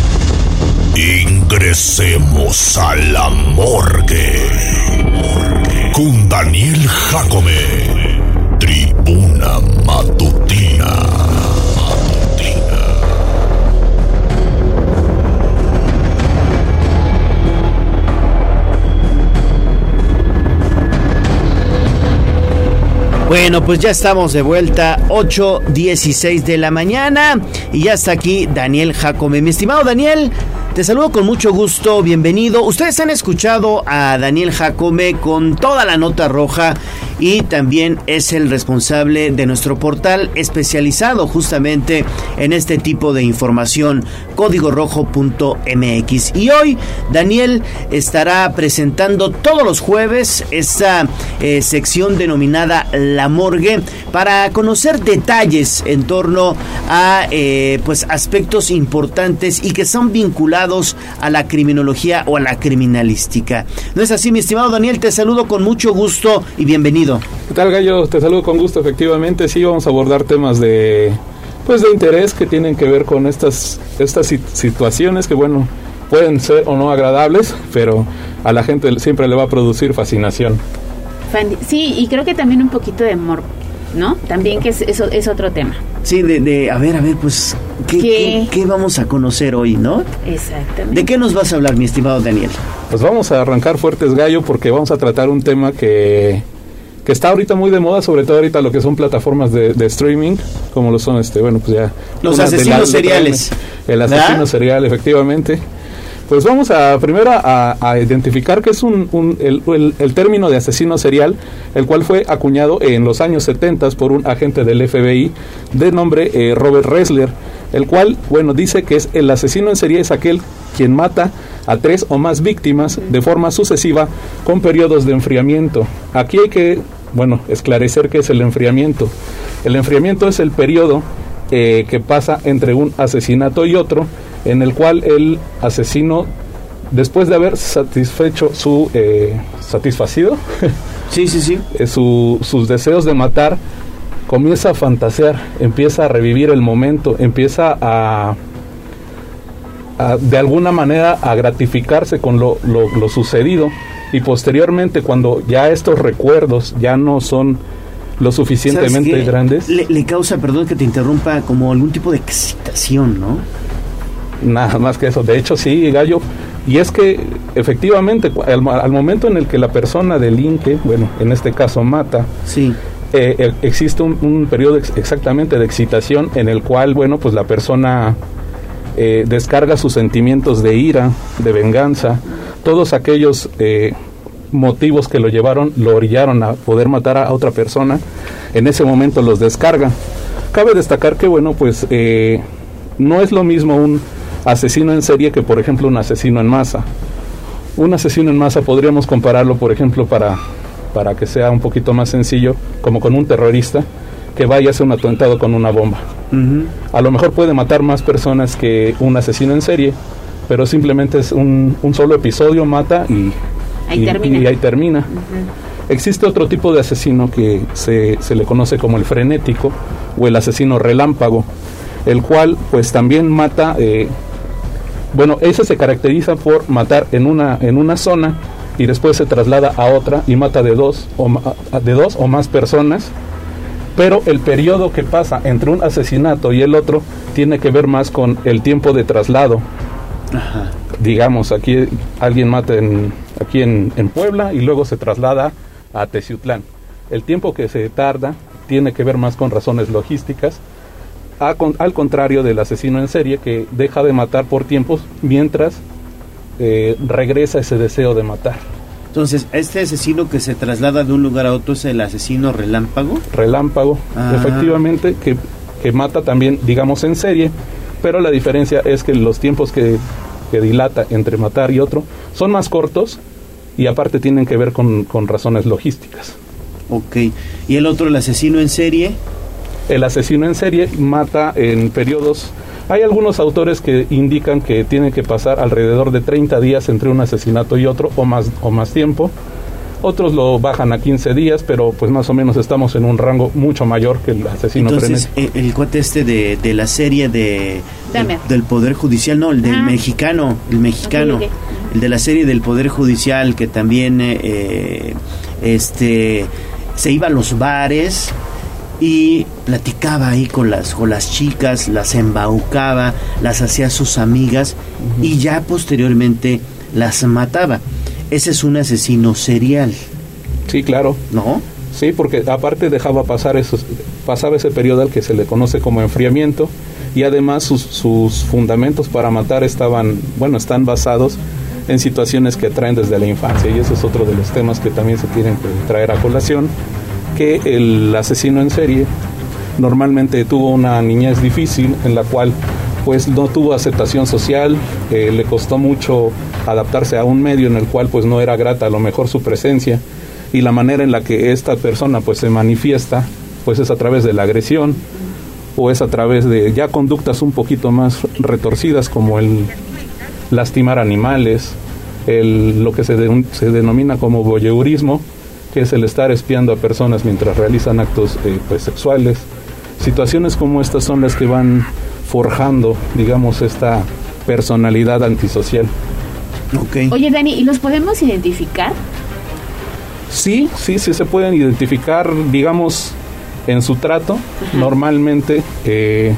Ingresemos a la morgue. Con Daniel Jacome. Tribuna Matutina. Bueno, pues ya estamos de vuelta, ocho dieciséis de la mañana, y ya está aquí Daniel Jacome. Mi estimado Daniel, te saludo con mucho gusto, bienvenido. Ustedes han escuchado a Daniel Jacome con toda la nota roja, y también es el responsable de nuestro portal especializado justamente en este tipo de información, código rojo punto m x. Y hoy Daniel estará presentando todos los jueves esta eh, sección denominada La Morgue, para conocer detalles en torno a eh, pues aspectos importantes y que son vinculados a la criminología o a la criminalística. ¿No es así, mi estimado Daniel? Te saludo con mucho gusto y bienvenido. ¿Qué tal, gallo? Te saludo con gusto. Efectivamente, sí, vamos a abordar temas de pues de interés que tienen que ver con estas estas situaciones que, bueno, pueden ser o no agradables, pero a la gente siempre le va a producir fascinación. Sí, y creo que también un poquito de morbo, ¿no? También que es, eso es otro tema. Sí, de, de, a ver, a ver, pues, ¿qué, ¿Qué? ¿qué, qué vamos a conocer hoy, no? Exactamente. ¿De qué nos vas a hablar, mi estimado Daniel? Pues vamos a arrancar fuertes, Gallo, porque vamos a tratar un tema que, que está ahorita muy de moda, sobre todo ahorita lo que son plataformas de, de streaming, como lo son, este, bueno, pues ya... Los asesinos seriales. El asesino ¿verdad? serial, efectivamente. Pues vamos a primero a, a identificar qué es un, un el, el, el término de asesino serial, el cual fue acuñado en los años setenta por un agente del F B I de nombre eh, Robert Ressler, el cual, bueno, dice que es el asesino en serie es aquel quien mata a tres o más víctimas de forma sucesiva con periodos de enfriamiento. Aquí hay que, bueno, esclarecer qué es el enfriamiento. El enfriamiento es el periodo eh, que pasa entre un asesinato y otro, en el cual el asesino, después de haber satisfecho su eh, satisfacido sí, sí, sí. eh, su, sus deseos de matar, comienza a fantasear, empieza a revivir el momento, empieza a, a de alguna manera a gratificarse con lo, lo, lo sucedido, y posteriormente, cuando ya estos recuerdos ya no son lo suficientemente grandes, le, le causa, perdón que te interrumpa, como algún tipo de excitación, ¿no? Nada más que eso. De hecho, sí, Gallo. Y es que, efectivamente, al, al momento en el que la persona delinque, bueno, en este caso mata, sí. eh, eh, existe un, un periodo ex- exactamente de excitación en el cual, bueno, pues la persona eh, descarga sus sentimientos de ira, de venganza, todos aquellos eh, motivos que lo llevaron, lo orillaron a poder matar a otra persona, en ese momento los descarga. Cabe destacar que, bueno, pues eh, no es lo mismo un asesino en serie que, por ejemplo, un asesino en masa. Un asesino en masa podríamos compararlo, por ejemplo, para, para que sea un poquito más sencillo, como con un terrorista que vaya a hacer un atentado con una bomba. Uh-huh. A lo mejor puede matar más personas que un asesino en serie, pero simplemente es un, un solo episodio, mata y ahí y, termina. Y ahí termina. Uh-huh. Existe otro tipo de asesino que se, se le conoce como el frenético o el asesino relámpago, el cual pues también mata, eh, bueno, ese se caracteriza por matar en una en una zona y después se traslada a otra y mata de dos o de dos o más personas, pero el periodo que pasa entre un asesinato y el otro tiene que ver más con el tiempo de traslado. Ajá. Digamos, aquí alguien mata en, aquí en, en Puebla y luego se traslada a Teciutlán. El tiempo que se tarda tiene que ver más con razones logísticas, A con, al contrario del asesino en serie, que deja de matar por tiempos mientras eh, regresa ese deseo de matar. Entonces, ¿este asesino que se traslada de un lugar a otro es el asesino relámpago? Relámpago, ah. efectivamente, que, que mata también, digamos, en serie, pero la diferencia es que los tiempos que, que dilata entre matar y otro son más cortos y aparte tienen que ver con, con razones logísticas. Ok, ¿y el otro, el asesino en serie? El asesino en serie mata en periodos. Hay algunos autores que indican que tiene que pasar alrededor de treinta días entre un asesinato y otro, o más o más tiempo. Otros lo bajan a quince días, pero pues más o menos estamos en un rango mucho mayor que el asesino Entonces, frenético. El, el cuate este de, de la serie de del, del Poder Judicial, no, el del ah. mexicano, el mexicano, okay, okay. el de la serie del Poder Judicial, que también eh, este se iba a los bares y platicaba ahí con las con las chicas, las embaucaba, las hacía sus amigas, uh-huh. y ya posteriormente las mataba. Ese es un asesino serial. Sí, claro. ¿No? Sí, porque aparte dejaba pasar esos, pasaba ese periodo al que se le conoce como enfriamiento, y además sus, sus fundamentos para matar estaban, bueno, están basados en situaciones que traen desde la infancia, y ese es otro de los temas que también se tienen que traer a colación, que el asesino en serie normalmente tuvo una niñez difícil en la cual pues no tuvo aceptación social, eh, le costó mucho adaptarse a un medio en el cual pues no era grata a lo mejor su presencia, y la manera en la que esta persona pues se manifiesta pues es a través de la agresión, o es a través de ya conductas un poquito más retorcidas, como el lastimar animales, el, lo que se, de, se denomina como voyeurismo, que es el estar espiando a personas mientras realizan actos eh, pues sexuales. Situaciones como estas son las que van forjando, digamos, esta personalidad antisocial. Okay. Oye, Dani, ¿y los podemos identificar? Sí, sí, sí se pueden identificar, digamos, en su trato. Ajá. Normalmente, eh,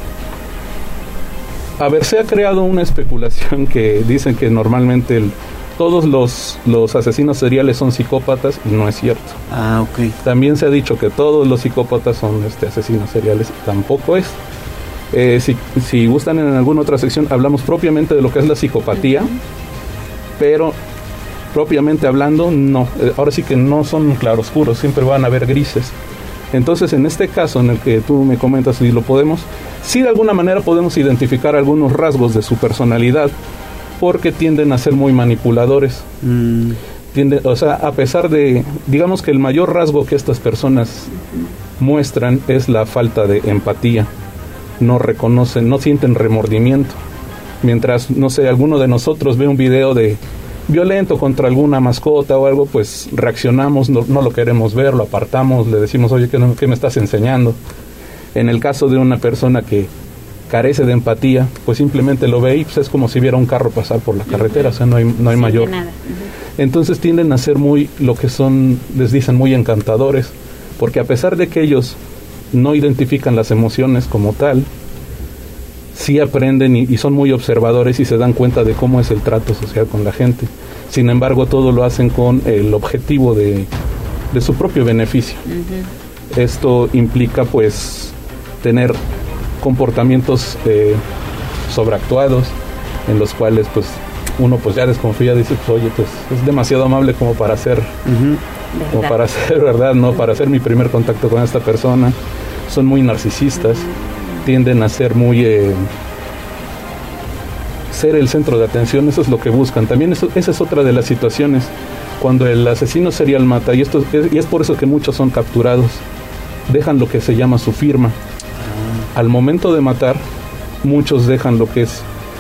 a ver, se ha creado una especulación que dicen que normalmente el, todos los, los asesinos seriales son psicópatas, y no es cierto. Ah, ok. También se ha dicho que todos los psicópatas son este, asesinos seriales, y tampoco es. Eh, si, si gustan, en alguna otra sección hablamos propiamente de lo que es la psicopatía, uh-huh. pero propiamente hablando, no. Eh, ahora sí que no son claroscuros, siempre van a haber grises. Entonces, en este caso en el que tú me comentas si lo podemos, sí de alguna manera podemos identificar algunos rasgos de su personalidad, porque tienden a ser muy manipuladores. Mm. Tienden, o sea, a pesar de, digamos que el mayor rasgo que estas personas muestran es la falta de empatía. No reconocen, no sienten remordimiento. Mientras, no sé, alguno de nosotros ve un video de violento contra alguna mascota o algo, pues reaccionamos, no, no lo queremos ver, lo apartamos, le decimos, oye, ¿qué, ¿qué me estás enseñando? En el caso de una persona que carece de empatía, pues simplemente lo ve y pues es como si viera un carro pasar por la carretera, o sea, no hay, no hay mayor. Nada. Uh-huh. Entonces tienden a ser muy, lo que son, les dicen, muy encantadores, porque a pesar de que ellos no identifican las emociones como tal, sí aprenden y, y son muy observadores y se dan cuenta de cómo es el trato social con la gente. Sin embargo, todo lo hacen con el objetivo de, de su propio beneficio. Uh-huh. Esto implica, pues, tener comportamientos eh, sobreactuados, en los cuales, pues, uno pues ya desconfía, dice, pues, oye, pues, es demasiado amable como para ser, uh-huh. como para ser, ¿verdad? No, para hacer mi primer contacto con esta persona. Son muy narcisistas, uh-huh. tienden a ser muy eh, ser el centro de atención, eso es lo que buscan. También eso, esa es otra de las situaciones cuando el asesino serial mata, y esto es, y es por eso que muchos son capturados, dejan lo que se llama su firma. Uh-huh. Al momento de matar, muchos dejan lo que es,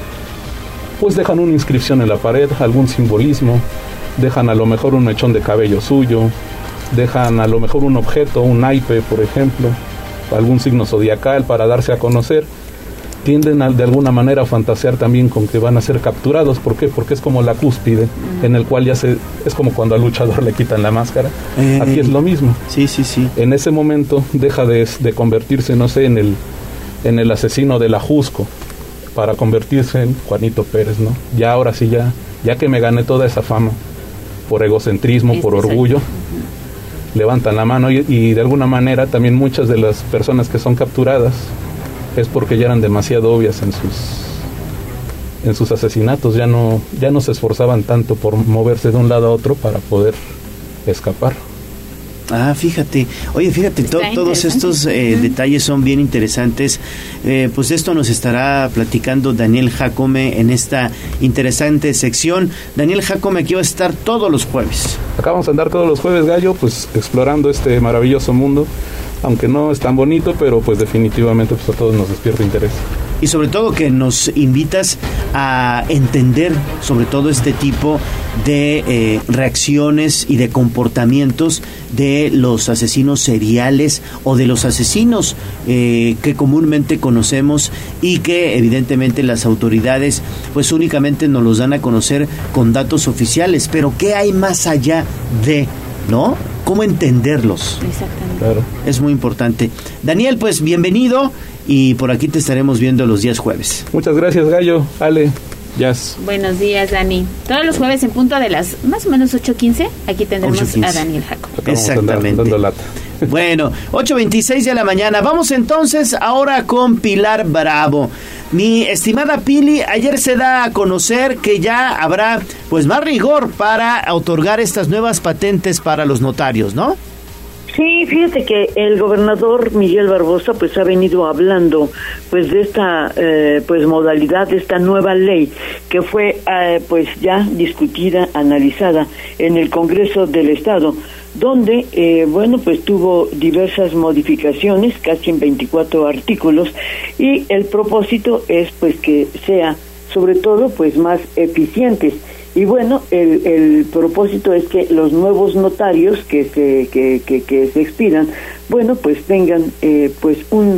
pues dejan una inscripción en la pared, algún simbolismo, dejan a lo mejor un mechón de cabello suyo, dejan a lo mejor un objeto, un naipe, por ejemplo, algún signo zodiacal para darse a conocer. Tienden a, de alguna manera a fantasear también con que van a ser capturados. ¿Por qué? Porque es como la cúspide, uh-huh. en el cual ya se, es como cuando al luchador le quitan la máscara. Eh, Aquí es lo mismo. Sí, sí, sí. En ese momento deja de, de convertirse, no sé, en el, en el asesino de la Jusco, para convertirse en Juanito Pérez, ¿no? Ya ahora sí, ya, ya que me gané toda esa fama, por egocentrismo, este por orgullo, uh-huh. levantan la mano y, y de alguna manera también muchas de las personas que son capturadas es porque ya eran demasiado obvias en sus en sus asesinatos, ya no ya no se esforzaban tanto por moverse de un lado a otro para poder escapar. Ah, fíjate. Oye, fíjate, to- todos estos eh, uh-huh. detalles son bien interesantes. Eh, pues esto nos estará platicando Daniel Jacome en esta interesante sección. Daniel Jacome aquí va a estar todos los jueves. Acá vamos a andar todos los jueves, Gallo, pues explorando este maravilloso mundo. Aunque no es tan bonito, pero pues definitivamente pues a todos nos despierta interés. Y sobre todo que nos invitas a entender sobre todo este tipo de eh, reacciones y de comportamientos de los asesinos seriales o de los asesinos eh, que comúnmente conocemos y que evidentemente las autoridades pues únicamente nos los dan a conocer con datos oficiales. Pero ¿qué hay más allá de, ¿no? ¿Cómo entenderlos? Exactamente. Claro. Es muy importante. Daniel, pues bienvenido y por aquí te estaremos viendo los días jueves. Muchas gracias, Gallo. Ale, Jazz. Buenos días, Dani. Todos los jueves en punto de las más o menos ocho quince, aquí tendremos ocho quince. a Daniel Jaco. Exactamente. Dando lata. Bueno, ocho veintiséis de la mañana. Vamos entonces ahora con Pilar Bravo. Mi estimada Pili, ayer se da a conocer que ya habrá pues más rigor para otorgar estas nuevas patentes para los notarios, ¿no? Sí, fíjate que el gobernador Miguel Barbosa pues ha venido hablando pues de esta eh, pues modalidad, de esta nueva ley que fue eh, pues ya discutida, analizada en el Congreso del Estado, donde eh, bueno pues tuvo diversas modificaciones, casi en veinticuatro artículos, y el propósito es pues que sea sobre todo pues más eficientes. Y bueno, el, el propósito es que los nuevos notarios que se que, que, que se expidan, bueno, pues tengan eh, pues un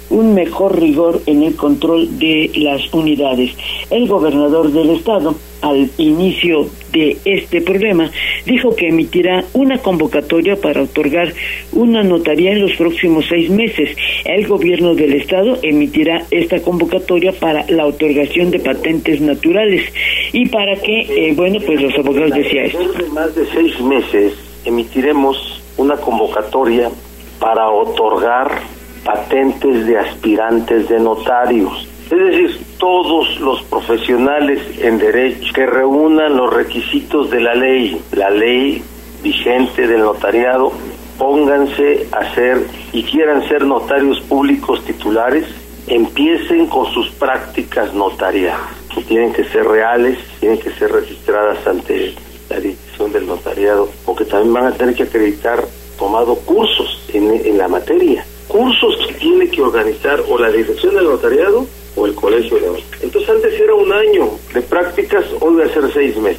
un mejor rigor en el control de las unidades. El gobernador del estado, al inicio de este problema, dijo que emitirá una convocatoria para otorgar una notaría en los próximos seis meses. El gobierno del estado emitirá esta convocatoria para la otorgación de patentes naturales y para que, eh, bueno, pues los abogados decían esto. En más de seis meses emitiremos una convocatoria para otorgar patentes de aspirantes de notarios. Es decir, todos los profesionales en derecho que reúnan los requisitos de la ley, la ley vigente del notariado, pónganse a ser y quieran ser notarios públicos titulares, empiecen con sus prácticas notariales, que tienen que ser reales, tienen que ser registradas ante la dirección del notariado, porque también van a tener que acreditar tomado cursos en, en la materia, cursos que tiene que organizar o la dirección del notariado o el colegio de hoy. Entonces antes era un año de prácticas, hoy va a ser seis meses.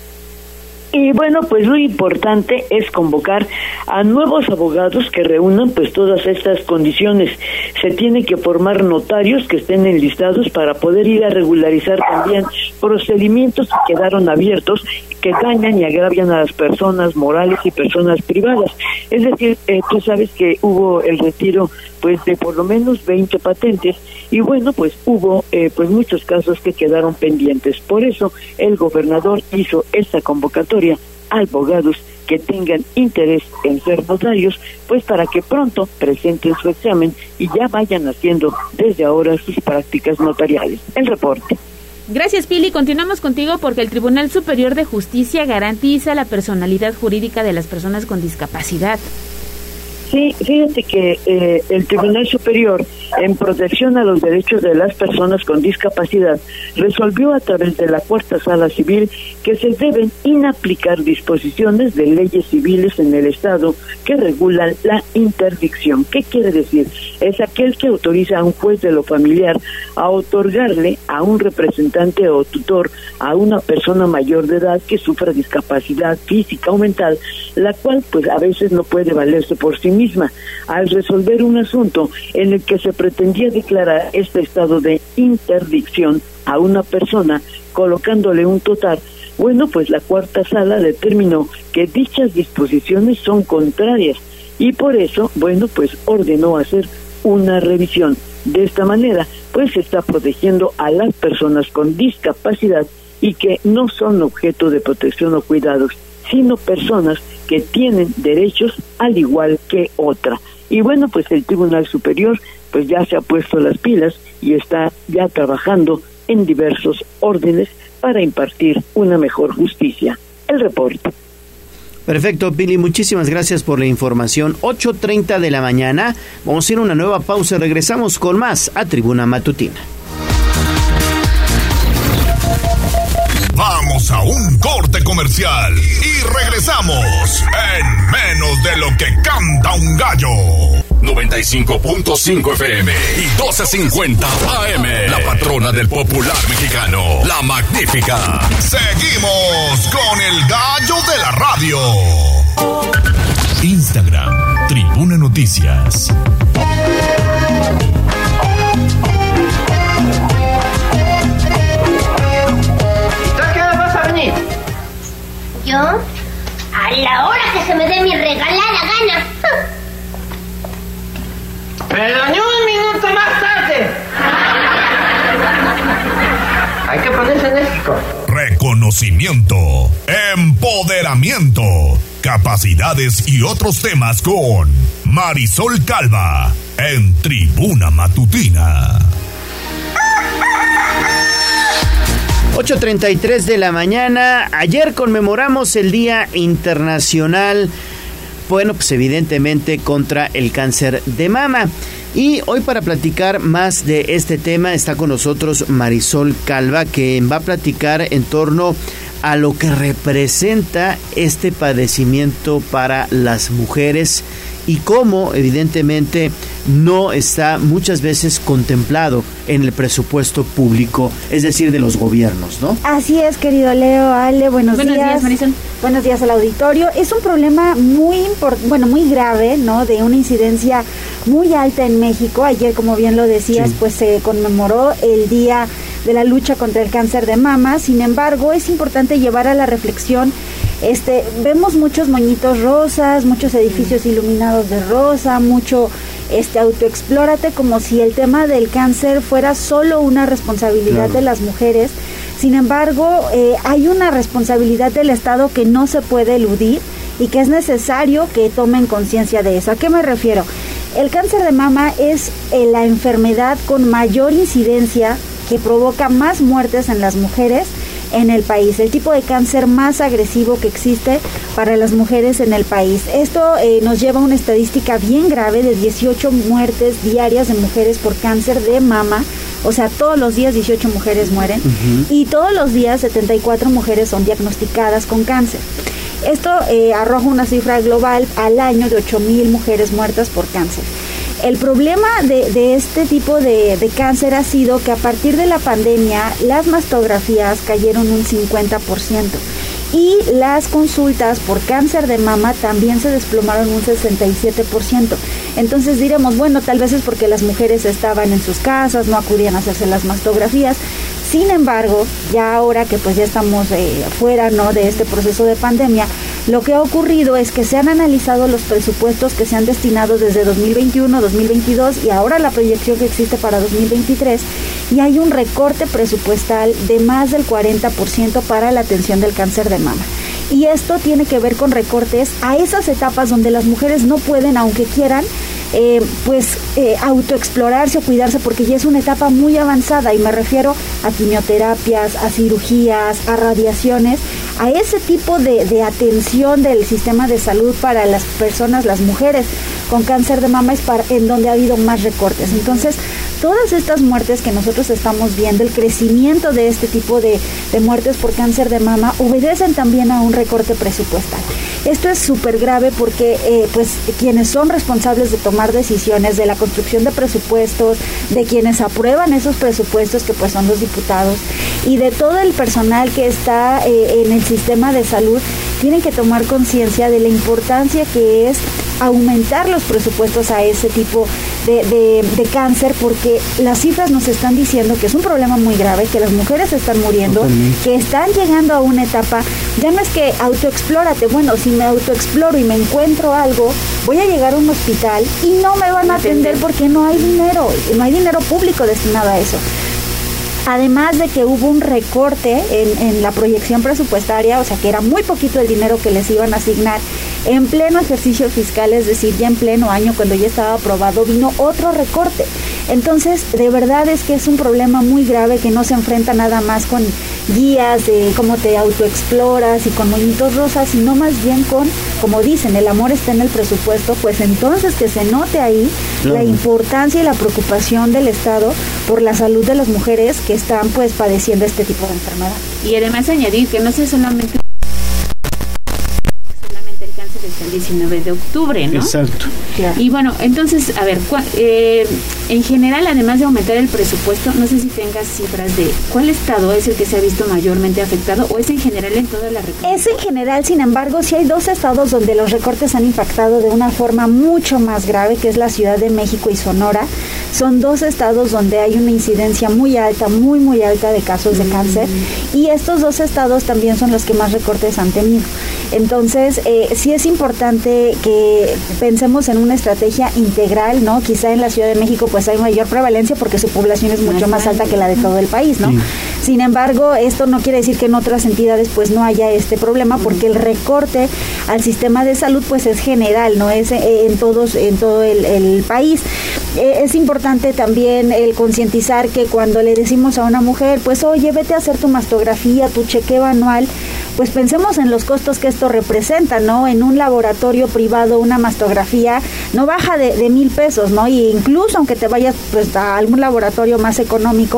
Y bueno, pues lo importante es convocar a nuevos abogados que reúnan pues todas estas condiciones. Se tiene que formar notarios que estén enlistados para poder ir a regularizar también procedimientos que quedaron abiertos, que dañan y agravian a las personas morales y personas privadas. Es decir, eh, tú sabes que hubo el retiro pues de por lo menos veinte patentes y bueno, pues hubo eh, pues muchos casos que quedaron pendientes. Por eso el gobernador hizo esta convocatoria a abogados que tengan interés en ser notarios, pues para que pronto presenten su examen y ya vayan haciendo desde ahora sus prácticas notariales. El reporte. Gracias, Pili. Continuamos contigo porque el Tribunal Superior de Justicia garantiza la personalidad jurídica de las personas con discapacidad. Sí, fíjate que eh, el Tribunal Superior, en protección a los derechos de las personas con discapacidad, resolvió a través de la Cuarta Sala Civil que se deben inaplicar disposiciones de leyes civiles en el Estado que regulan la interdicción. ¿Qué quiere decir? Es aquel que autoriza a un juez de lo familiar a otorgarle a un representante o tutor a una persona mayor de edad que sufra discapacidad física o mental, la cual pues a veces no puede valerse por sí misma, al resolver un asunto en el que se pretendía declarar este estado de interdicción a una persona colocándole un total. Bueno, pues la Cuarta Sala determinó que dichas disposiciones son contrarias y por eso, bueno, pues ordenó hacer una revisión. De esta manera, pues se está protegiendo a las personas con discapacidad y que no son objeto de protección o cuidados, sino personas que tienen derechos al igual que otra. Y bueno, pues el Tribunal Superior pues ya se ha puesto las pilas y está ya trabajando en diversos órdenes para impartir una mejor justicia. El reporte. Perfecto, Pili, muchísimas gracias por la información. ocho treinta de la mañana, vamos a ir a una nueva pausa, regresamos con más a Tribuna Matutina. Vamos a un corte comercial y regresamos en menos de lo que canta un gallo. noventa y cinco punto cinco F M y doce cincuenta A M. La patrona del popular mexicano, la magnífica. Seguimos con el gallo de la radio. Instagram, Tribuna Noticias. Yo, a la hora que se me dé mi regalada gana. Pero ni un minuto más tarde. Hay que ponerse enérgico. Reconocimiento, empoderamiento, capacidades y otros temas con Marisol Calva en Tribuna Matutina. ocho treinta y tres de la mañana. Ayer conmemoramos el Día Internacional, bueno, pues evidentemente contra el cáncer de mama. Y hoy para platicar más de este tema está con nosotros Marisol Calva, que va a platicar en torno a lo que representa este padecimiento para las mujeres y cómo evidentemente no está muchas veces contemplado en el presupuesto público, es decir, de los gobiernos, ¿no? Así es, querido Leo, Ale, buenos, buenos días. días Marisol. Buenos días al auditorio. Es un problema muy import- bueno, muy grave, ¿no? De una incidencia muy alta en México. Ayer, como bien lo decías, sí. pues se conmemoró el Día de la Lucha contra el Cáncer de Mama. Sin embargo, es importante llevar a la reflexión. Este, vemos muchos moñitos rosas, muchos edificios iluminados de rosa, mucho este autoexplórate, como si el tema del cáncer fuera solo una responsabilidad claro. de las mujeres. Sin embargo, eh, hay una responsabilidad del Estado que no se puede eludir y que es necesario que tomen conciencia de eso. ¿A qué me refiero? El cáncer de mama es eh, la enfermedad con mayor incidencia que provoca más muertes en las mujeres en el país, el tipo de cáncer más agresivo que existe para las mujeres en el país. Esto eh, nos lleva a una estadística bien grave de dieciocho muertes diarias de mujeres por cáncer de mama, o sea, todos los días dieciocho mujeres mueren, uh-huh. y todos los días setenta y cuatro mujeres son diagnosticadas con cáncer. Esto eh, arroja una cifra global al año de ocho mil mujeres muertas por cáncer. El problema de, de este tipo de, de cáncer ha sido que a partir de la pandemia las mastografías cayeron un cincuenta por ciento y las consultas por cáncer de mama también se desplomaron un sesenta y siete por ciento. Entonces diremos, bueno, tal vez es porque las mujeres estaban en sus casas, no acudían a hacerse las mastografías. Sin embargo, ya ahora que pues ya estamos eh, fuera, ¿no?, de este proceso de pandemia, lo que ha ocurrido es que se han analizado los presupuestos que se han destinado desde dos mil veintiuno, dos mil veintidós y ahora la proyección que existe para dos mil veintitrés, y hay un recorte presupuestal de más del cuarenta por ciento para la atención del cáncer de mama. Y esto tiene que ver con recortes a esas etapas donde las mujeres no pueden, aunque quieran, Eh, pues eh, autoexplorarse o cuidarse, porque ya es una etapa muy avanzada, y me refiero a quimioterapias, a cirugías, a radiaciones, a ese tipo de, de atención del sistema de salud para las personas, las mujeres con cáncer de mama, es para, en donde ha habido más recortes. Entonces, todas estas muertes que nosotros estamos viendo, el crecimiento de este tipo de, de muertes por cáncer de mama, obedecen también a un recorte presupuestal. Esto es súper grave porque eh, pues quienes son responsables de tomar decisiones, de la construcción de presupuestos, de quienes aprueban esos presupuestos, que pues son los diputados, y de todo el personal que está eh, en el sistema de salud, tienen que tomar conciencia de la importancia que es aumentar los presupuestos a ese tipo de, de, de cáncer, porque las cifras nos están diciendo que es un problema muy grave, que las mujeres están muriendo, Totalmente. que están llegando a una etapa, ya no es que autoexplórate, bueno, si me autoexploro y me encuentro algo, voy a llegar a un hospital y no me van a atender porque no hay dinero, no hay dinero público destinado a eso. Además de que hubo un recorte en, en la proyección presupuestaria, o sea que era muy poquito el dinero que les iban a asignar en pleno ejercicio fiscal, es decir, ya en pleno año, cuando ya estaba aprobado, vino otro recorte. Entonces, de verdad es que es un problema muy grave que no se enfrenta nada más con guías de cómo te autoexploras y con moñitos rosas, sino más bien con, como dicen, el amor está en el presupuesto, pues entonces que se note ahí claro. la importancia y la preocupación del Estado por la salud de las mujeres que están pues padeciendo este tipo de enfermedad. Y además añadir que no es solamente el diecinueve de octubre, ¿no? Exacto. Claro. Y bueno, entonces, a ver, eh, en general, además de aumentar el presupuesto, no sé si tengas cifras de cuál estado es el que se ha visto mayormente afectado, o es en general en toda la región. Es en general, sin embargo, sí hay dos estados donde los recortes han impactado de una forma mucho más grave, que es la Ciudad de México y Sonora. Son dos estados donde hay una incidencia muy alta, muy, muy alta de casos de mm. cáncer, y estos dos estados también son los que más recortes han tenido. Entonces, eh, sí es importante que pensemos en una estrategia integral, ¿no? Quizá en la Ciudad de México pues hay mayor prevalencia porque su población es mucho más alta que la de todo el país, ¿no? Sí. Sin embargo, esto no quiere decir que en otras entidades pues no haya este problema, porque el recorte al sistema de salud pues es general, no es eh, en todos, en todo el, el país. Eh, es importante también el concientizar que cuando le decimos a una mujer, pues oye, vete a hacer tu mastografía, tu chequeo anual, pues pensemos en los costos que esto representa, ¿no? En un laboratorio privado una mastografía no baja de, de mil pesos, ¿no? Y incluso aunque te vayas pues a algún laboratorio más económico,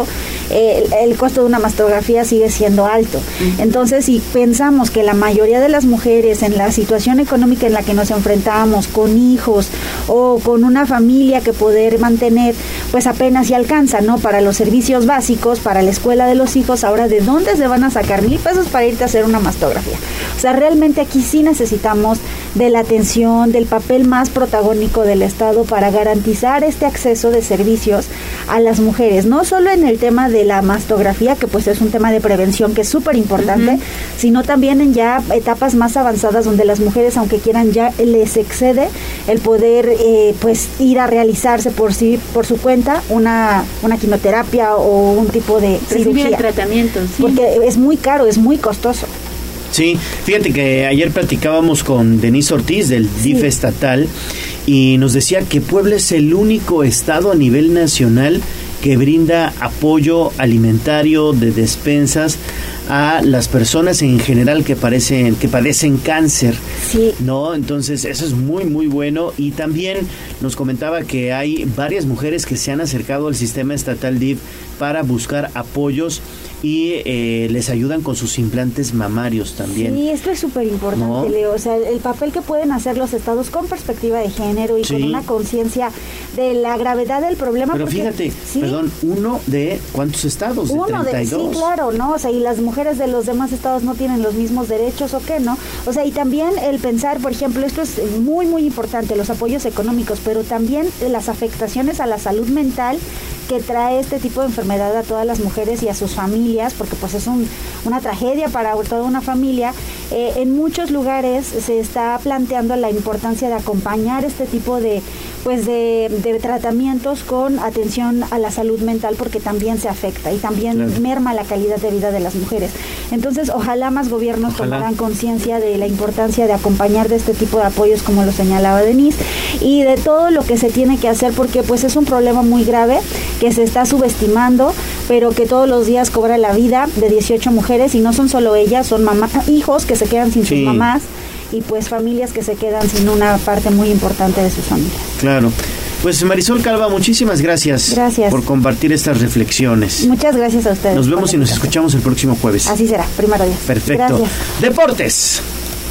eh, el, el costo de una mastografía sigue siendo alto. Uh-huh. Entonces, si pensamos que la mayoría de las mujeres en la situación económica en la que nos enfrentamos, con hijos o con una familia que poder mantener, pues apenas si alcanza, ¿no? Para los servicios básicos, para la escuela de los hijos, ahora ¿de dónde se van a sacar mil pesos para irte a hacer una mastografía? O sea, realmente aquí sí necesitamos de la atención, del papel más protagónico del Estado para garantizar este acceso de servicios a las mujeres, no solo en el tema de la mastografía, que pues es un tema de prevención que es súper importante, uh-huh. sino también en ya etapas más avanzadas donde las mujeres, aunque quieran, ya les excede el poder eh, pues ir a realizarse por sí, por su cuenta una, una quimioterapia o un tipo de Recibir cirugía. el tratamiento, sí. Porque es muy caro, es muy costoso. Sí, fíjate que ayer platicábamos con Denise Ortiz del D I F estatal y nos decía que Puebla es el único estado a nivel nacional que brinda apoyo alimentario de despensas a las personas en general que padecen, que padecen cáncer. Sí. ¿No? Entonces, eso es muy, muy bueno. Y también nos comentaba que hay varias mujeres que se han acercado al sistema estatal D I F para buscar apoyos y eh, les ayudan con sus implantes mamarios también. Sí, esto es súper importante, ¿no? Leo. O sea, el papel que pueden hacer los estados con perspectiva de género y sí. con una conciencia de la gravedad del problema. Pero porque, fíjate, ¿sí? perdón, uno de ¿cuántos estados? De uno treinta y dos. De, sí, claro, ¿no? O sea, y las mujeres de los demás estados no tienen los mismos derechos o qué, ¿no? O sea, y también el pensar, por ejemplo, esto es muy, muy importante, los apoyos económicos, pero también las afectaciones a la salud mental que trae este tipo de enfermedad a todas las mujeres y a sus familias, porque pues es un, una tragedia para toda una familia. Eh, en muchos lugares se está planteando la importancia de acompañar este tipo de pues de, de tratamientos con atención a la salud mental, porque también se afecta y también claro. merma la calidad de vida de las mujeres. Entonces, ojalá más gobiernos ojalá. tomaran conciencia de la importancia de acompañar de este tipo de apoyos, como lo señalaba Denise, y de todo lo que se tiene que hacer, porque pues es un problema muy grave que se está subestimando, pero que todos los días cobra la vida de dieciocho mujeres, y no son solo ellas, son mamás, hijos que se quedan sin sí. sus mamás, y pues familias que se quedan sin una parte muy importante de sus familias. Claro. Pues Marisol Calva, muchísimas gracias, gracias por compartir estas reflexiones. Muchas gracias a ustedes. Nos vemos y nos escuchamos el próximo jueves. Así será, primero día. Perfecto. Gracias. Deportes.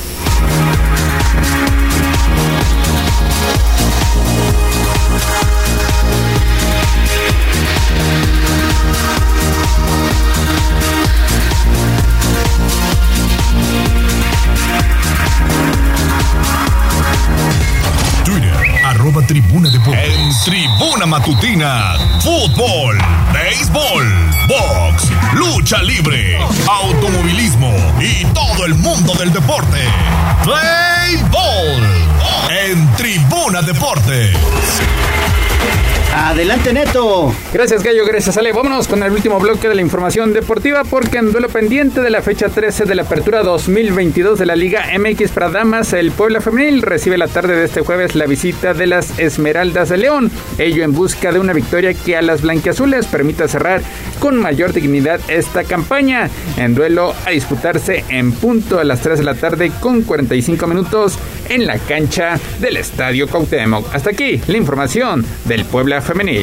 Tribuna Deportes. En Tribuna Matutina, fútbol, béisbol, box, lucha libre, automovilismo y todo el mundo del deporte. Play Ball en Tribuna Deportes. Adelante, Neto. Gracias, Gallo, gracias, Ale. Vámonos con el último bloque de la información deportiva, porque en duelo pendiente de la fecha trece de la apertura dos mil veintidós de la Liga M X para damas, el Puebla Femenil recibe la tarde de este jueves la visita de las Esmeraldas de León, ello en busca de una victoria que a las blanquiazules permita cerrar con mayor dignidad esta campaña, en duelo a disputarse en punto a las tres de la tarde con cuarenta y cinco minutos en la cancha del Estadio Cuauhtémoc. Hasta aquí la información del Puebla Femenil.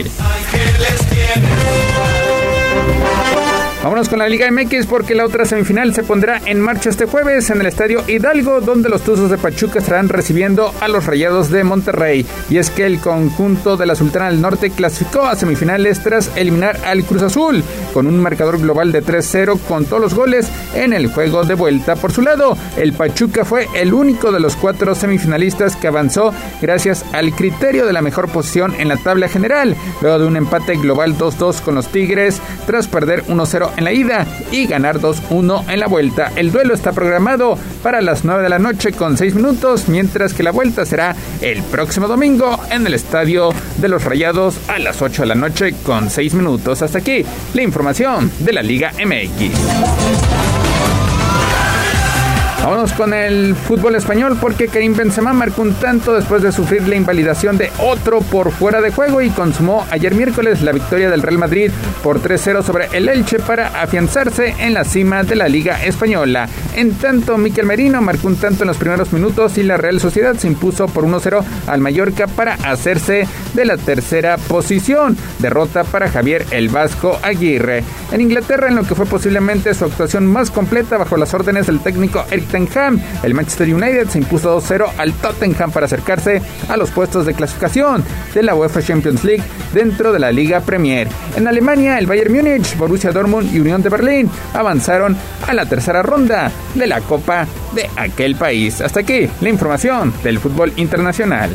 Vámonos con la Liga M X, porque la otra semifinal se pondrá en marcha este jueves en el Estadio Hidalgo, donde los Tuzos de Pachuca estarán recibiendo a los Rayados de Monterrey. Y es que el conjunto de la Sultana del Norte clasificó a semifinales tras eliminar al Cruz Azul con un marcador global de tres cero con todos los goles en el juego de vuelta. Por su lado, el Pachuca fue el único de los cuatro semifinalistas que avanzó gracias al criterio de la mejor posición en la tabla general, luego de un empate global dos dos con los Tigres tras perder uno cero en la ida y ganar dos uno en la vuelta. El duelo está programado para las nueve de la noche con seis minutos, mientras que la vuelta será el próximo domingo en el Estadio de los Rayados a las ocho de la noche con seis minutos. Hasta aquí la información de la Liga M X. Vámonos con el fútbol español porque Karim Benzema marcó un tanto después de sufrir la invalidación de otro por fuera de juego y consumó ayer miércoles la victoria del Real Madrid por tres cero sobre el Elche para afianzarse en la cima de la Liga Española. En tanto, Mikel Merino marcó un tanto en los primeros minutos y la Real Sociedad se impuso por uno cero al Mallorca para hacerse de la tercera posición. Derrota para Javier el Vasco Aguirre. En Inglaterra, en lo que fue posiblemente su actuación más completa bajo las órdenes del técnico Erik ten Hag, el Manchester United se impuso dos cero al Tottenham para acercarse a los puestos de clasificación de la UEFA Champions League dentro de la Liga Premier. En Alemania, el Bayern Múnich, Borussia Dortmund y Unión de Berlín avanzaron a la tercera ronda de la Copa de aquel país. Hasta aquí la información del fútbol internacional.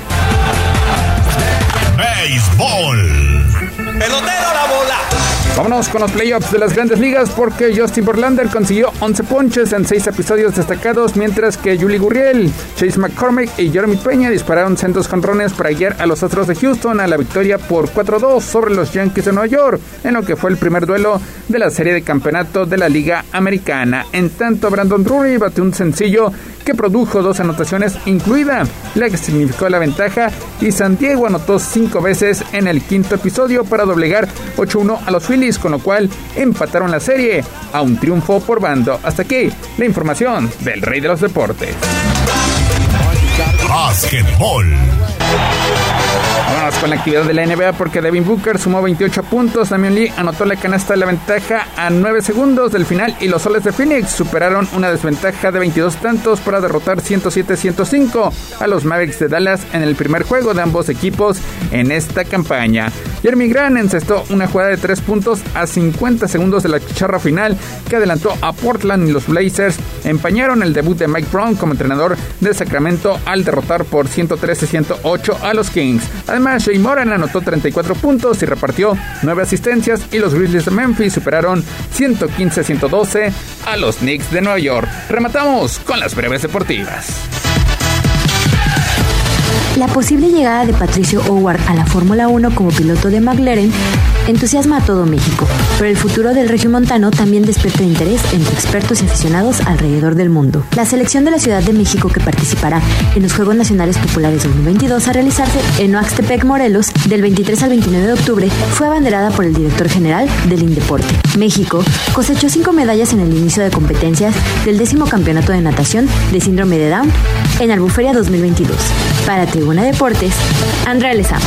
Béisbol. Pelotero a la bola. Vámonos con los playoffs de las Grandes Ligas porque Justin Verlander consiguió once ponches en seis episodios destacados, mientras que Yuli Gurriel, Chase McCormick y Jeremy Peña dispararon sendos jonrones para guiar a los Astros de Houston a la victoria por cuatro dos sobre los Yankees de Nueva York, en lo que fue el primer duelo de la serie de campeonato de la Liga Americana. En tanto, Brandon Drury batió un sencillo que produjo dos anotaciones, incluida la que significó la ventaja, y San Diego anotó cinco veces en el quinto episodio para doblegar ocho uno a los Phillies, con lo cual empataron la serie a un triunfo por bando. Hasta aquí la información del rey de los deportes. Básquetbol. Vámonos con la actividad de la N B A porque Devin Booker sumó veintiocho puntos, Damian Lee anotó la canasta de la ventaja a nueve segundos del final y los Soles de Phoenix superaron una desventaja de veintidós tantos para derrotar ciento siete a ciento cinco a los Mavericks de Dallas en el primer juego de ambos equipos en esta campaña. Jeremy Grant encestó una jugada de tres puntos a cincuenta segundos de la chicharra final que adelantó a Portland, y los Blazers empañaron el debut de Mike Brown como entrenador de Sacramento al derrotar por ciento trece a ciento ocho a los Kings. Además, Jay Moran anotó treinta y cuatro puntos y repartió nueve asistencias, y los Grizzlies de Memphis superaron ciento quince a ciento doce a los Knicks de Nueva York. Rematamos con las breves deportivas. La posible llegada de Patricio Howard a la Fórmula uno como piloto de McLaren entusiasma a todo México, pero el futuro del regiomontano también despierta interés entre expertos y aficionados alrededor del mundo. La selección de la Ciudad de México, que participará en los Juegos Nacionales Populares dos mil veintidós a realizarse en Oaxtepec, Morelos, del veintitrés al veintinueve de octubre, fue abanderada por el director general del INDEPORTE. México cosechó cinco medallas en el inicio de competencias del décimo campeonato de natación de síndrome de Down en Albuferia dos mil veintidós. Para Tribuna Deportes, Andrea Lezama.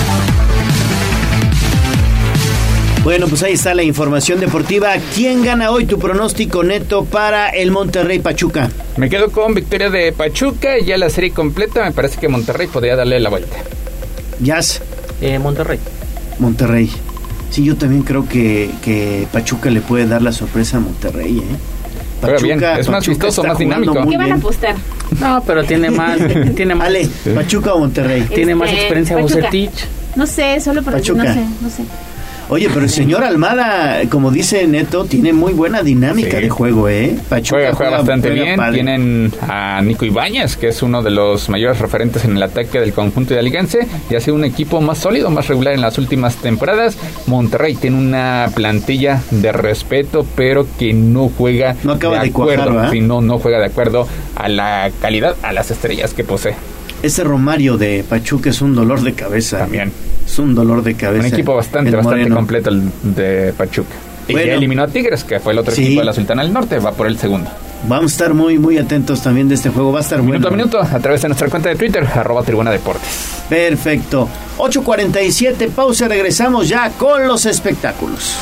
Bueno, pues ahí está la información deportiva. ¿Quién gana hoy? Tu pronóstico neto para el Monterrey Pachuca. Me quedo con victoria de Pachuca, ya la serie completa. Me parece que Monterrey podría darle la vuelta. Jazz. Eh, Monterrey. Monterrey. Sí, yo también creo que, que Pachuca le puede dar la sorpresa a Monterrey, ¿eh? Pachuca, bien, es más vistoso, más dinámico. ¿Qué van a apostar? No, pero tiene más, tiene más. Ale, Pachuca o Monterrey. Tiene este, más experiencia Bucetich. No sé, solo por Pachuca. No sé, no sé. Oye, pero el señor Almada, como dice Neto, tiene muy buena dinámica sí. de juego, ¿eh? Pachuca juega, juega bastante juega bien. Padre. Tienen a Nico Ibáñez, que es uno de los mayores referentes en el ataque del conjunto hidalguense, y ha sido un equipo más sólido, más regular en las últimas temporadas. Monterrey tiene una plantilla de respeto, pero que no juega no acaba de, de acuerdo, cuajar, sí, no, no juega de acuerdo a la calidad, a las estrellas que posee. Ese Romario de Pachuca es un dolor de cabeza. También. Es un dolor de cabeza. Un equipo bastante, bastante completo el de Pachuca. Bueno, y ya eliminó a Tigres, que fue el otro sí. equipo de la Sultana del Norte, va por el segundo. Vamos a estar muy, muy atentos también de este juego, va a estar minuto bueno. Minuto a minuto, a través de nuestra cuenta de Twitter, arroba Tribuna Deportes. Perfecto. ocho cuarenta y siete, pausa, regresamos ya con los espectáculos.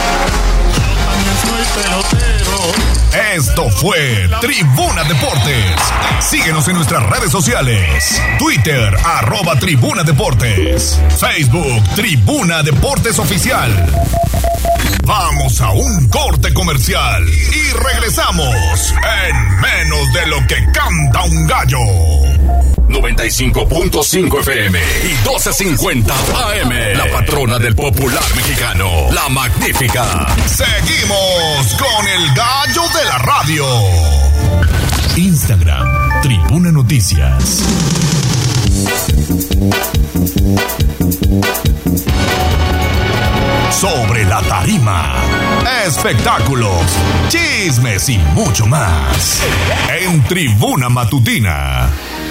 Esto fue Tribuna Deportes. Síguenos en nuestras redes sociales. Twitter, arroba Tribuna Deportes. Facebook, Tribuna Deportes Oficial. Vamos a un corte comercial y regresamos en menos de lo que canta un gallo. noventa y cinco punto cinco F M y doce cincuenta A M. La patrona del popular mexicano, la magnífica. Seguimos con el gallo de la radio. Instagram, Tribuna Noticias. Sobre la tarima, espectáculos, chismes y mucho más. En Tribuna Matutina.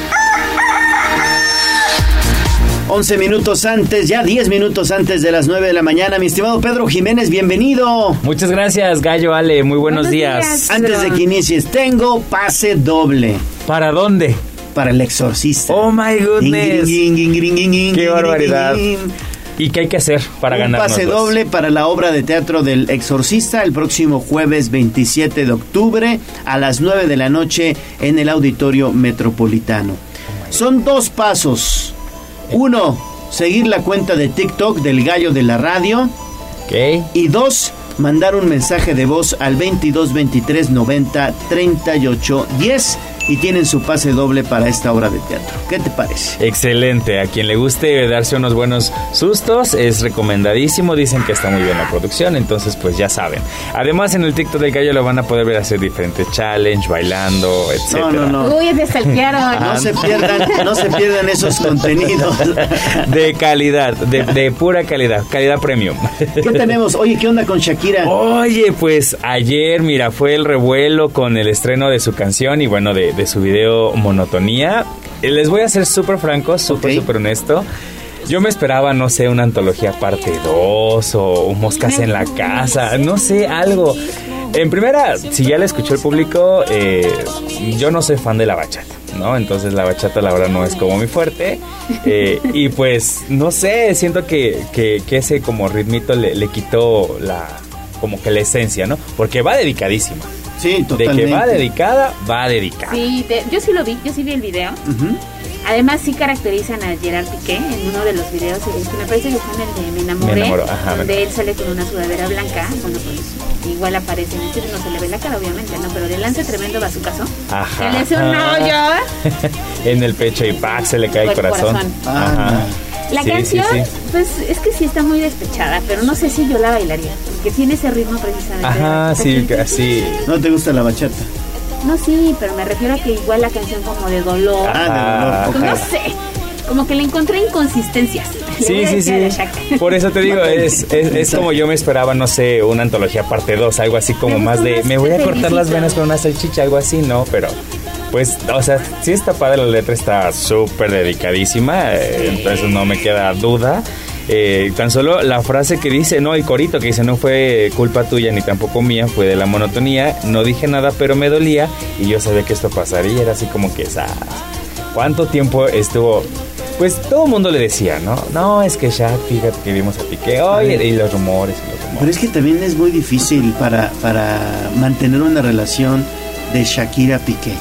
once minutos antes, ya diez minutos antes de las nueve de la mañana. Mi estimado Pedro Jiménez, bienvenido. Muchas gracias, Gallo, Ale, muy buenos, buenos días. días. Antes de que inicies, tengo pase doble. ¿Para dónde? Para El Exorcista. Oh my goodness. Ding, ding, ding, ding, ding, Qué barbaridad. Ding, ding. ¿Y qué hay que hacer para ganar? Un pase doble para la obra de teatro del Exorcista el próximo jueves veintisiete de octubre a las nueve de la noche en el Auditorio Metropolitano. Son dos pasos. Uno, seguir la cuenta de TikTok del Gallo de la Radio. Okay. Y dos, mandar un mensaje de voz al veintidós veintitrés noventa treinta y ocho diez y tienen su pase doble para esta obra de teatro. ¿Qué te parece? Excelente. A quien le guste darse unos buenos sustos, es recomendadísimo. Dicen que está muy bien la producción, entonces pues ya saben. Además, en el TikTok del Gallo lo van a poder ver hacer diferentes challenge, bailando, etcétera. No, no, no. Uy, te stalkearon. No se pierdan, no se pierdan esos contenidos. De calidad, de, de pura calidad, calidad premium. ¿Qué tenemos? Oye, ¿qué onda con Shakira? Oye, pues ayer, mira, fue el revuelo con el estreno de su canción y bueno, de, de su video Monotonía. Les voy a ser súper franco, súper, okay. súper honesto. Yo me esperaba, no sé, una antología parte dos o un Moscas en la Casa, no sé, algo. En primera, si ya la escuchó el público, eh, yo no soy fan de la bachata, ¿no? Entonces la bachata la verdad no es como mi fuerte. Eh, y pues, no sé, siento que, que, que ese como ritmito le, le quitó la, como que la esencia, ¿no? Porque va dedicadísima. Sí, totalmente. De que va dedicada, va dedicada. Sí, te, yo sí lo vi, yo sí vi el video. Uh-huh. Además sí caracterizan a Gerard Piqué en uno de los videos, que me parece que fue en el de Me Enamoré, me enamoró, ajá, donde me... él sale con una sudadera blanca. Bueno, pues igual aparece en este, no se le ve la cara obviamente, ¿no? Pero le lanza tremendo bazucazo. Ajá. Se le hace un hoyo en el pecho y ¡pac! Se le cae el corazón. corazón. Ajá. La sí, canción, sí, sí. pues es que sí está muy despechada, pero no sé si yo la bailaría, porque tiene ese ritmo precisamente. Ajá, sí, así. ¿No te gusta la bachata? No, sí, pero me refiero a que igual la canción como de dolor. Ah, de dolor. No sé, como que le encontré inconsistencias. Sí, sí, sí. Por eso te digo, es, es, es como yo me esperaba, no sé, una antología parte dos, algo así como me más de, me voy a cortar las venas con una salchicha, algo así, ¿no? Pero... pues, o sea, sí está padre, la letra está súper dedicadísima, eh, entonces no me queda duda. Eh, tan solo la frase que dice, no, el corito que dice, no fue culpa tuya ni tampoco mía, fue de la monotonía, no dije nada pero me dolía y yo sabía que esto pasaría, era así como que, ¿sabes? ¿Cuánto tiempo estuvo? Pues todo el mundo le decía, ¿no? No, es que ya, fíjate que vimos a Piqué, oye, y los rumores, y los rumores. Pero es que también es muy difícil para, para mantener una relación de Shakira-Piqué.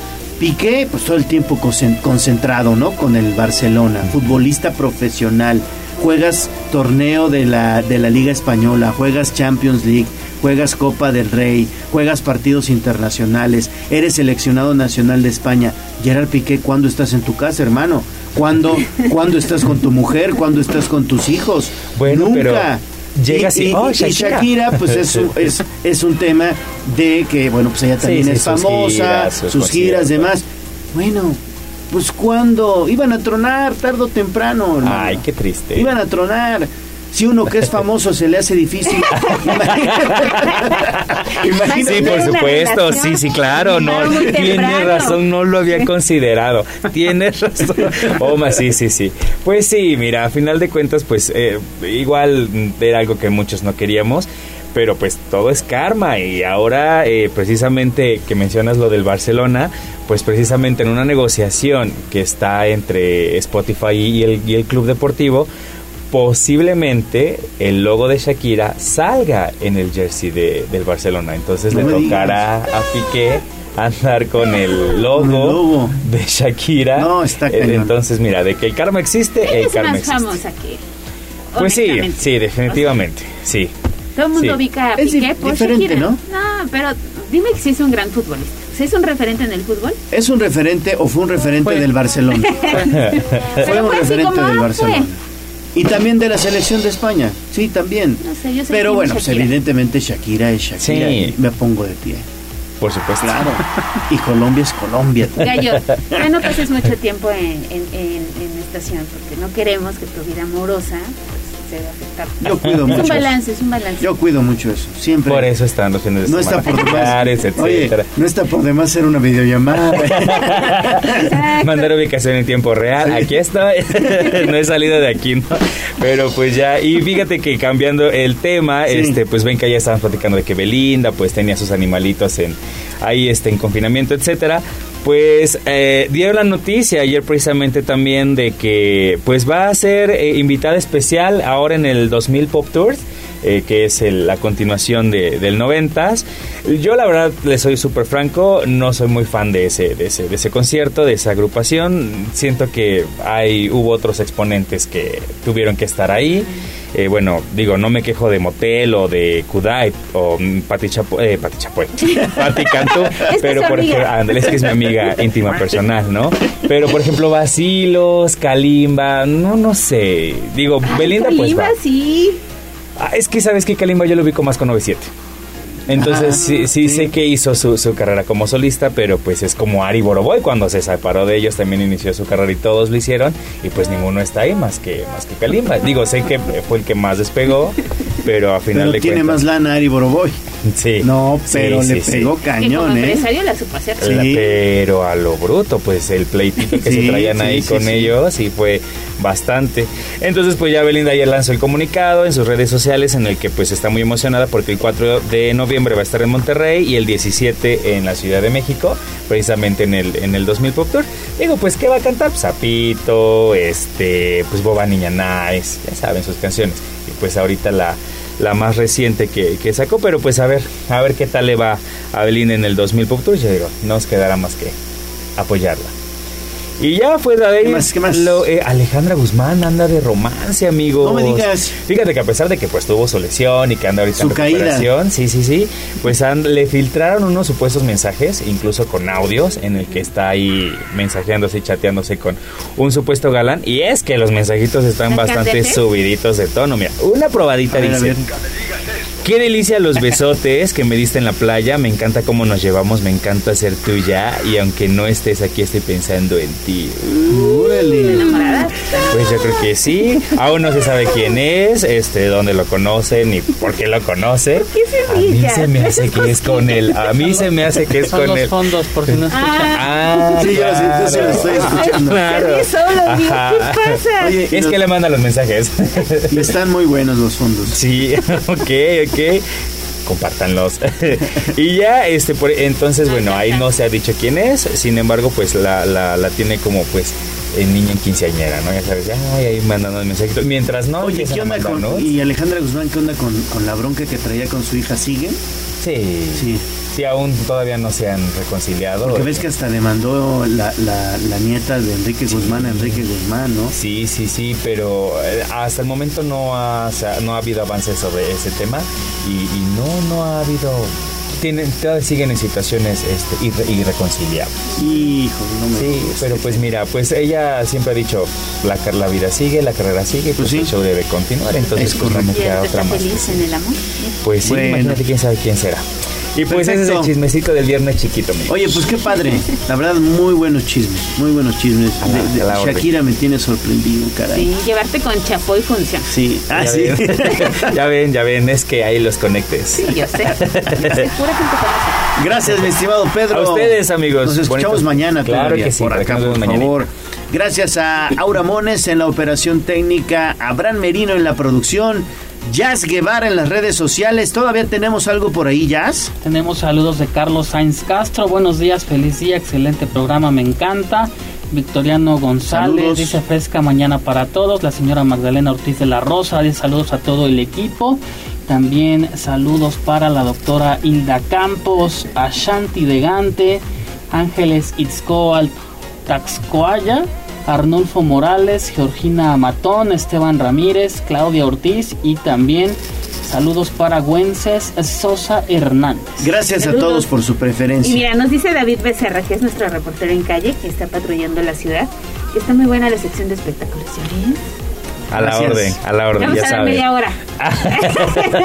Piqué, pues todo el tiempo concentrado, ¿no? Con el Barcelona, futbolista profesional, juegas torneo de la, de la Liga Española, juegas Champions League, juegas Copa del Rey, juegas partidos internacionales, eres seleccionado nacional de España. Gerard Piqué, ¿cuándo estás en tu casa, hermano? ¿Cuándo, ¿cuándo estás con tu mujer? ¿Cuándo estás con tus hijos? Bueno, nunca. Pero... llega así, y, oh, y, Shakira. y Shakira, pues es un, es, es un tema de que, bueno, pues ella también sí, es sí, famosa, sus giras, sus, sus giras demás. Bueno, pues cuando iban a tronar, tarde o temprano, hermano. Ay, qué triste. Iban a tronar. Si uno que es famoso se le hace difícil. Imagínate. Sí, por supuesto, sí, sí, claro, no, tienes razón, no lo había considerado. Tienes razón. Oma, sí, sí, sí. Pues sí, mira, a final de cuentas, pues eh, igual era algo que muchos no queríamos, pero pues todo es karma y ahora eh, precisamente que mencionas lo del Barcelona, pues precisamente en una negociación que está entre Spotify y el, y el club deportivo, posiblemente el logo de Shakira salga en el jersey de, del Barcelona. Entonces no le tocará digas. a Piqué andar con el logo, el logo de Shakira. No, está cañón. Entonces, mira, de que el karma existe, el karma existe. Es más famosa que él. Pues sí, sí, definitivamente, o sea, sí. Todo el mundo sí. ubica a Piqué es por diferente, Shakira. ¿no? No, pero dime que sí es un gran futbolista. ¿Es un referente en el fútbol? ¿Es un referente o fue un referente fue. del Barcelona? Fue un referente del Barcelona. Fue. Y también de la selección de España, sí, también. No sé, yo sé Pero bueno, pues evidentemente Shakira es Shakira sí. y me pongo de pie. Por supuesto. Claro. Y Colombia es Colombia. Gallo, ya no pases mucho tiempo en, en, en, en estación, porque no queremos que tu vida amorosa se ve afectado. Yo cuido mucho. Es un balance, es un balance. Yo cuido mucho eso, siempre. Por eso están los fines de no semana. Está por demás, etcétera. Oye, no está por demás hacer una videollamada. Mandar ubicación en tiempo real. Sí. Aquí estoy. No he salido de aquí, ¿no? Pero pues ya, y fíjate que cambiando el tema, sí. este, pues ven que ya estaban platicando de que Belinda pues tenía sus animalitos en ahí este en confinamiento, etcétera. Pues eh, dieron la noticia ayer precisamente también de que pues va a ser eh, invitada especial ahora en el dos mil Pop Tours, eh, que es el, la continuación de, del noventas. Yo la verdad le soy súper franco, no soy muy fan de ese, de ese de ese concierto, de esa agrupación. Siento que hay hubo otros exponentes que tuvieron que estar ahí. Eh, bueno, digo, no me quejo de Motel o de Kudai o Pati Chapoy, eh, Pati Chapoy, Pati Cantú, pero por ejemplo, Andrés, es que es mi amiga íntima personal, ¿no? Pero por ejemplo, Vacilos, Kalimba, no, no sé, digo, Ay, Belinda Kalimba, pues va. sí. Ah, es que sabes que Kalimba yo lo ubico más con nueve siete. Entonces ah, sí, sí, sí sé que hizo su, su carrera como solista, pero pues es como Ari Boroboy, cuando se separó de ellos también inició su carrera y todos lo hicieron, y pues ninguno está ahí más que más que Kalimba. Digo, sé que fue el que más despegó, pero a final pero de tiene cuentas... más lana Ari Boroboy. Sí. No, pero sí, le sí, pegó sí. cañón, que como ¿eh? empresario la supo hacer. Sí. Pero a lo bruto, pues el pleitito que sí, se traían sí, ahí sí, con sí. ellos y fue bastante. Entonces pues ya Belinda ya lanzó el comunicado en sus redes sociales en el que pues está muy emocionada porque el cuatro de noviembre va a estar en Monterrey y el diecisiete en la Ciudad de México, precisamente en el en el dos mil Pop Tour. Digo, pues ¿qué va a cantar? Zapito, este, pues Boba Niña Nice, ya saben sus canciones. Y pues ahorita la la más reciente que, que sacó, pero pues a ver, a ver qué tal le va a Belinda en el dos mil Pop Tour. Yo digo, no nos quedará más que apoyarla. Y ya fue de ahí. ¿Qué más, qué más? Lo, eh, Alejandra Guzmán anda de romance, amigos. No me digas. Fíjate que a pesar de que pues tuvo su lesión y que anda ahorita su en recuperación, caída. sí, sí, sí, pues and, le filtraron unos supuestos mensajes, incluso con audios, en el que está ahí mensajeándose y chateándose con un supuesto galán. Y es que los mensajitos están bastante subiditos de tono. Mira, una probadita ver, dice: qué delicia los besotes que me diste en la playa, me encanta cómo nos llevamos, me encanta ser tuya y aunque no estés aquí estoy pensando en ti. ¡Órale! Pues yo creo que sí, aún no se sabe quién es, este, dónde lo conocen ni por qué lo conoce. ¿Por qué se a mí se me hace que es con él, a mí se me hace que es Son con los él. fondos, por si no escuchan. Ah, sí, claro, yo sí lo estoy escuchando. Claro. ¿Qué solo, ¿qué pasa? Oye, es los, que le manda los mensajes. Y están muy buenos los fondos. Sí, ok, ok. Compártanlos. Y ya, este, por, entonces, bueno, ahí no se ha dicho quién es. Sin embargo, pues la, la, la tiene como, pues, en niña en quinceañera, ¿no? Ya sabes, ay, ahí mandando el mensajito. Mientras no. Oye, ¿qué onda mandar, con, ¿no? y Alejandra Guzmán, qué onda con, con la bronca que traía con su hija? ¿Sigue? Sí. Sí. Sí, aún todavía no se han reconciliado. Porque ves que hasta demandó la, la, la nieta de Enrique sí. Guzmán a Enrique Guzmán, ¿no? Sí, sí, sí, pero hasta el momento no ha, o sea, no ha habido avances sobre ese tema y, y no, no ha habido... Tienen, todavía siguen en situaciones este, irre, irreconciliables. Hijo, no me Sí, gusta. pero pues mira, pues ella siempre ha dicho, la, la vida sigue, la carrera sigue, pues, pues sí. el show debe continuar, entonces pues no me queda otra más. ¿Feliz en el amor? Pues sí, bueno. Imagínate quién sabe quién será. Y pues Perfecto. Ese es el chismecito del viernes chiquito, amigo. Oye, pues qué padre. La verdad, muy buenos chismes. Muy buenos chismes. De, de, Shakira me tiene sorprendido, caray. Sí, llevarte con Chapoy funciona. Sí. Ah, ya sí. Ven. ya ven, ya ven. Es que ahí los conectes. Sí, yo sé. Yo sé. Pura gente conoce. Gracias, mi estimado Pedro. A ustedes, amigos. Nos escuchamos Bonitos. mañana. Claro todavía, que sí. Por acá, por mañana. favor. Gracias a Aura Mones en la operación técnica, a Abraham Merino en la producción, Jazz Guevara en las redes sociales. ¿Todavía tenemos algo por ahí, Jazz? Tenemos saludos de Carlos Sainz Castro. Buenos días, feliz día, excelente programa, me encanta. Victoriano González saludos. Dice fresca mañana para todos. La señora Magdalena Ortiz de la Rosa dice saludos a todo el equipo. También saludos para la doctora Hilda Campos, Ashanti de Gante, Ángeles Itzcoal Taxcoaya, Arnulfo Morales, Georgina Matón, Esteban Ramírez, Claudia Ortiz y también saludos para Güences Sosa Hernández. Gracias saludos. A todos por su preferencia. Y mira, nos dice David Becerra, que es nuestro reportero en calle, que está patrullando la ciudad, que está muy buena la sección de espectáculos. ¿Ya ves? A la Gracias. orden, a la orden, Vamos ya a sabes. media hora.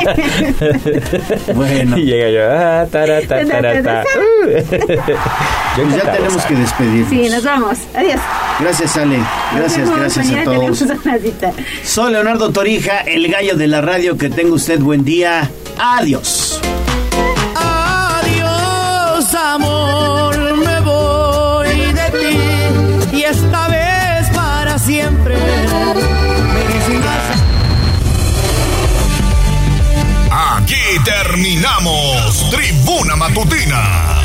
Bueno. Y llega yo, ah, tara, tara, tara, tara. Pues ya tenemos que despedirnos. Sí, nos vamos. Adiós. Gracias, Ale. Gracias, Nos vemos. gracias Mañana a todos. tenemos una cita. Soy Leonardo Torija, el gallo de la radio. Que tenga usted buen día. Adiós. Adiós, amor, me voy de ti. Y esta vez para siempre. Aquí terminamos Tribuna Matutina